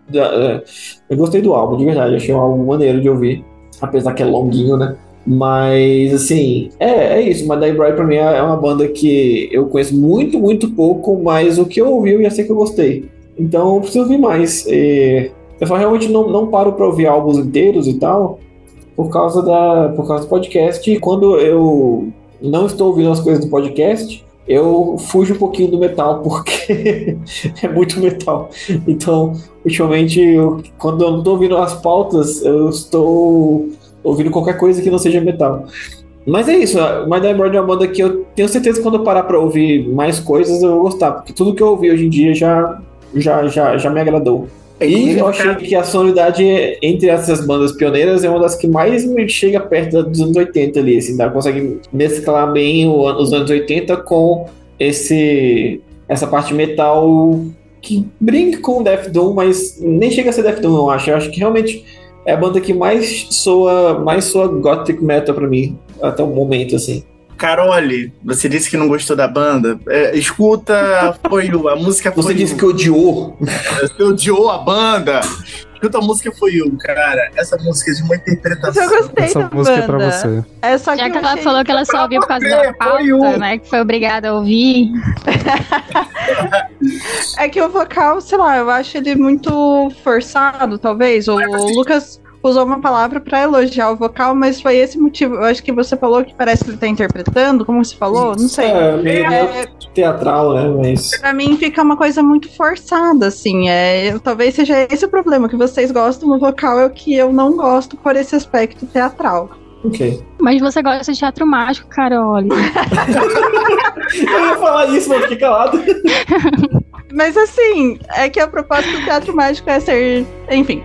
gostei do álbum, de verdade, achei um álbum maneiro de ouvir, apesar que é longuinho, né? Mas, assim, é isso. My Dying Bride pra mim é uma banda que eu conheço muito, muito pouco, mas o que eu ouvi eu já sei que eu gostei. Então eu preciso ouvir mais. Eu só realmente não paro pra ouvir álbuns inteiros e tal, por causa do podcast. E quando eu não estou ouvindo as coisas do podcast, eu fujo um pouquinho do metal, porque é muito metal. Então, ultimamente, quando eu não estou ouvindo as pautas, eu estou ouvindo qualquer coisa que não seja metal. Mas é isso, My Dying Bride é uma banda que eu tenho certeza que quando eu parar pra ouvir mais coisas, eu vou gostar, porque tudo que eu ouvi hoje em dia já me agradou. E eu achei que a sonoridade entre essas bandas pioneiras é uma das que mais me chega perto dos anos 80 ali, assim, consegue mesclar bem os anos 80 com essa parte metal que brinca com o Death Doom, mas nem chega a ser Death Doom, eu acho. Eu acho que realmente é a banda que mais soa Gothic Metal pra mim, até o momento, assim. Carole, você disse que não gostou da banda. Escuta a música Você disse que odiou. Você odiou a banda. Escuta a música For You, cara. Essa música é de uma interpretação. Eu gostei Essa da música banda. é pra você. Só Já que ela falou que ela só ouviu por causa da pauta, né? Que foi obrigada a ouvir. É que o vocal, sei lá, eu acho ele muito forçado, talvez. O usou uma palavra pra elogiar o vocal, mas foi esse motivo. Eu acho que você falou que parece que ele tá interpretando, como você falou, não sei. Meio teatral, né? Mas Pra mim fica uma coisa muito forçada, assim. Talvez seja esse o problema, que vocês gostam do vocal, é o que eu não gosto por esse aspecto teatral. ok. Mas você gosta de teatro mágico, Carol. Eu ia falar isso, mas fiquei calado. Mas assim, é que a proposta do teatro mágico é ser. Enfim.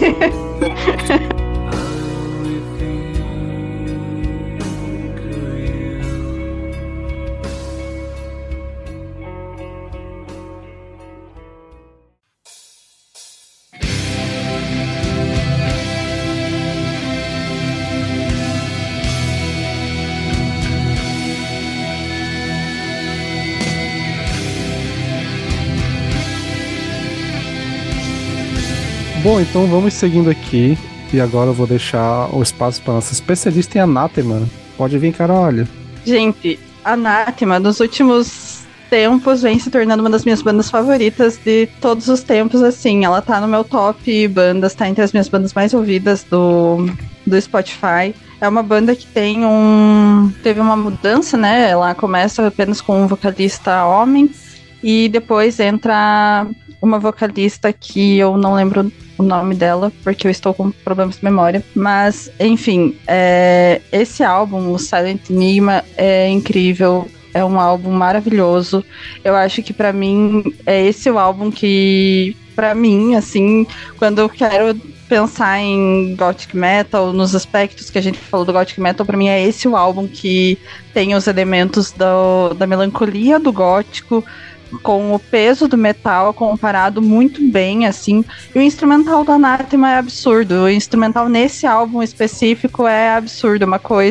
Bom, então vamos seguindo aqui. E agora eu vou deixar o espaço para nossa especialista em Anathema. Pode vir, Carol. Gente, Anathema, nos últimos tempos, vem se tornando uma das minhas bandas favoritas de todos os tempos, assim. Ela tá no meu top bandas, tá entre as minhas bandas mais ouvidas do Spotify. É uma banda que teve uma mudança, né? Ela começa apenas com um vocalista homem e depois entra uma vocalista que eu não lembro o nome dela, porque eu estou com problemas de memória. Mas, enfim, esse álbum, o Silent Enigma, é incrível. É um álbum maravilhoso. Eu acho que pra mim é esse o álbum que, pra mim, assim, quando eu quero pensar em Gothic Metal, nos aspectos que a gente falou do Gothic Metal, pra mim é esse o álbum que tem os elementos da melancolia do gótico, com o peso do metal comparado muito bem, assim. E o instrumental do Anathema é absurdo. O instrumental nesse álbum específico é absurdo.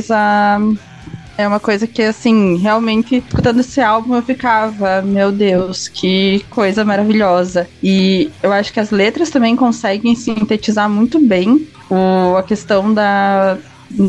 É uma coisa que, assim, realmente, escutando esse álbum eu ficava, meu Deus, que coisa maravilhosa. E eu acho que as letras também conseguem sintetizar muito bem a questão da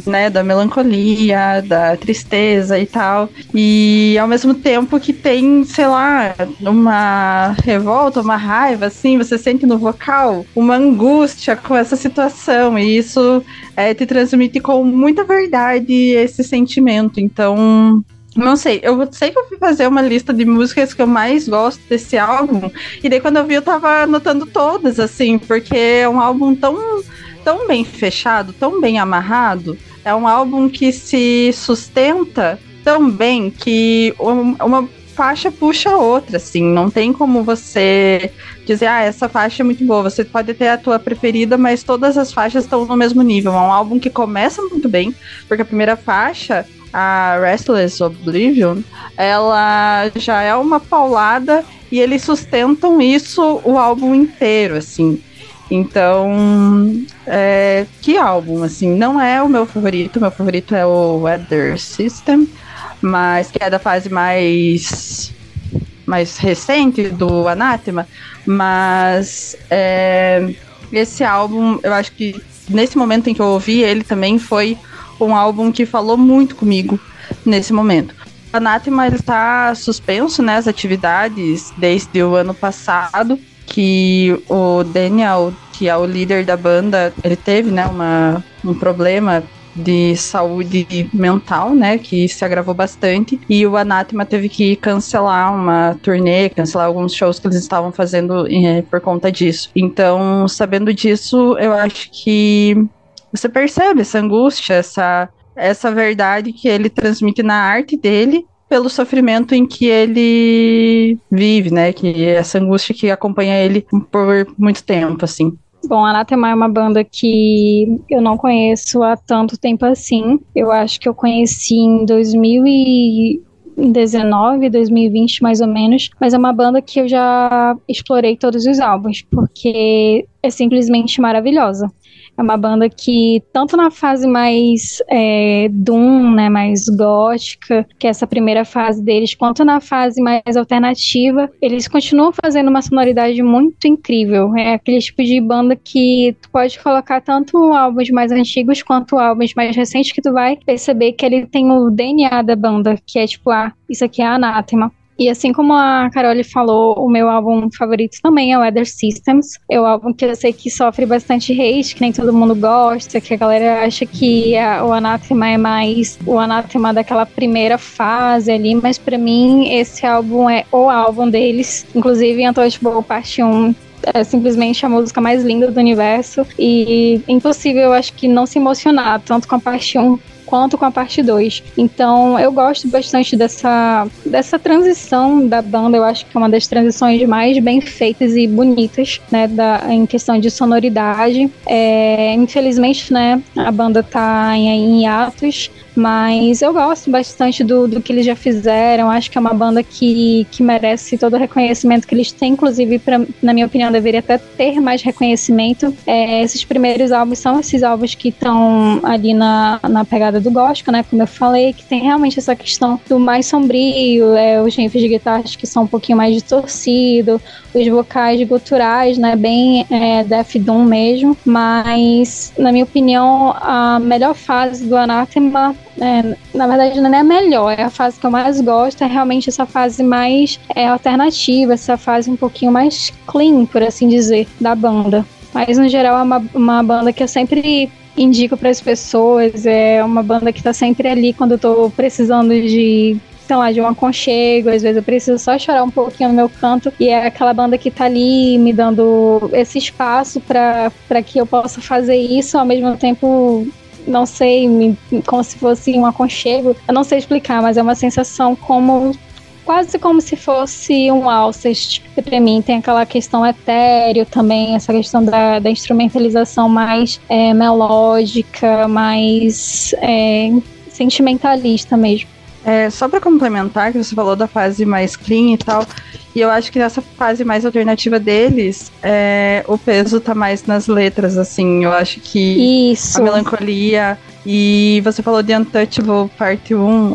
melancolia, da tristeza e tal. E ao mesmo tempo que tem, sei lá, uma revolta, uma raiva, assim, você sente no vocal uma angústia com essa situação. E isso te transmite com muita verdade esse sentimento. Então, não sei, eu sei que eu fui fazer uma lista de músicas que eu mais gosto desse álbum, e daí quando eu vi eu tava anotando todas, assim, porque é um álbum tão bem fechado, tão bem amarrado. É um álbum que se sustenta tão bem que uma faixa puxa a outra, assim. Não tem como você dizer, essa faixa é muito boa. Você pode ter a tua preferida, mas todas as faixas estão no mesmo nível. É um álbum que começa muito bem, porque a primeira faixa, a Restless Oblivion, ela já é uma paulada e eles sustentam isso o álbum inteiro, assim. Então, que álbum, assim, não é o meu favorito é o Weather System, mas que é da fase mais recente do Anathema, mas esse álbum, eu acho que nesse momento em que eu ouvi ele também foi um álbum que falou muito comigo nesse momento. O Anathema, ele tá suspenso, né, as atividades desde o ano passado, que o Daniel, que é o líder da banda, ele teve, né, um problema de saúde mental, né, que se agravou bastante, e o Anathema teve que cancelar uma turnê, cancelar alguns shows que eles estavam fazendo por conta disso. Então, sabendo disso, eu acho que você percebe essa angústia, essa verdade que ele transmite na arte dele, pelo sofrimento em que ele vive, né? Que essa angústia que acompanha ele por muito tempo, assim. Bom, a Anathema é uma banda que eu não conheço há tanto tempo assim. Eu acho que eu conheci em 2019, 2020 mais ou menos, mas é uma banda que eu já explorei todos os álbuns, porque é simplesmente maravilhosa. É uma banda que, tanto na fase mais doom, né, mais gótica, que é essa primeira fase deles, quanto na fase mais alternativa, eles continuam fazendo uma sonoridade muito incrível. É aquele tipo de banda que tu pode colocar tanto álbuns mais antigos quanto álbuns mais recentes, que tu vai perceber que ele tem o DNA da banda, que é tipo, isso aqui é a Anathema. E assim como a Carole falou, o meu álbum favorito também é o Weather Systems. É um álbum que eu sei que sofre bastante hate, que nem todo mundo gosta, que a galera acha que o Anathema é mais o Anathema daquela primeira fase ali, mas pra mim esse álbum é o álbum deles. Inclusive, Untouchable Parte 1 é simplesmente a música mais linda do universo e impossível, eu acho, que não se emocionar tanto com a parte 1 quanto com a parte 2. Então eu gosto bastante dessa transição da banda. Eu acho que é uma das transições mais bem feitas e bonitas, né, em questão de sonoridade. Infelizmente, né, a banda tá em hiatos, mas eu gosto bastante do que eles já fizeram. Acho que é uma banda que merece todo o reconhecimento que eles têm. Inclusive, na minha opinião, deveria até ter mais reconhecimento. Esses primeiros álbuns são esses álbuns que estão ali na pegada do gótico, né, como eu falei, que tem realmente essa questão do mais sombrio, os riffs de guitarras que são um pouquinho mais distorcidos, os vocais guturais, né, bem Death Doom mesmo, mas na minha opinião a melhor fase do Anathema, na verdade não é a melhor, é a fase que eu mais gosto, é realmente essa fase mais alternativa, essa fase um pouquinho mais clean, por assim dizer, da banda. Mas no geral é uma banda que eu sempre indico para as pessoas, é uma banda que tá sempre ali quando eu tô precisando de, sei lá, de um aconchego. Às vezes eu preciso só chorar um pouquinho no meu canto, e é aquela banda que tá ali me dando esse espaço para que eu possa fazer isso, ao mesmo tempo, não sei, como se fosse um aconchego. Eu não sei explicar, mas é uma sensação quase como se fosse um Alcest. Pra mim tem aquela questão etéreo também, essa questão da instrumentalização mais melódica, mais sentimentalista mesmo. Só para complementar, que você falou da fase mais clean e tal, e eu acho que nessa fase mais alternativa deles, o peso tá mais nas letras, assim. Eu acho que isso, a melancolia, e você falou de Untouchable Parte 1,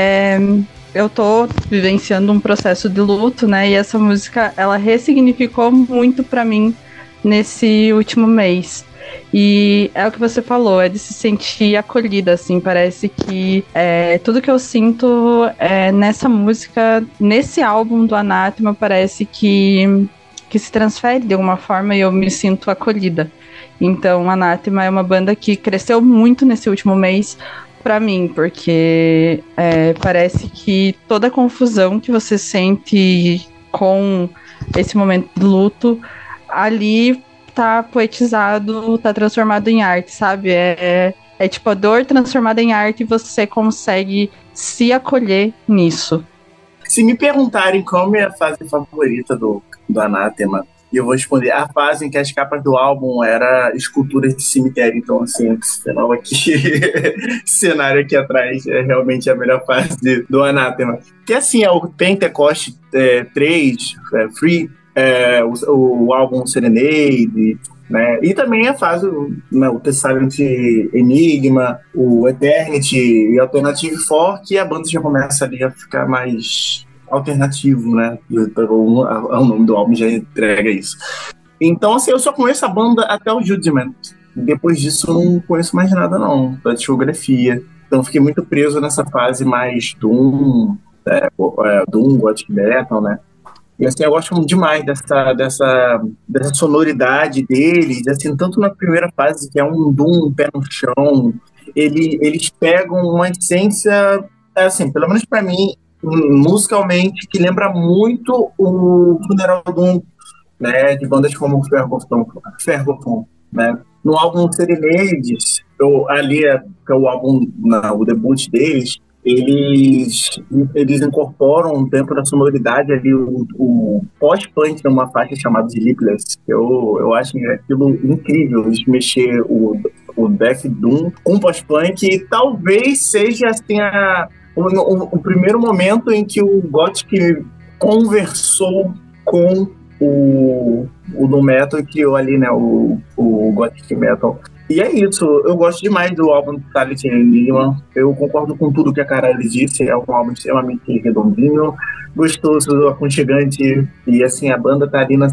eu tô vivenciando um processo de luto, né, e essa música, ela ressignificou muito pra mim nesse último mês. E é o que você falou, é de se sentir acolhida, assim. Parece que tudo que eu sinto nessa música, nesse álbum do Anathema, parece que se transfere de alguma forma e eu me sinto acolhida. Então, Anathema é uma banda que cresceu muito nesse último mês pra mim, porque parece que toda a confusão que você sente com esse momento de luto, ali tá poetizado, tá transformado em arte, sabe? É tipo a dor transformada em arte e você consegue se acolher nisso. Se me perguntarem qual é a fase favorita do Anathema, eu vou responder a fase em que as capas do álbum eram esculturas de cemitério. Então, assim, esse cenário aqui atrás é realmente a melhor fase do Anathema. Que, assim, é o Pentecost 3, Free, o álbum Serenade, né? E também a fase, né, o The Silent Enigma, o Eternity e Alternative 4, que a banda já começa ali a ficar mais alternativo, né? O nome do álbum já entrega isso. Então, assim, eu só conheço a banda até o Judgment. Depois disso, eu não conheço mais nada, não, da discografia. Então, fiquei muito preso nessa fase mais Doom, Gothic Metal, né? E assim, eu gosto demais dessa sonoridade deles, assim, tanto na primeira fase, que é um Doom, pé no chão, eles pegam uma essência, assim, pelo menos para mim, musicalmente, que lembra muito o Funeral Doom, né, de bandas como o Fergoton, né? No álbum Serenades, que é o álbum, o debut deles, eles incorporam dentro da sonoridade ali o pós-punk numa faixa chamada Sleepless. Eu acho aquilo incrível, eles mexer o Death Doom com pós-punk, e talvez seja assim o primeiro momento em que o Gothic conversou com o no metal e criou ali, né, o Gothic Metal. E é isso, eu gosto demais do álbum do Silent Enigma. Eu concordo com tudo que a Carole disse. É um álbum extremamente redondinho, gostoso, aconchegante. E assim, a banda tá ali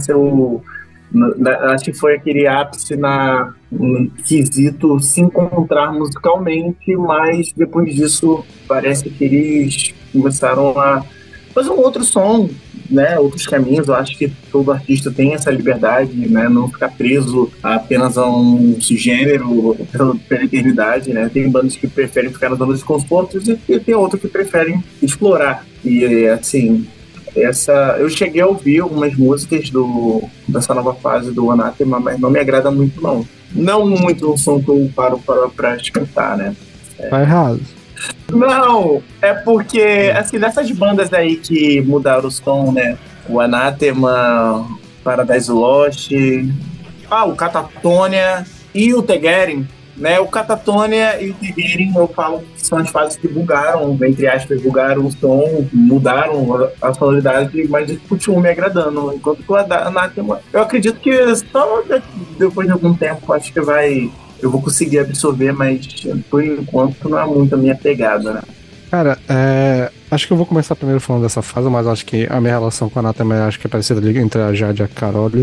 acho que foi aquele ápice no quesito se encontrar musicalmente, mas depois disso parece que eles começaram a fazer um outro som, né, outros caminhos. Eu acho que todo artista tem essa liberdade, né, não ficar preso apenas a um gênero pela eternidade, né. Tem bandas que preferem ficar na zona de conforto e tem outras que preferem explorar. E assim, eu cheguei a ouvir algumas músicas dessa nova fase do Anathema, mas não me agrada muito, não. Não muito o som que eu paro pra cantar, né. Tá errado. Não, é porque, assim, dessas bandas aí que mudaram o som, né? O Anathema, Paradise Lost, o Catatonia e o Tegerin, né? O Catatonia e o Tegerin, eu falo que são as fases que bugaram, entre aspas, bugaram o som, mudaram a sonoridade, mas isso continua me agradando. Enquanto que o Anathema, eu acredito que só depois de algum tempo, acho que eu vou conseguir absorver, mas por enquanto não é muito a minha pegada, né? Cara, acho que eu vou começar primeiro falando dessa fase, mas acho que a minha relação com a Anathema acho que é parecida ali entre a Jade e a Carole.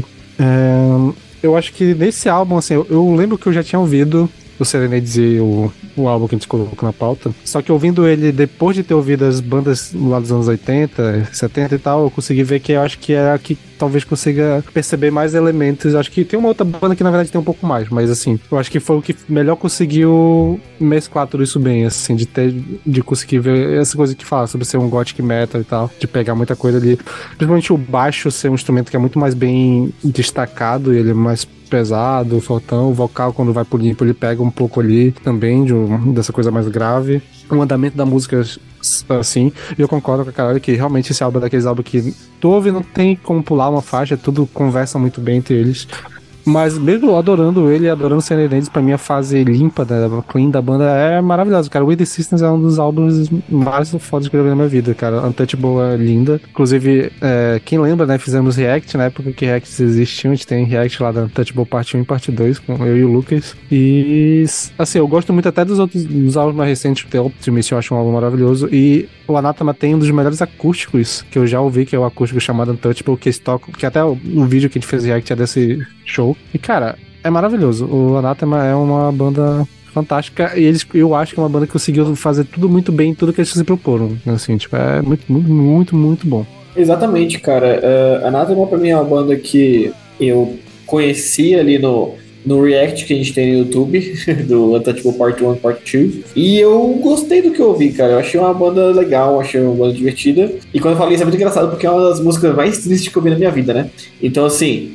Eu acho que nesse álbum, assim, eu lembro que eu já tinha ouvido o Serenades e o álbum que a gente colocou na pauta. Só que ouvindo ele, depois de ter ouvido as bandas lá dos anos 80, 70 e tal, eu consegui ver que eu acho que é a que talvez consiga perceber mais elementos. Acho que tem uma outra banda que na verdade tem um pouco mais, mas assim, eu acho que foi o que melhor conseguiu mesclar tudo isso bem, assim, de conseguir ver essa coisa que fala sobre ser um gothic metal e tal, de pegar muita coisa ali, principalmente o baixo ser um instrumento que é muito mais bem destacado, e ele é mais pesado, fortão, o vocal quando vai pro limpo ele pega um pouco ali também dessa coisa mais grave, o andamento da música assim, e eu concordo com a Carol que realmente esse álbum é daqueles álbuns que tu ouve, não tem como pular uma faixa, tudo conversa muito bem entre eles. Mas mesmo adorando ele, adorando Serenades, pra mim a fase limpa, clean da banda é maravilhosa, cara. O With The Systems é um dos álbuns mais fodas que eu vi na minha vida, cara. Untouchable é linda. Inclusive, quem lembra, né, fizemos React, na época que Reacts existiam, a gente tem React lá da Untouchable Parte 1 e Parte 2, com eu e o Lucas. E, assim, eu gosto muito até dos álbuns mais recentes, o The Optimist eu acho um álbum maravilhoso, e o Anathema tem um dos melhores acústicos que eu já ouvi, que é o acústico chamado Untouchable, que até o vídeo que a gente fez React é desse show. E, cara, é maravilhoso. O Anathema é uma banda fantástica e eu acho que é uma banda que conseguiu fazer tudo muito bem, tudo que eles se proporam. Assim, tipo, é muito, muito, muito, muito bom. Exatamente, cara. Anathema pra mim é uma banda que eu conheci ali no React que a gente tem no YouTube, do Untouchable Part 1 e Part 2. E eu gostei do que eu ouvi, cara. Eu achei uma banda legal, achei uma banda divertida. E quando eu falei isso é muito engraçado, porque é uma das músicas mais tristes que eu vi na minha vida, né? Então, assim...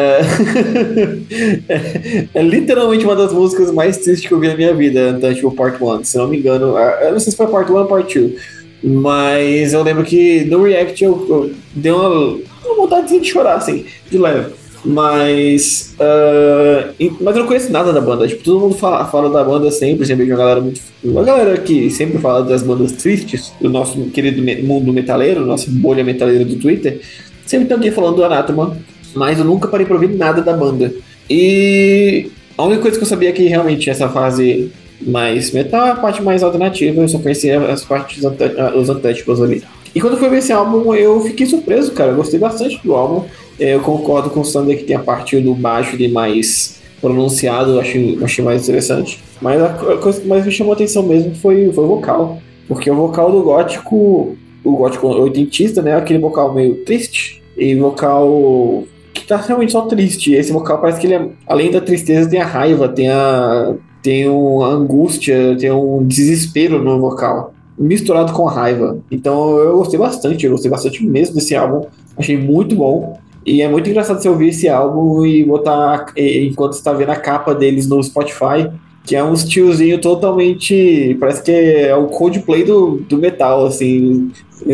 é literalmente uma das músicas mais tristes que eu vi na minha vida, Untouchable Part 1, se não me engano. Eu não sei se foi Part 1 ou Part 2, mas eu lembro que no React eu dei uma vontade de chorar, assim, de leve. Mas eu não conheço nada da banda. Tipo, todo mundo fala da banda sempre vejo uma galera que sempre fala das bandas tristes do nosso querido mundo metaleiro, nossa bolha metaleira do Twitter. Sempre tem alguém falando do Anathema, mas eu nunca parei pra ouvir nada da banda. E a única coisa que eu sabia é que realmente essa fase mais metal é a parte mais alternativa, eu só conhecia as partes, os Untouchables ali. E quando eu fui ver esse álbum, eu fiquei surpreso, cara, eu gostei bastante do álbum. Eu concordo com o Sander que tem a parte do baixo ali mais pronunciado, eu achei mais interessante. Mas a coisa que mais me chamou a atenção mesmo foi o vocal. Porque o vocal do gótico, o gótico oitentista, né, aquele vocal meio triste, e vocal que tá realmente só triste. Esse vocal parece que ele, além da tristeza, tem a raiva, tem uma angústia, tem um desespero no vocal, misturado com a raiva. Então eu gostei bastante mesmo desse álbum. Achei muito bom. E é muito engraçado você ouvir esse álbum e botar, enquanto você tá vendo a capa deles no Spotify, que é um estilozinho totalmente... Parece que é o Coldplay do metal, assim.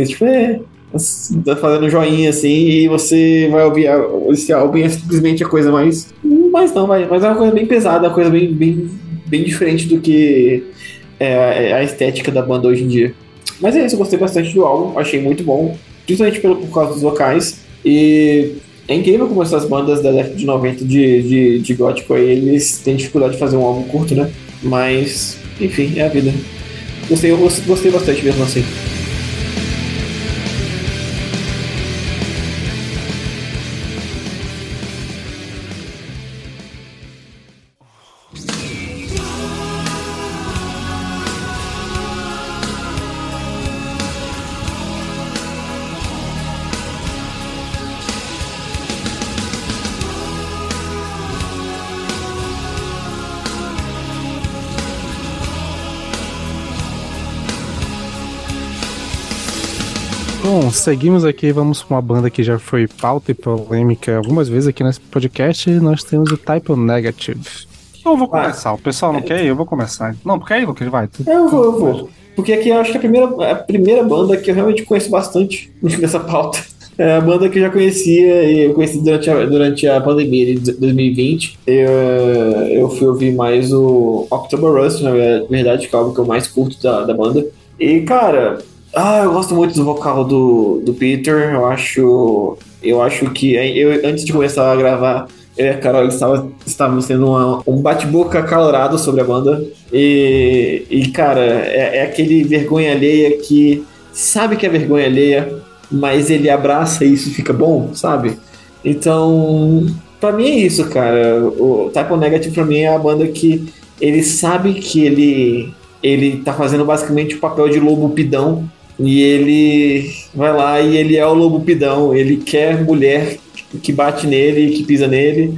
Tá fazendo joinha assim, e você vai ouvir esse álbum e é simplesmente a coisa mais... Mas é uma coisa bem pesada, uma coisa bem diferente do que é a estética da banda hoje em dia. Mas é isso, eu gostei bastante do álbum, achei muito bom, principalmente por causa dos vocais. E é incrível como essas bandas da década de 90 de gótico aí, eles têm dificuldade de fazer um álbum curto, né? Mas, enfim, é a vida. Eu gostei bastante mesmo assim. Bom, seguimos aqui, vamos com uma banda que já foi pauta e polêmica algumas vezes aqui nesse podcast. Nós temos o Type O Negative. Eu vou começar, o pessoal não quer ir? Eu vou começar. Não, porque aí, Lucas, vai. Eu vou. Porque aqui eu acho que a primeira banda que eu realmente conheço bastante nessa pauta. É a banda que eu já conhecia, e eu conheci durante a pandemia de 2020. Eu fui ouvir mais o October Rust, na verdade, que é o álbum que eu mais curto da banda. E, cara, eu gosto muito do vocal do Peter. Eu acho que antes de começar a gravar, eu e a Carol estávamos tendo um bate-boca acalorado sobre a banda. E cara, é aquele vergonha alheia que sabe que é vergonha alheia, mas ele abraça isso e fica bom, sabe? Então, pra mim é isso, cara. O Type O Negative pra mim é a banda que ele sabe que ele tá fazendo basicamente o papel de lobo pidão, e ele vai lá e ele é o lobo pidão. Ele quer mulher que bate nele, que pisa nele.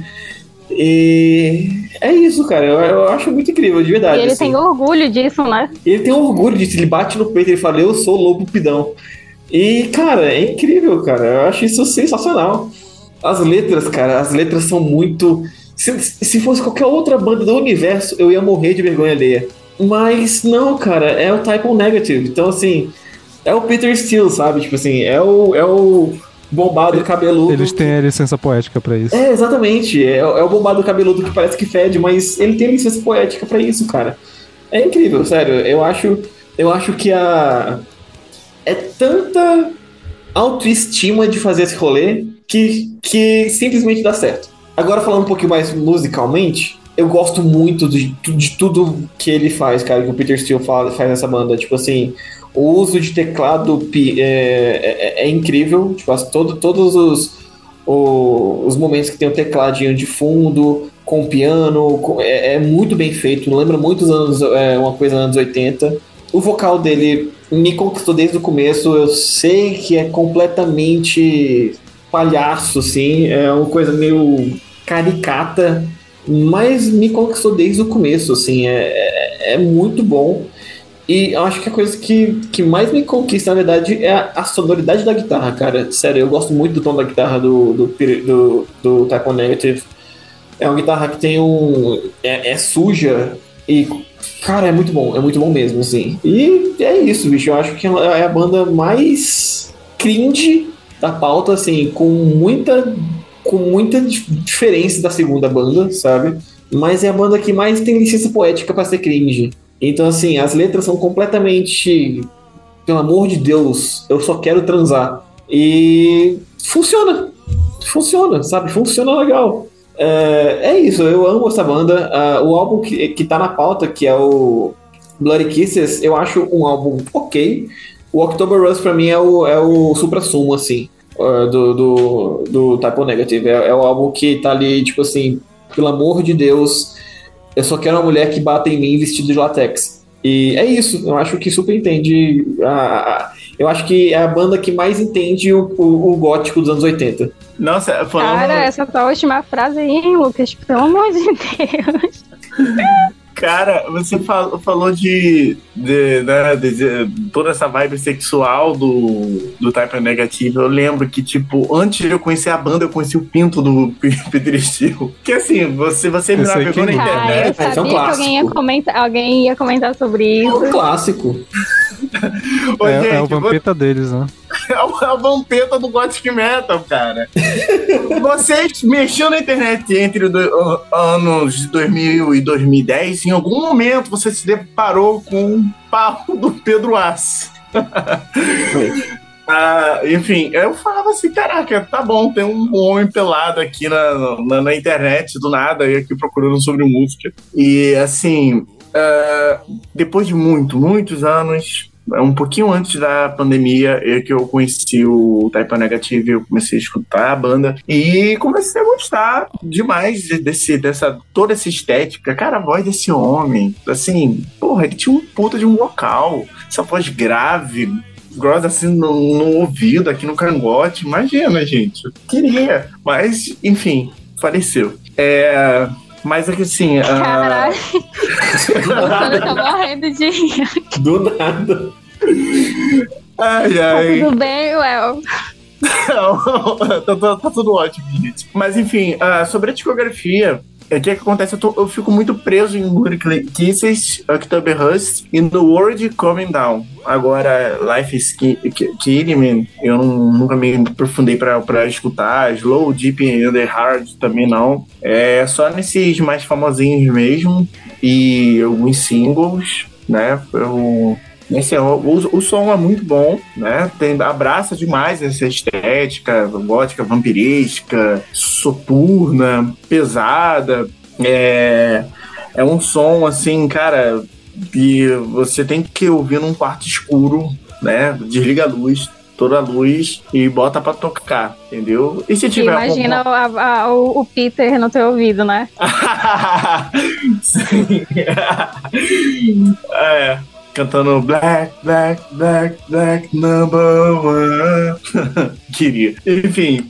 E é isso, cara. Eu acho muito incrível, de verdade. E ele assim. tem orgulho disso, né? Ele tem orgulho disso. Ele bate no peito e ele fala: eu sou o lobo pidão. E, cara, é incrível, cara. Eu acho isso sensacional. As letras, cara, são muito... Se fosse qualquer outra banda do universo, eu ia morrer de vergonha alheia. Mas não, cara, é o Type O Negative. Então, assim, é o Peter Steele, sabe? Tipo assim, é o bombado cabeludo. Eles têm a licença poética pra isso. É, exatamente. É o bombado cabeludo que parece que fede, mas ele tem licença poética pra isso, cara. É incrível, sério. Eu acho que é tanta autoestima de fazer esse rolê que simplesmente dá certo. Agora, falando um pouquinho mais musicalmente, eu gosto muito de tudo que ele faz, cara, que o Peter Steele faz nessa banda. Tipo assim, o uso de teclado é incrível. Tipo, todos os momentos que tem o tecladinho de fundo, com piano, é muito bem feito. Lembra muitos anos, uma coisa dos anos 80. O vocal dele me conquistou desde o começo. Eu sei que é completamente palhaço, assim, é uma coisa meio caricata, mas me conquistou desde o começo, assim, é muito bom. E eu acho que a coisa que mais me conquista, na verdade, é a sonoridade da guitarra, cara. Sério, eu gosto muito do tom da guitarra do Type O Negative. É uma guitarra que tem é suja e, cara, é muito bom mesmo, assim. E é isso, bicho, eu acho que é a banda mais cringe da pauta, assim, com muita diferença da segunda banda, sabe? Mas é a banda que mais tem licença poética pra ser cringe. Então, assim, as letras são completamente... Pelo amor de Deus, eu só quero transar. E funciona, sabe? Funciona legal. É isso, eu amo essa banda. O álbum que tá na pauta, que é o Bloody Kisses, eu acho um álbum ok. O October Rust pra mim é o supra-sumo, assim, do Type O Negative. É o álbum que tá ali, tipo assim, pelo amor de Deus, eu só quero uma mulher que bata em mim vestido de látex. E é isso, eu acho que super entende. Eu acho que é a banda que mais entende o gótico dos anos 80. Nossa, Cara, essa tua última frase aí, hein, Lucas? Pelo amor de Deus. Cara, você falou de toda essa vibe sexual do Type O Negative. Eu lembro que, tipo, antes de eu conhecer a banda, eu conheci o pinto do Peter Steele. Que assim, você me navegou na internet. Eu sabia que alguém ia comentar sobre isso. É um clássico. Ô, gente, é o vampeta deles, né? É a vampeta do Gothic Metal, cara. Vocês mexiam na internet entre anos de 2000 e 2010, em algum momento você se deparou com o pau do Pedro Assi. Enfim, eu falava assim, caraca, tá bom, tem um homem pelado aqui na internet, do nada, e aqui procurando sobre música. E assim, depois de muitos anos, um pouquinho antes da pandemia, que eu conheci o Type O Negative, eu comecei a escutar a banda e comecei a gostar demais toda essa estética. Cara, a voz desse homem, assim, porra, ele tinha um puta de um vocal, essa voz grave, grossa assim no ouvido, aqui no cangote. Imagina, gente, eu queria, mas enfim, faleceu. Mas é que assim. Caralho. O Luciano tá morrendo de rir. Do nada. Ai, Tá tudo bem, Well? Tá tudo ótimo, gente. Mas enfim, sobre a discografia, o que acontece? Eu fico muito preso em Lyrical Kisses, October Rust e No World Coming Down. Agora, Life is Killing Me, eu nunca me aprofundei pra escutar. Slow, Deep and the Hard também não. É só nesses mais famosinhos mesmo e alguns singles, né? O som é muito bom, né? Abraça demais essa estética gótica, vampiresca, soturna, pesada. É um som, assim, cara, que você tem que ouvir num quarto escuro, né? Desliga a luz, toda a luz e bota pra tocar, entendeu? E se tiver... Imagina o Peter no teu ouvido, né? Sim. Cantando Black, Black, Black, Black Number One. Queria. Enfim.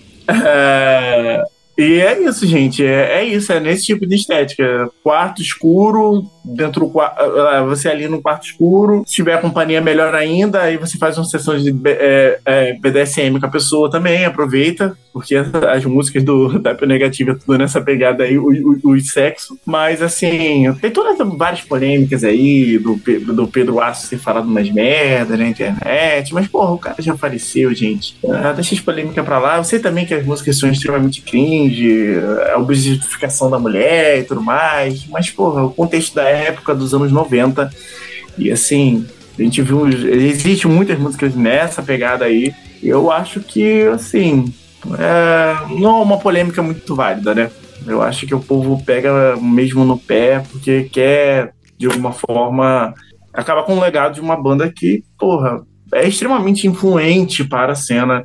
E é isso, gente. É isso. É nesse tipo de estética. Quarto escuro, dentro do quarto. Você ali no quarto escuro. Se tiver companhia, melhor ainda. Aí você faz uma sessão de BDSM com a pessoa também. Aproveita. Porque as músicas do Type Negativo é tudo nessa pegada aí, o sexo. Mas, assim, tem todas várias polêmicas aí do Pedro Aço ter falado umas merdas na internet. Mas, porra, o cara já faleceu, gente. Deixa as polêmicas pra lá. Eu sei também que as músicas são extremamente cringe, a objetificação da mulher e tudo mais. Mas, porra, o contexto da época dos anos 90. E, assim, a gente viu... Existem muitas músicas nessa pegada aí. E eu acho que, assim... não é uma polêmica muito válida, né? Eu acho que o povo pega mesmo no pé porque quer, de alguma forma, acabar com o legado de uma banda que, porra, é extremamente influente para a cena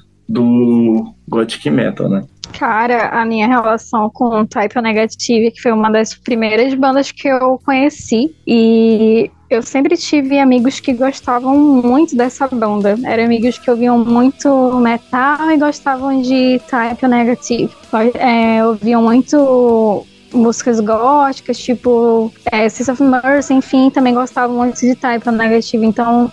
do Gothic Metal, né? Cara, a minha relação com o Type O Negative, que foi uma das primeiras bandas que eu conheci, e eu sempre tive amigos que gostavam muito dessa banda. Eram amigos que ouviam muito metal e gostavam de Type O Negative. Ouviam muito músicas góticas, tipo Seas of Mercy, enfim, também gostavam muito de Type O Negative. Então,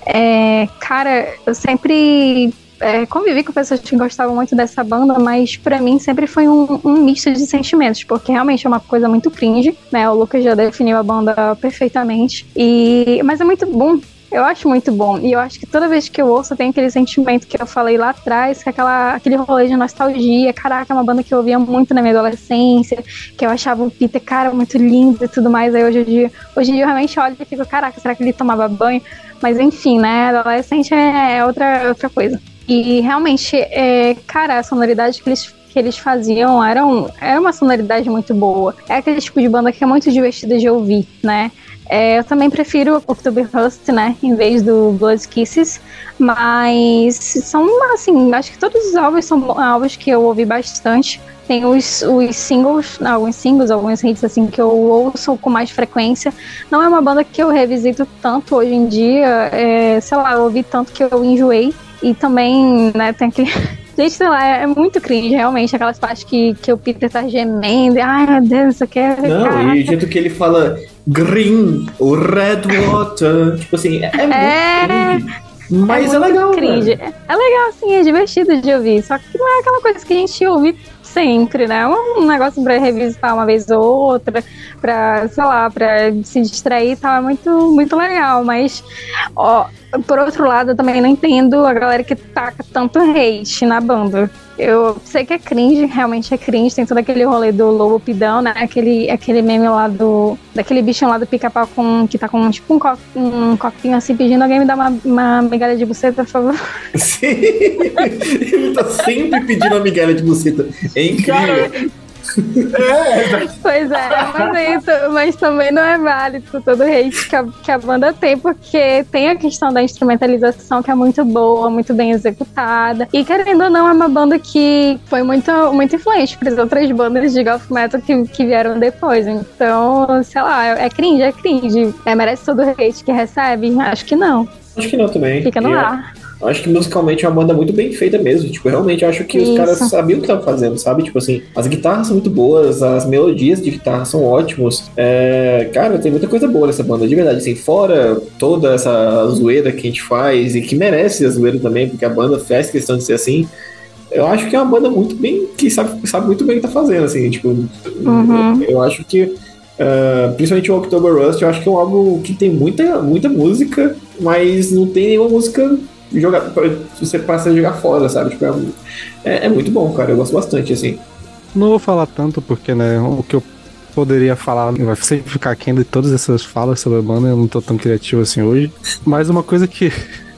cara, eu sempre... convivi com pessoas que gostavam muito dessa banda, mas pra mim sempre foi um misto de sentimentos, porque realmente é uma coisa muito cringe, né? O Lucas já definiu a banda perfeitamente, mas é muito bom. Eu acho muito bom, e eu acho que toda vez que eu ouço tem aquele sentimento que eu falei lá atrás, que aquele rolê de nostalgia. Caraca, é uma banda que eu ouvia muito na minha adolescência, que eu achava o Peter, cara, muito lindo e tudo mais. Aí hoje em dia eu realmente olho e fico, caraca, será que ele tomava banho? Mas enfim, né, adolescente é outra coisa. E realmente, cara, a sonoridade que eles faziam era uma sonoridade muito boa. É aquele tipo de banda que é muito divertida de ouvir, né? Eu também prefiro October Rust, né, em vez do Blood Kisses, mas são, assim, acho que todos os álbuns são álbuns que eu ouvi bastante. Tem os singles, alguns hits assim que eu ouço com mais frequência. Não é uma banda que eu revisito tanto hoje em dia, sei lá, eu ouvi tanto que eu enjoei. E também, né, tem aquele... Gente, sei lá, é muito cringe, realmente, aquelas partes que o Peter tá gemendo, ai meu Deus, isso aqui é... Não, caraca. E o jeito que ele fala green, ou red water, tipo assim, muito cringe. Mas é legal, cringe. Né? É legal, sim, é divertido de ouvir, só que não é aquela coisa que a gente ouve sempre, né? É um negócio pra revisitar uma vez ou outra, pra, sei lá, pra se distrair e tal, é muito, muito legal, mas, ó, por outro lado, eu também não entendo a galera que taca tanto hate na banda. Eu sei que é cringe, realmente é cringe, tem todo aquele rolê do Lobo Pidão, né? Aquele meme lá daquele bichinho lá do Pica-Pau que tá com tipo um copinho assim pedindo alguém me dar uma migalha de buceta, por favor. Sim, ele tá sempre pedindo uma migalha de buceta. É incrível. Pois é, mas também não é válido todo o hate que a banda tem, porque tem a questão da instrumentalização que é muito boa, muito bem executada, e querendo ou não é uma banda que foi muito, muito influente para as outras bandas de goth metal que vieram depois. Então, sei lá, é cringe, merece todo o hate que recebe? Acho que não. Acho que não também. Fica no ar. Eu acho que musicalmente é uma banda muito bem feita mesmo. Tipo, realmente eu acho que os caras sabiam o que estavam fazendo, sabe? Tipo assim, as guitarras são muito boas, as melodias de guitarra são ótimos. Cara, tem muita coisa boa nessa banda, de verdade. Assim, fora toda essa zoeira que a gente faz e que merece a zoeira também, porque a banda faz questão de ser assim. Eu acho que é uma banda muito bem, que sabe muito bem o que tá fazendo, assim, tipo, eu acho que, principalmente o October Rust, eu acho que é um álbum que tem muita música, mas não tem nenhuma música você passa a jogar fora, sabe, tipo, é muito bom, cara, eu gosto bastante, assim. Não vou falar tanto, porque, né, o que eu poderia falar vai sempre ficar aquém de todas essas falas sobre a banda, eu não tô tão criativo assim hoje, mas uma coisa que...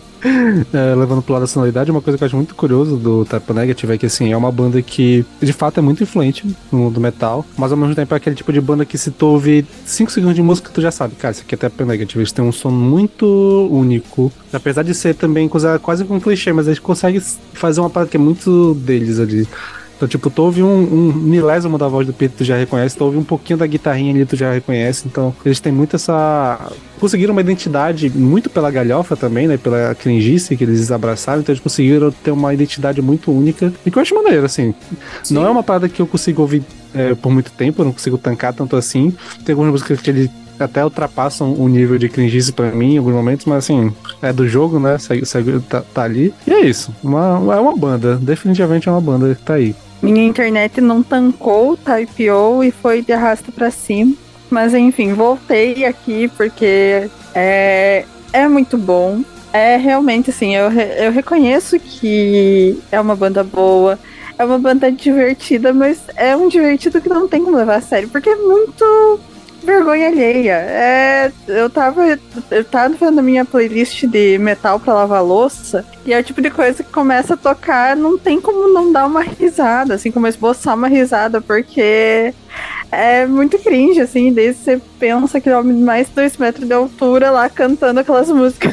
levando pro lado da sonoridade, uma coisa que eu acho muito curioso do Type O Negative é que, assim, é uma banda que, de fato, é muito influente no mundo metal, mas ao mesmo tempo é aquele tipo de banda que, se tu ouvir 5 segundos de música, tu já sabe, cara, isso aqui é Type O Negative, eles têm um som muito único, apesar de ser também coisa quase um clichê, mas eles conseguem fazer uma parada que é muito deles ali. Então, tipo, tu ouve um milésimo da voz do Peter, tu já reconhece, tu ouve um pouquinho da guitarrinha ali, tu já reconhece. Então, eles têm muito essa... Conseguiram uma identidade muito pela galhofa também, né? Pela cringice que eles abraçaram. Então, eles conseguiram ter uma identidade muito única. E que eu acho maneiro, assim. Sim. Não é uma parada que eu consigo ouvir por muito tempo, eu não consigo tancar tanto assim. Tem algumas músicas que eles até ultrapassam o nível de cringice pra mim em alguns momentos, mas assim, é do jogo, né? Tá ali. E é isso. É uma banda. Definitivamente é uma banda que tá aí. Minha internet não tancou o Type-O e foi de arrasta pra cima. Mas enfim, voltei aqui porque é muito bom. É realmente assim, eu reconheço que é uma banda boa, é uma banda divertida, mas é um divertido que não tem como levar a sério, porque é muito vergonha alheia. Eu tava fazendo a minha playlist de metal pra lavar louça, e é o tipo de coisa que começa a tocar, não tem como não dar uma risada, assim, como esboçar uma risada, porque é muito cringe, assim, daí você pensa que é homem de mais de 2 metros de altura lá cantando aquelas músicas.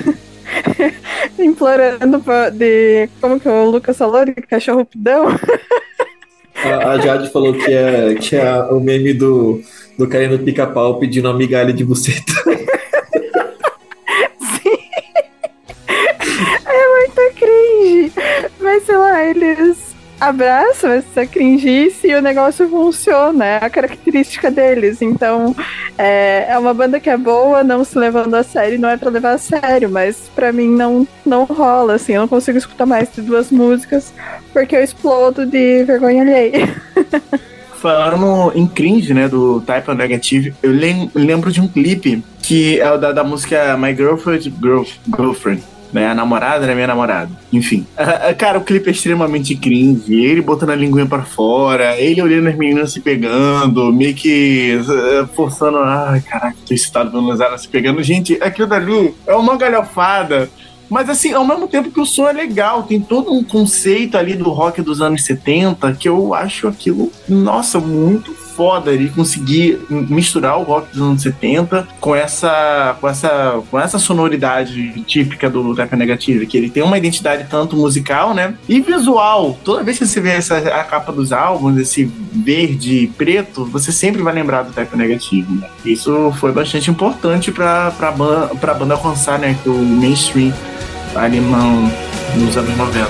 Implorando como que o Lucas falou? De cachorro pidão. A Jade falou que é o meme do cara no pica-pau pedindo uma migalha de buceta. Sim. É muito cringe. Mas sei lá, eles abraçam essa cringice e o negócio funciona. É a característica deles. Então, é uma banda que é boa, não se levando a sério, não é pra levar a sério, mas pra mim não rola, assim. Eu não consigo escutar mais de 2 músicas porque eu explodo de vergonha alheia. Falando em cringe, né, do Type O Negative, eu lembro de um clipe que é o da música My Girlfriend, né, a namorada, né, minha namorada, enfim. Cara, o clipe é extremamente cringe, ele botando a linguinha pra fora, ele olhando as meninas se pegando, meio que forçando, ai, caraca, tô excitado vendo elas se pegando. Gente, aquilo dali é uma galhofada. Mas assim, ao mesmo tempo que o som é legal, tem todo um conceito ali do rock dos anos 70 que eu acho aquilo, nossa, muito foda ele conseguir misturar o rock dos anos 70 com essa sonoridade típica do Type O Negative, que ele tem uma identidade tanto musical, né, e visual. Toda vez que você vê a capa dos álbuns, esse verde e preto, você sempre vai lembrar do Type O Negative, né? Isso foi bastante importante pra banda alcançar, né, o mainstream ali nos anos 90.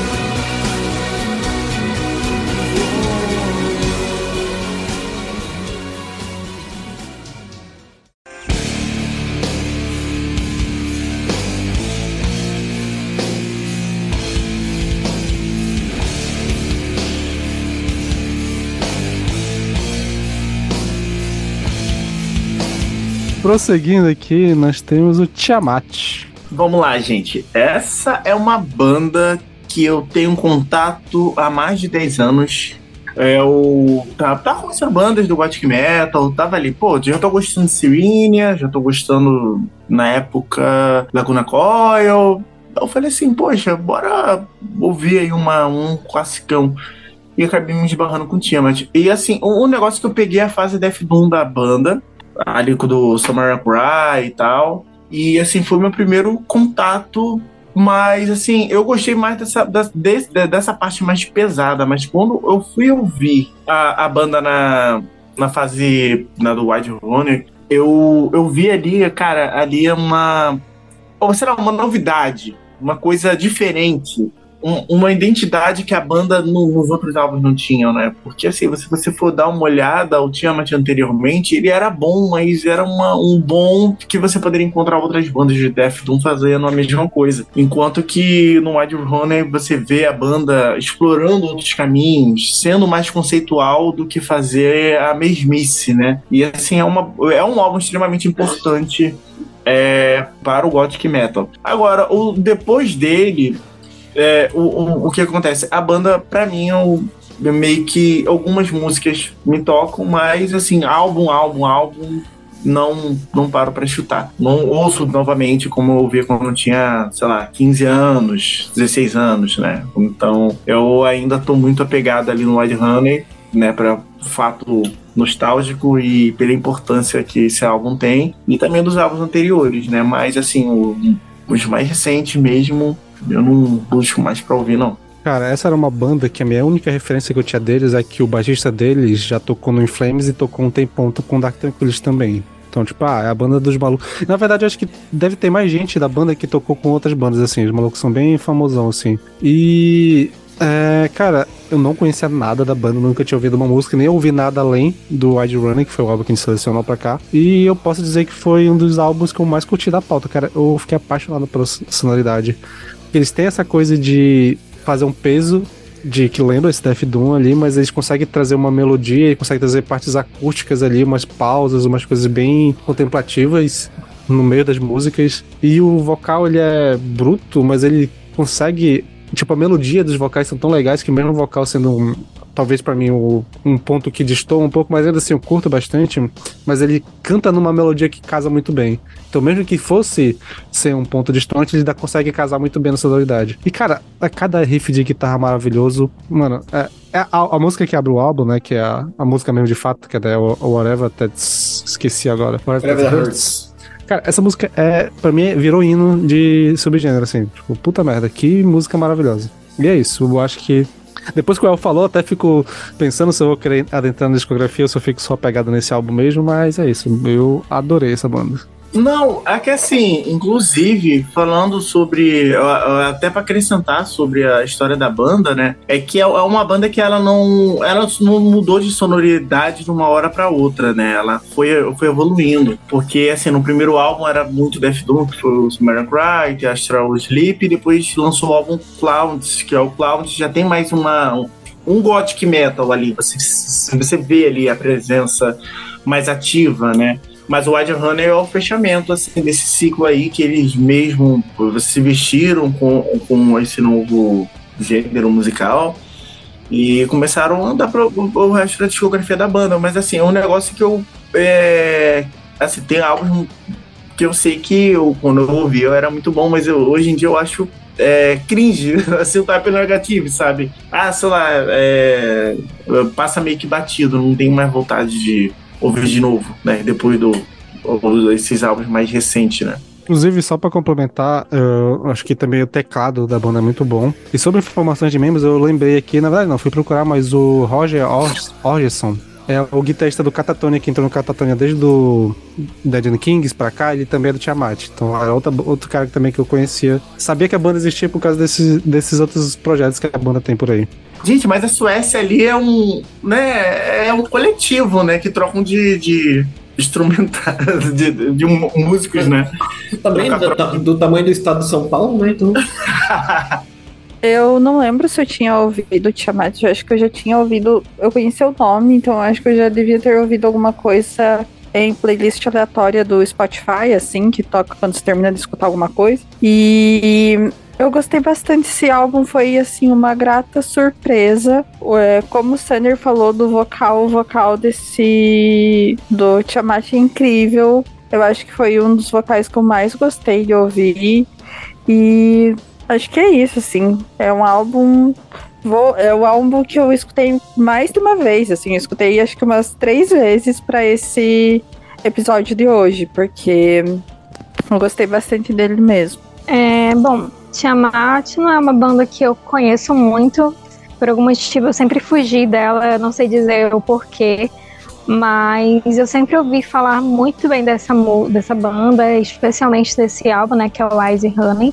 Prosseguindo aqui, nós temos o Tiamat. Vamos lá, gente. Essa é uma banda que eu tenho contato há mais de 10 anos. Tá com as bandas do Gothic Metal, tava ali, pô, já tô gostando de Sirenia, já tô gostando na época Laguna Coil. Eu falei assim, poxa, bora ouvir aí um classicão. E acabei me esbarrando com o Tiamat. E assim, o negócio que eu peguei é a fase Death Doom da banda, ali do Summer Cry e tal. E assim, foi meu primeiro contato, mas assim, eu gostei mais dessa parte mais pesada, mas quando eu fui ouvir a banda na fase do Wide Runner, eu vi ali, cara, ali é uma novidade. uma coisa diferente. Uma identidade que a banda nos outros álbuns não tinham, né? Porque assim, se você for dar uma olhada ao Tiamat anteriormente, ele era bom, mas era um bom que você poderia encontrar outras bandas de Death Doom fazendo a mesma coisa. Enquanto que no Wide Runner você vê a banda explorando outros caminhos, sendo mais conceitual do que fazer a mesmice, né? E assim, é um álbum extremamente importante para o Gothic Metal. Agora, depois dele... o que acontece? A banda, pra mim, meio que algumas músicas me tocam, mas assim, álbum, não paro pra chutar. Não ouço novamente como eu ouvia quando eu tinha, sei lá, 15 anos, 16 anos, né? Então, eu ainda tô muito apegado ali no Wide Runner, né, pra fato nostálgico e pela importância que esse álbum tem, e também dos álbuns anteriores, né? Mas assim, os mais recentes mesmo, eu não busco mais pra ouvir, não. Cara, essa era uma banda que a minha única referência que eu tinha deles é que o baixista deles já tocou no In Flames e tocou um tempão com Dark Tranquillity também. Então, tipo, é a banda dos malucos. Na verdade, eu acho que deve ter mais gente da banda que tocou com outras bandas, assim. Os malucos são bem famosão, assim. E... cara, eu não conhecia nada da banda, nunca tinha ouvido uma música, nem ouvi nada além do Wide Runner, que foi o álbum que a gente selecionou pra cá. E eu posso dizer que foi um dos álbuns que eu mais curti da pauta, cara. Eu fiquei apaixonado pela sonoridade. Eles têm essa coisa de fazer um peso de que lembra esse Death Doom ali, mas eles conseguem trazer uma melodia, conseguem trazer partes acústicas ali, umas pausas, umas coisas bem contemplativas no meio das músicas. E o vocal, ele é bruto, mas ele consegue... Tipo, a melodia dos vocais são tão legais que mesmo o vocal sendo talvez pra mim um ponto que destoa um pouco, mas ainda assim eu curto bastante, mas ele canta numa melodia que casa muito bem. Então mesmo que fosse ser um ponto distante, ele ainda consegue casar muito bem na sonoridade. E cara, cada riff de guitarra maravilhoso, mano, a música que abre o álbum, né, que é a música mesmo de fato, que é Whatever, até esqueci agora. Whatever Hurts. Cara, essa música pra mim, virou hino de subgênero, assim. Tipo, puta merda, que música maravilhosa. E é isso, eu acho que... Depois que o El falou, até fico pensando se eu vou querer adentrar na discografia ou se eu fico só pegado nesse álbum mesmo, mas é isso, eu adorei essa banda. Não, é que assim, inclusive, falando sobre, até para acrescentar sobre a história da banda, né, é que é uma banda que ela não mudou de sonoridade de uma hora para outra, né, ela foi evoluindo, porque assim, no primeiro álbum era muito Death Doom, que foi o Sumerian Cry, Astral Sleep, e depois lançou o álbum Clouds, que é o Clouds, já tem mais um Gothic Metal ali, você vê ali a presença mais ativa, né. Mas o Wide Runner é o fechamento assim, desse ciclo aí que eles mesmo se vestiram com esse novo gênero musical e começaram a andar pro resto da discografia da banda. Mas assim, é um negócio que eu... assim, tem álbuns que eu sei que quando eu ouvi eu era muito bom, mas hoje em dia eu acho cringe, assim, o type negativo, sabe? Sei lá, passa meio que batido, não tenho mais vontade de ouvir de novo, né? Depois esses álbuns mais recentes, né? Inclusive, só pra complementar, eu acho que também o teclado da banda é muito bom. E sobre informações de membros, eu lembrei aqui, na verdade não, fui procurar, mas o Roger Orgeson é o guitarrista do Catatonia, que entrou no Catatonia desde do Dead and Kings pra cá, ele também é do Tiamat. Então era outro cara que também que eu conhecia. Sabia que a banda existia por causa desses outros projetos que a banda tem por aí. Gente, mas a Suécia ali é um coletivo, né, que trocam de instrumentais, de músicos, né? Também do tamanho do estado de São Paulo, né, então... Eu não lembro se eu tinha ouvido o Tiamat, eu acho que eu já tinha ouvido, eu conhecia o nome, então eu acho que eu já devia ter ouvido alguma coisa em playlist aleatória do Spotify, assim, que toca quando você termina de escutar alguma coisa. E eu gostei bastante desse álbum, foi, assim, uma grata surpresa. Como o Sander falou do vocal, o vocal do Tiamat é incrível. Eu acho que foi um dos vocais que eu mais gostei de ouvir. E acho que é isso, assim. É um álbum que eu escutei mais de uma vez, assim. Eu escutei acho que umas 3 vezes pra esse episódio de hoje, porque eu gostei bastante dele mesmo. Bom, Tiamat não é uma banda que eu conheço muito. Por algum motivo eu sempre fugi dela, não sei dizer o porquê. Mas eu sempre ouvi falar muito bem dessa banda, especialmente desse álbum, né, que é o Lies and Honey.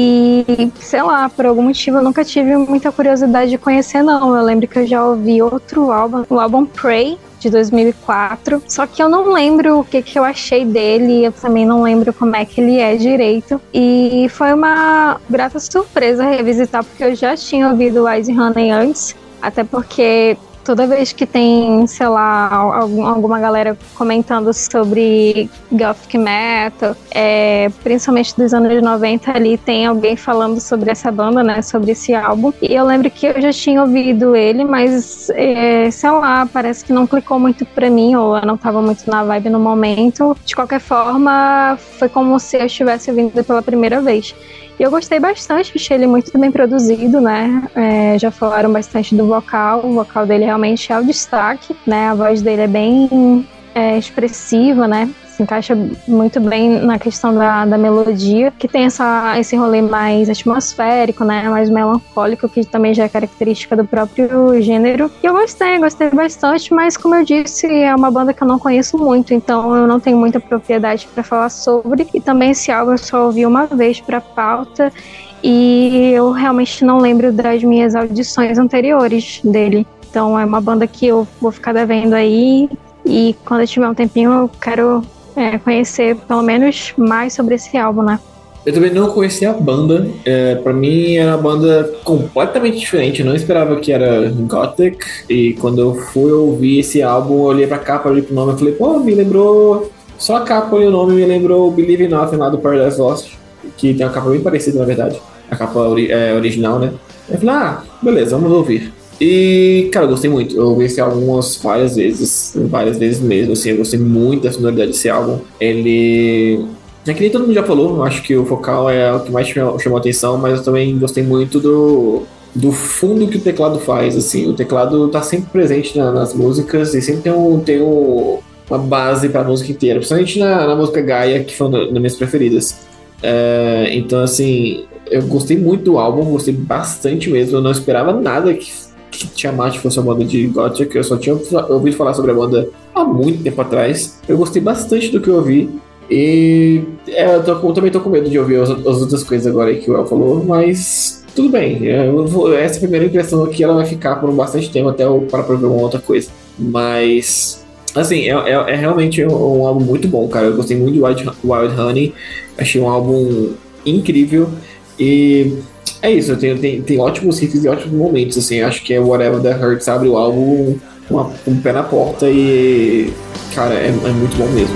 E, sei lá, por algum motivo eu nunca tive muita curiosidade de conhecer, não. Eu lembro que eu já ouvi outro álbum, o álbum Prey, de 2004, só que eu não lembro o que eu achei dele, eu também não lembro como é que ele é direito, e foi uma grata surpresa revisitar, porque eu já tinha ouvido Lies and Honey antes, até porque toda vez que tem, sei lá, alguma galera comentando sobre Gothic Metal, principalmente dos anos 90 ali, tem alguém falando sobre essa banda, né, sobre esse álbum. E eu lembro que eu já tinha ouvido ele, mas, sei lá, parece que não clicou muito pra mim, ou eu não tava muito na vibe no momento. De qualquer forma, foi como se eu estivesse ouvindo pela primeira vez. E eu gostei bastante, achei ele muito bem produzido, né? Já falaram bastante do vocal, o vocal dele realmente é o destaque, né? A voz dele é bem expressiva, né? Se encaixa muito bem na questão da melodia, que tem esse rolê mais atmosférico, né? Mais melancólico, que também já é característica do próprio gênero. E eu gostei bastante, mas como eu disse, é uma banda que eu não conheço muito, então eu não tenho muita propriedade para falar sobre. E também esse álbum eu só ouvi uma vez para pauta, e eu realmente não lembro das minhas audições anteriores dele. Então é uma banda que eu vou ficar devendo aí, e quando eu tiver um tempinho eu quero conhecer pelo menos mais sobre esse álbum, né? Eu também não conhecia a banda. Pra mim era uma banda completamente diferente. Eu não esperava que era Gothic. E quando eu fui ouvir esse álbum, eu olhei pra capa, olhei pro nome e falei, pô, me lembrou. Só a capa e o nome me lembrou Believe in Nothing lá do Paradise Lost, que tem uma capa bem parecida, na verdade. A capa original, né? Eu falei, beleza, vamos ouvir. E, cara, eu gostei muito. Eu ouvi esse álbum várias vezes mesmo, assim. Eu gostei muito da sonoridade desse álbum. Ele... É que nem todo mundo já falou, eu acho que o vocal é o que mais chamou a atenção, mas eu também gostei muito do fundo que o teclado faz, assim. O teclado tá sempre presente nas músicas e sempre tem uma base pra música inteira, principalmente na música Gaia, que foi uma das minhas preferidas. Então, assim, eu gostei muito do álbum, gostei bastante mesmo. Eu não esperava nada que Tiamat fosse uma banda de Gothic, eu só tinha ouvido falar sobre a banda há muito tempo atrás. Eu gostei bastante do que eu ouvi. E eu também tô com medo de ouvir as outras coisas agora aí que o El falou, mas tudo bem. Essa primeira impressão aqui ela vai ficar por bastante tempo até eu parar pra ver uma outra coisa. Mas, assim, é realmente um álbum muito bom, cara. Eu gostei muito de Wild Honey. Achei um álbum incrível. E é isso, tem ótimos riffs e ótimos momentos, assim. Acho que Whatever That Hurts abre o álbum com um pé na porta e, cara, é muito bom mesmo.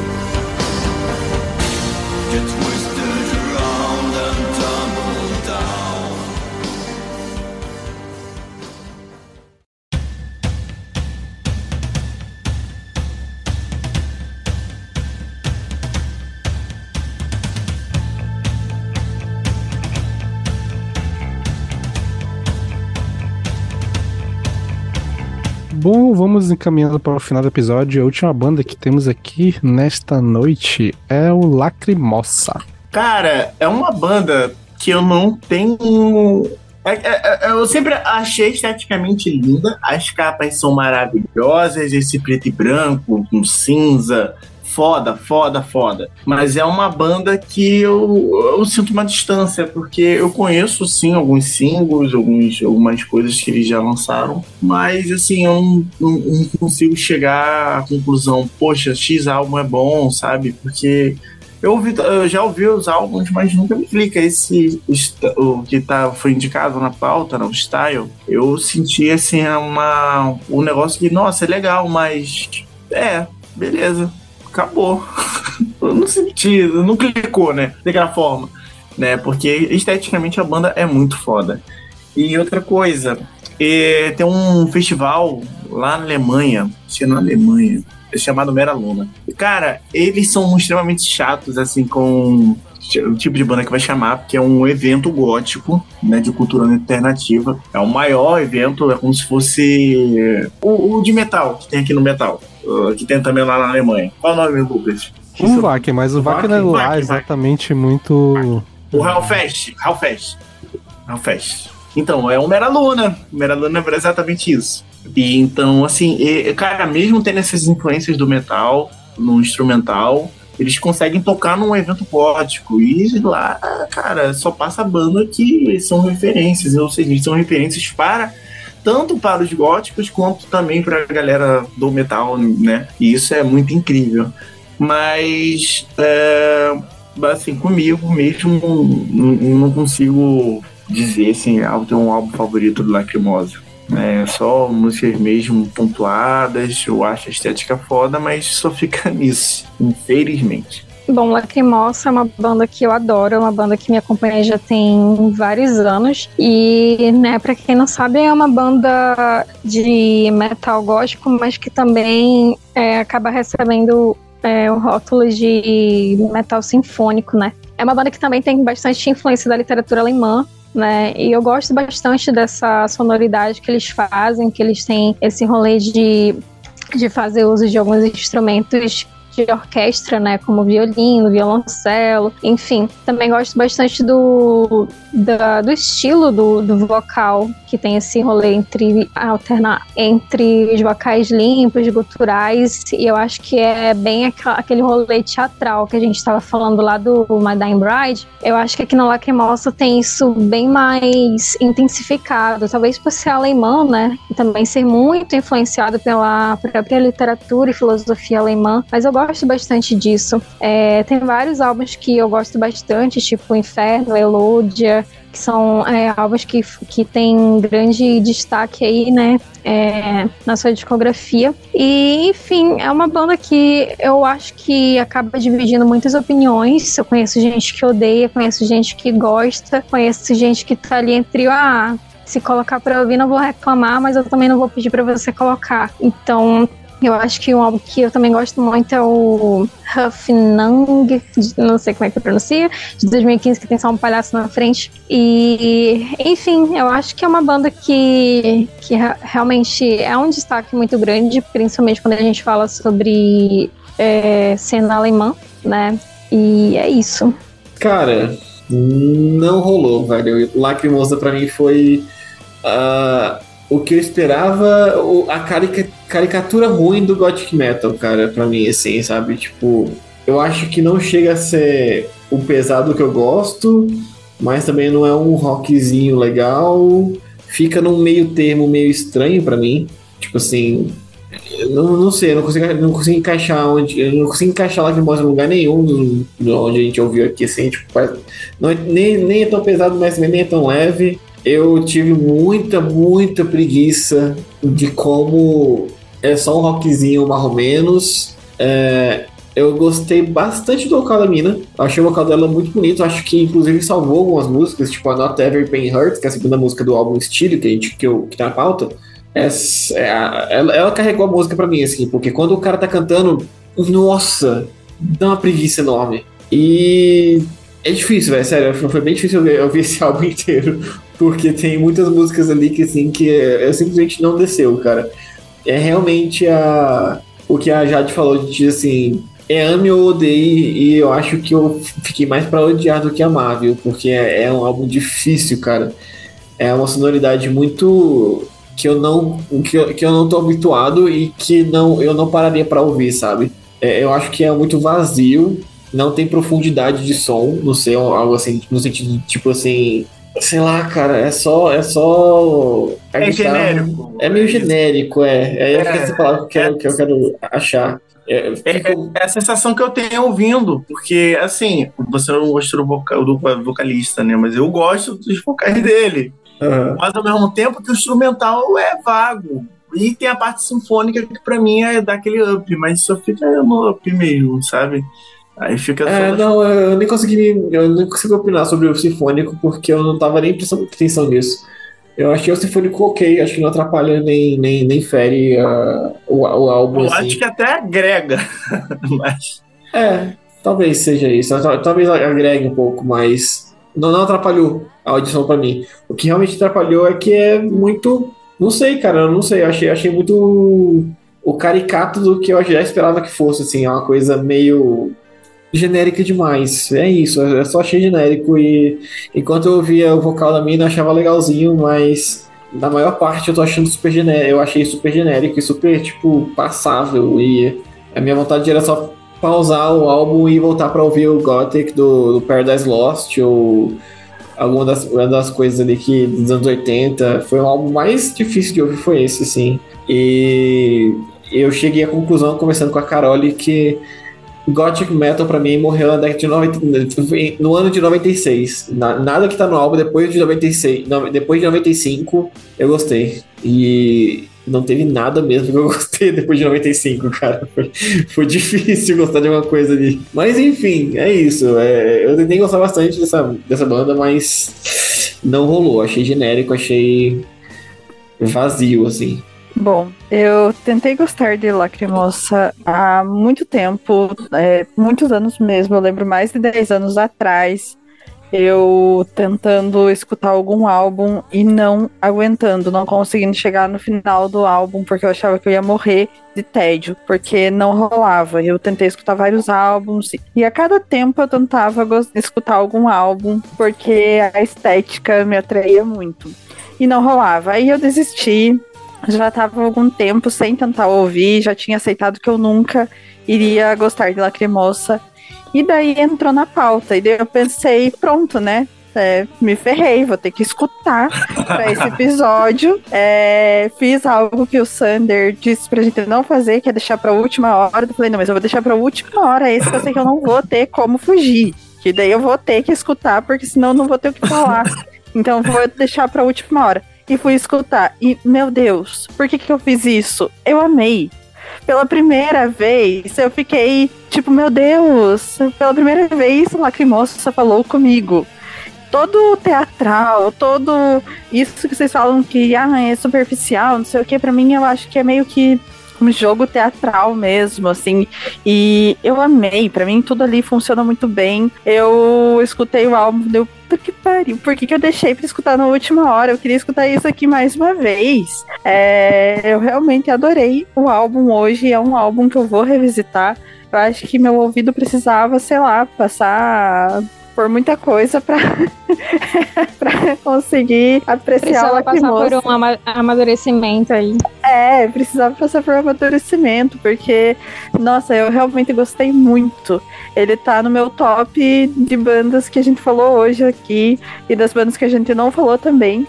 Bom, vamos encaminhando para o final do episódio. A última banda que temos aqui nesta noite é o Lacrimosa. Cara, é uma banda que eu não tenho... eu sempre achei esteticamente linda. As capas são maravilhosas, esse preto e branco, com cinza... Foda. Mas é uma banda que eu sinto uma distância, porque eu conheço, sim, alguns singles, algumas coisas que eles já lançaram, mas, assim, eu não consigo chegar à conclusão, poxa, X álbum é bom, sabe? Porque eu já ouvi os álbuns, mas nunca me clica. O que foi indicado na pauta, no Style, eu senti, assim, um negócio que, nossa, é legal, mas... beleza. Acabou. Eu não senti, não clicou, né? Daquela forma, né? Porque esteticamente a banda é muito foda. E outra coisa, tem um festival lá na Alemanha, é chamado Mera Luna. Cara, eles são extremamente chatos, assim, com o tipo de banda que vai chamar, porque é um evento gótico, né, de cultura alternativa. É o maior evento, é como se fosse o de metal, que tem aqui no metal, que tem também lá na Alemanha. Qual é o nome, Lucas? O Wacken, mas o Wacken não é lá exatamente muito... O Hellfest. Então, é o Mera Luna. O Mera Luna é exatamente isso. E então, assim, cara, mesmo tendo essas influências do metal no instrumental, eles conseguem tocar num evento gótico. E lá, cara, só passa banda que são referências, ou seja, são referências tanto para os góticos quanto também para a galera do metal, né? E isso é muito incrível. Mas, assim, comigo mesmo, não consigo dizer, assim, ter um álbum favorito do Lacrimosa. Só músicas mesmo pontuadas, eu acho a estética foda, mas só fica nisso, infelizmente. Bom, Lacrimosa é uma banda que eu adoro, é uma banda que me acompanha já tem vários anos e, né, pra quem não sabe, é uma banda de metal gótico, mas que também acaba recebendo o rótulo de metal sinfônico, né. É uma banda que também tem bastante influência da literatura alemã, né, e eu gosto bastante dessa sonoridade que eles fazem, que eles têm esse rolê de fazer uso de alguns instrumentos de orquestra, né, como violino, violoncelo, enfim. Também gosto bastante do estilo do vocal, que tem esse rolê entre alternar entre os vocais limpos, guturais, e eu acho que é bem aquele rolê teatral que a gente estava falando lá do My Dying Bride. Eu acho que aqui no Lacrimosa tem isso bem mais intensificado, talvez por ser alemão, né, e também ser muito influenciado pela própria literatura e filosofia alemã, mas eu gosto bastante disso. Tem vários álbuns que eu gosto bastante, tipo Inferno, Elódia, que são álbuns que tem grande destaque aí, né, na sua discografia. E, enfim, é uma banda que eu acho que acaba dividindo muitas opiniões. Eu conheço gente que odeia, conheço gente que gosta, conheço gente que tá ali entre se colocar pra ouvir não vou reclamar, mas eu também não vou pedir pra você colocar. Então, eu acho que um álbum que eu também gosto muito é o Hoffnung, não sei como é que pronuncia, de 2015, que tem só um palhaço na frente. E, enfim, eu acho que é uma banda que realmente é um destaque muito grande, principalmente quando a gente fala sobre cena alemã, né? E é isso. Cara, não rolou, velho. Lacrimosa pra mim foi o que eu esperava, a caricatura ruim do Gothic Metal, cara, pra mim, assim, sabe? Tipo, eu acho que não chega a ser o pesado que eu gosto, mas também não é um rockzinho legal, fica num meio termo meio estranho pra mim, tipo assim, não sei, eu não consigo encaixar Lacrimosa em lugar nenhum onde a gente ouviu aqui, assim, tipo, nem é tão pesado, mas também nem é tão leve. Eu tive muita preguiça de como é só um rockzinho mais ou menos. Eu gostei bastante do vocal da mina. Achei o vocal dela muito bonito. Acho que inclusive salvou algumas músicas, tipo a Not Every Pain Hurts, que é a segunda música do álbum Estilo, que tá na pauta. Ela carregou a música pra mim, assim, porque quando o cara tá cantando, nossa, dá uma preguiça enorme. E é difícil, velho, sério, foi bem difícil eu ouvir esse álbum inteiro, porque tem muitas músicas ali que, assim, que eu simplesmente não desceu, cara. É realmente o que a Jade falou, de assim, ame ou odeie, e eu acho que eu fiquei mais pra odiar do que amar, viu, porque é um álbum difícil, cara. É uma sonoridade muito que eu não tô habituado e que eu não pararia pra ouvir, sabe? Eu acho que é muito vazio, não tem profundidade de som, não sei, algo assim, no sentido de, tipo assim, sei lá, cara, é só genérico. É meio genérico, essa palavra que eu quero achar. É a sensação que eu tenho ouvindo, porque, assim, você não gostou do vocalista, né, mas eu gosto dos vocais dele. Uhum. Mas, ao mesmo tempo, que o instrumental é vago. E tem a parte sinfônica que, pra mim, é daquele up, mas só fica no up mesmo, sabe? Aí fica não, eu nem consigo opinar sobre o sinfônico, porque eu não tava nem prestando atenção nisso. Eu achei o sinfônico ok, acho que não atrapalha nem fere o álbum. Eu assim. acho que até agrega. Mas... talvez seja isso. Talvez agregue um pouco, mas não atrapalhou a audição pra mim. O que realmente atrapalhou é que é muito... Não sei, cara, eu não sei. Eu achei muito o caricato do que eu já esperava que fosse, assim. É uma coisa meio genérica demais. É isso, eu só achei genérico. E enquanto eu ouvia o vocal da mina, eu achava legalzinho, mas na maior parte eu tô achando super genérico. Eu achei super genérico e super, tipo, passável. E a minha vontade era só pausar o álbum e voltar pra ouvir o Gothic do Paradise Lost ou alguma das coisas ali que dos anos 80. Foi o álbum mais difícil de ouvir, foi esse, assim. E eu cheguei à conclusão, conversando com a Carole, que Gothic Metal pra mim morreu na década de 90, no ano de 96. Nada que tá no álbum depois de 96, depois de 95 eu gostei. E não teve nada mesmo que eu gostei depois de 95, cara. Foi difícil gostar de uma coisa ali. Mas enfim, é isso. Eu tentei gostar bastante dessa banda, mas não rolou. Achei genérico, achei vazio, assim. Bom, eu tentei gostar de Lacrimosa há muito tempo, muitos anos mesmo, eu lembro mais de 10 anos atrás, eu tentando escutar algum álbum e não aguentando, não conseguindo chegar no final do álbum, porque eu achava que eu ia morrer de tédio, porque não rolava. Eu tentei escutar vários álbuns, e a cada tempo eu tentava escutar algum álbum, porque a estética me atraía muito, e não rolava. Aí eu desisti. Já estava há algum tempo sem tentar ouvir, já tinha aceitado que eu nunca iria gostar de Lacrimosa. E daí entrou na pauta, e daí eu pensei, pronto, né? Me ferrei, vou ter que escutar para esse episódio. Fiz algo que o Sander disse pra gente não fazer, que é deixar pra última hora. Eu falei, não, mas eu vou deixar pra última hora esse que eu sei que eu não vou ter como fugir. Que daí eu vou ter que escutar, porque senão eu não vou ter o que falar. Então eu vou deixar pra última hora. E fui escutar. E, meu Deus, por que eu fiz isso? Eu amei. Pela primeira vez, eu fiquei tipo, meu Deus, pela primeira vez o Lacrimosa falou comigo. Todo teatral, todo isso que vocês falam que é superficial, não sei o que, pra mim eu acho que é meio que um jogo teatral mesmo, assim, e eu amei, pra mim tudo ali funciona muito bem. Eu escutei o álbum, deu que pariu, por que eu deixei pra escutar na última hora? Eu queria escutar isso aqui mais uma vez. Eu realmente adorei o álbum hoje, é um álbum que eu vou revisitar. Eu acho que meu ouvido precisava, sei lá, passar por muita coisa pra conseguir apreciar o Lacrimosa. Precisava passar por um amadurecimento aí. Precisava passar por um amadurecimento, porque, nossa, eu realmente gostei muito. Ele tá no meu top de bandas que a gente falou hoje aqui, e das bandas que a gente não falou também,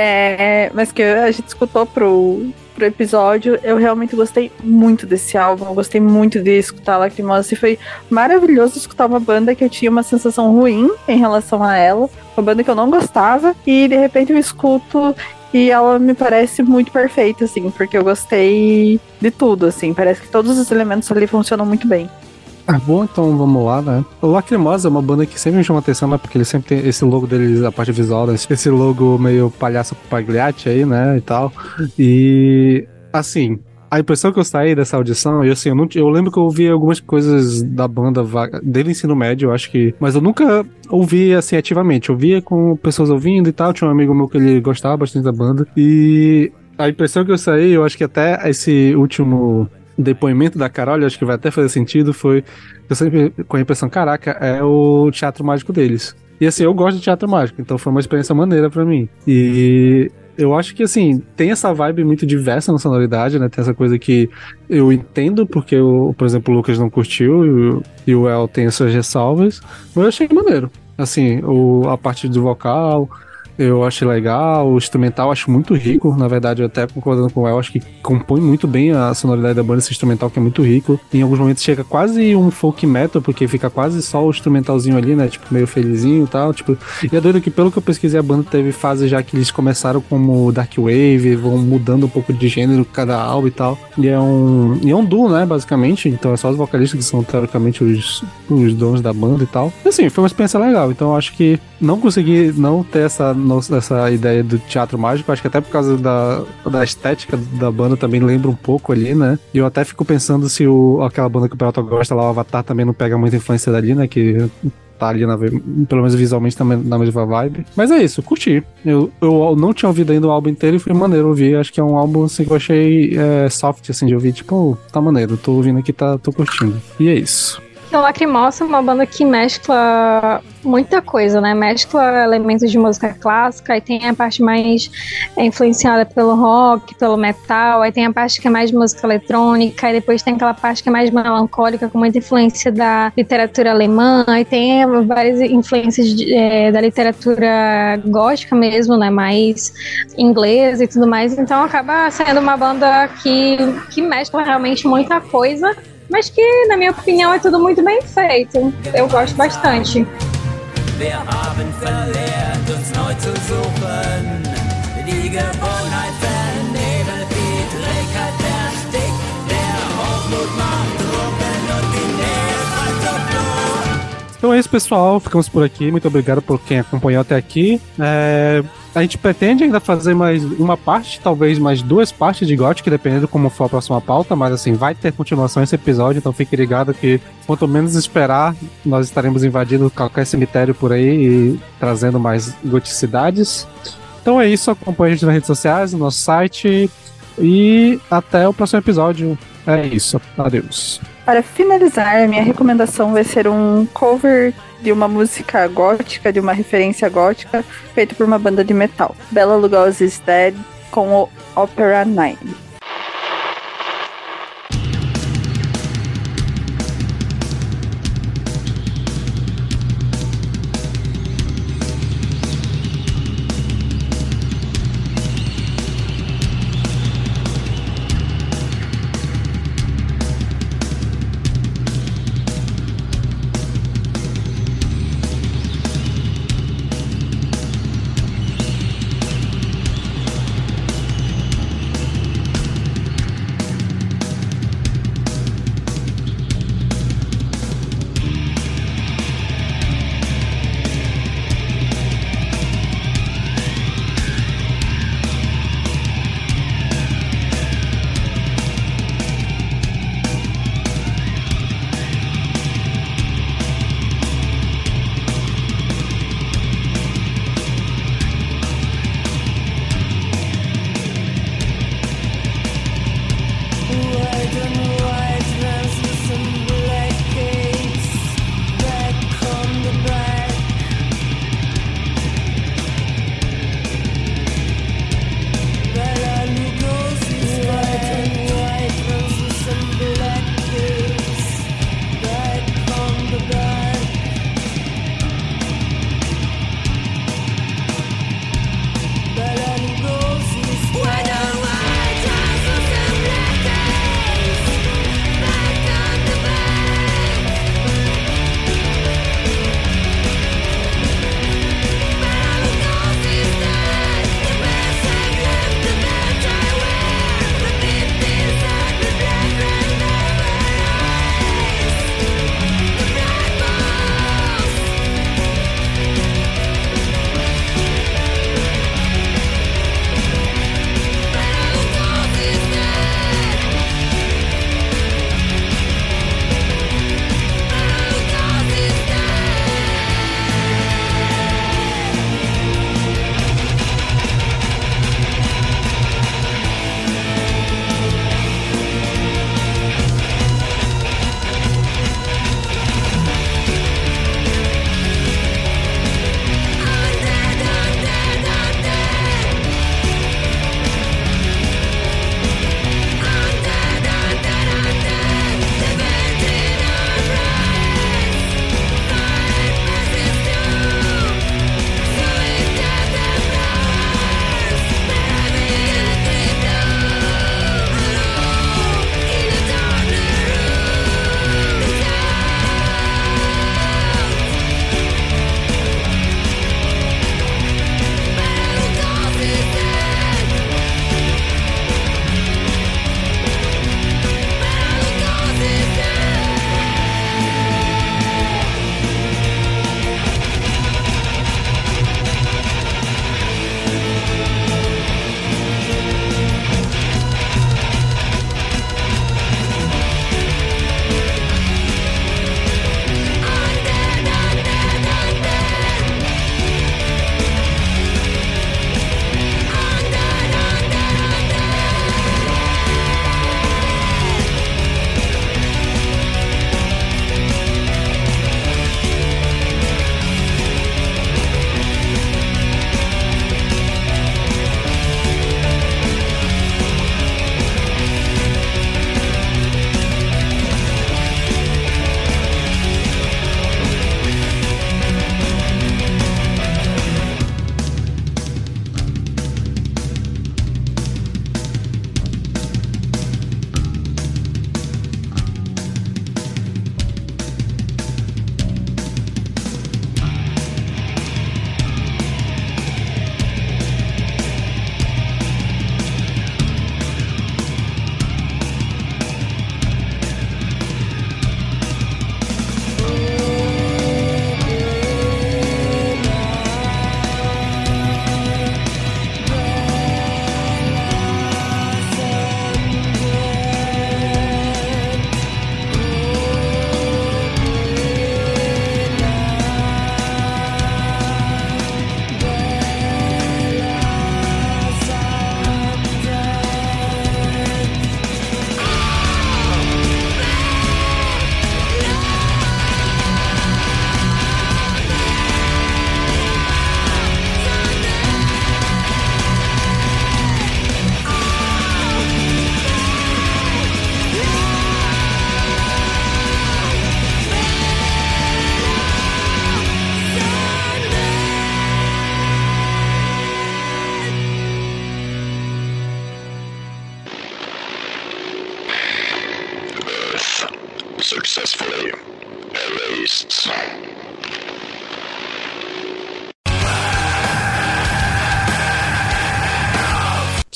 mas que a gente escutou pro episódio. Eu realmente gostei muito desse álbum, eu gostei muito de escutar Lacrimosa, e foi maravilhoso escutar uma banda que eu tinha uma sensação ruim em relação a ela, uma banda que eu não gostava, e de repente eu escuto e ela me parece muito perfeita, assim, porque eu gostei de tudo, assim, parece que todos os elementos ali funcionam muito bem. Bom, então vamos lá, né? O Lacrimosa é uma banda que sempre me chama atenção, né? Porque ele sempre tem esse logo deles, a parte visual, né? Esse logo meio palhaço Pagliatti aí, né? E tal. E, assim, a impressão que eu saí dessa audição, e assim, eu lembro que eu ouvi algumas coisas da banda desde o ensino médio, eu acho que... Mas eu nunca ouvi, assim, ativamente. Eu via com pessoas ouvindo e tal. Tinha um amigo meu que ele gostava bastante da banda. E a impressão que eu saí, eu acho que até esse último depoimento da Carol, acho que vai até fazer sentido, foi eu sempre com a impressão, caraca, é o teatro mágico deles. E assim, eu gosto de teatro mágico, então foi uma experiência maneira pra mim. E eu acho que assim, tem essa vibe muito diversa na sonoridade, né? Tem essa coisa que eu entendo, porque por exemplo, o Lucas não curtiu e o El tem as suas ressalvas, mas eu achei maneiro. Assim, a parte do vocal, eu achei legal, o instrumental eu acho muito rico, na verdade, eu até concordando com o El, acho que compõe muito bem a sonoridade da banda, esse instrumental que é muito rico. Em alguns momentos chega quase um folk metal, porque fica quase só o instrumentalzinho ali, né, tipo, meio felizinho e tal, tipo, e é doido que pelo que eu pesquisei, a banda teve fases já que eles começaram como Dark Wave, vão mudando um pouco de gênero cada álbum e tal, e é um duo, né, basicamente, então é só os vocalistas que são, teoricamente, os donos da banda e tal. E assim, foi uma experiência legal, então eu acho que não consegui não ter essa ideia do teatro mágico, acho que até por causa da estética da banda também lembra um pouco ali, né? E eu até fico pensando se aquela banda que o Peralta gosta lá, o Avatar, também não pega muita influência dali, né? Que tá ali, pelo menos visualmente, também na mesma vibe. Mas é isso, curti. Eu não tinha ouvido ainda o álbum inteiro e foi maneiro ouvir. Acho que é um álbum assim, que eu achei soft, assim, de ouvir. Tipo, tá maneiro, tô ouvindo aqui, tô curtindo. E é isso. O Lacrimosa é uma banda que mescla muita coisa, né? Mescla elementos de música clássica, aí tem a parte mais influenciada pelo rock, pelo metal, aí tem a parte que é mais música eletrônica, aí depois tem aquela parte que é mais melancólica, com muita influência da literatura alemã, aí tem várias influências da literatura gótica mesmo, né? Mais inglesa e tudo mais, então acaba sendo uma banda que mescla realmente muita coisa, mas que, na minha opinião, é tudo muito bem feito. Eu gosto bastante. Wir haben verlehrt, uns neu zu suchen. Die Gewohnheit vernebelt, die Trägheit erstickt. Der Hochmut macht Drucken und die Nähe bleibt so flur. Então é isso, pessoal. Ficamos por aqui. Muito obrigado por quem acompanhou até aqui. A gente pretende ainda fazer mais uma parte, talvez mais 2 partes de Gothic, dependendo como for a próxima pauta, mas assim, vai ter continuação esse episódio, então fique ligado que quanto menos esperar, nós estaremos invadindo qualquer cemitério por aí e trazendo mais goticidades. Então é isso, acompanhe a gente nas redes sociais, no nosso site e até o próximo episódio. É isso, adeus. Para finalizar, a minha recomendação vai ser um cover de uma música gótica, de uma referência gótica, feito por uma banda de metal. Bela Lugosi's Dead com o Opera 9.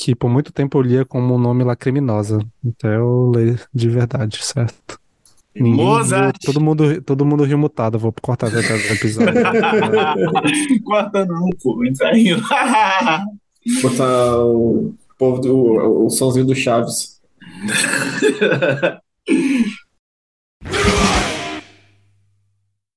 que por muito tempo eu lia como o nome Lacriminosa. Então eu leio de verdade, certo? Ninguém Mozart! riu, todo mundo riu mutado. Eu vou cortar até o episódio. Corta não, pô. A gente tá rindo. Botar o povo o sonzinho do Chaves.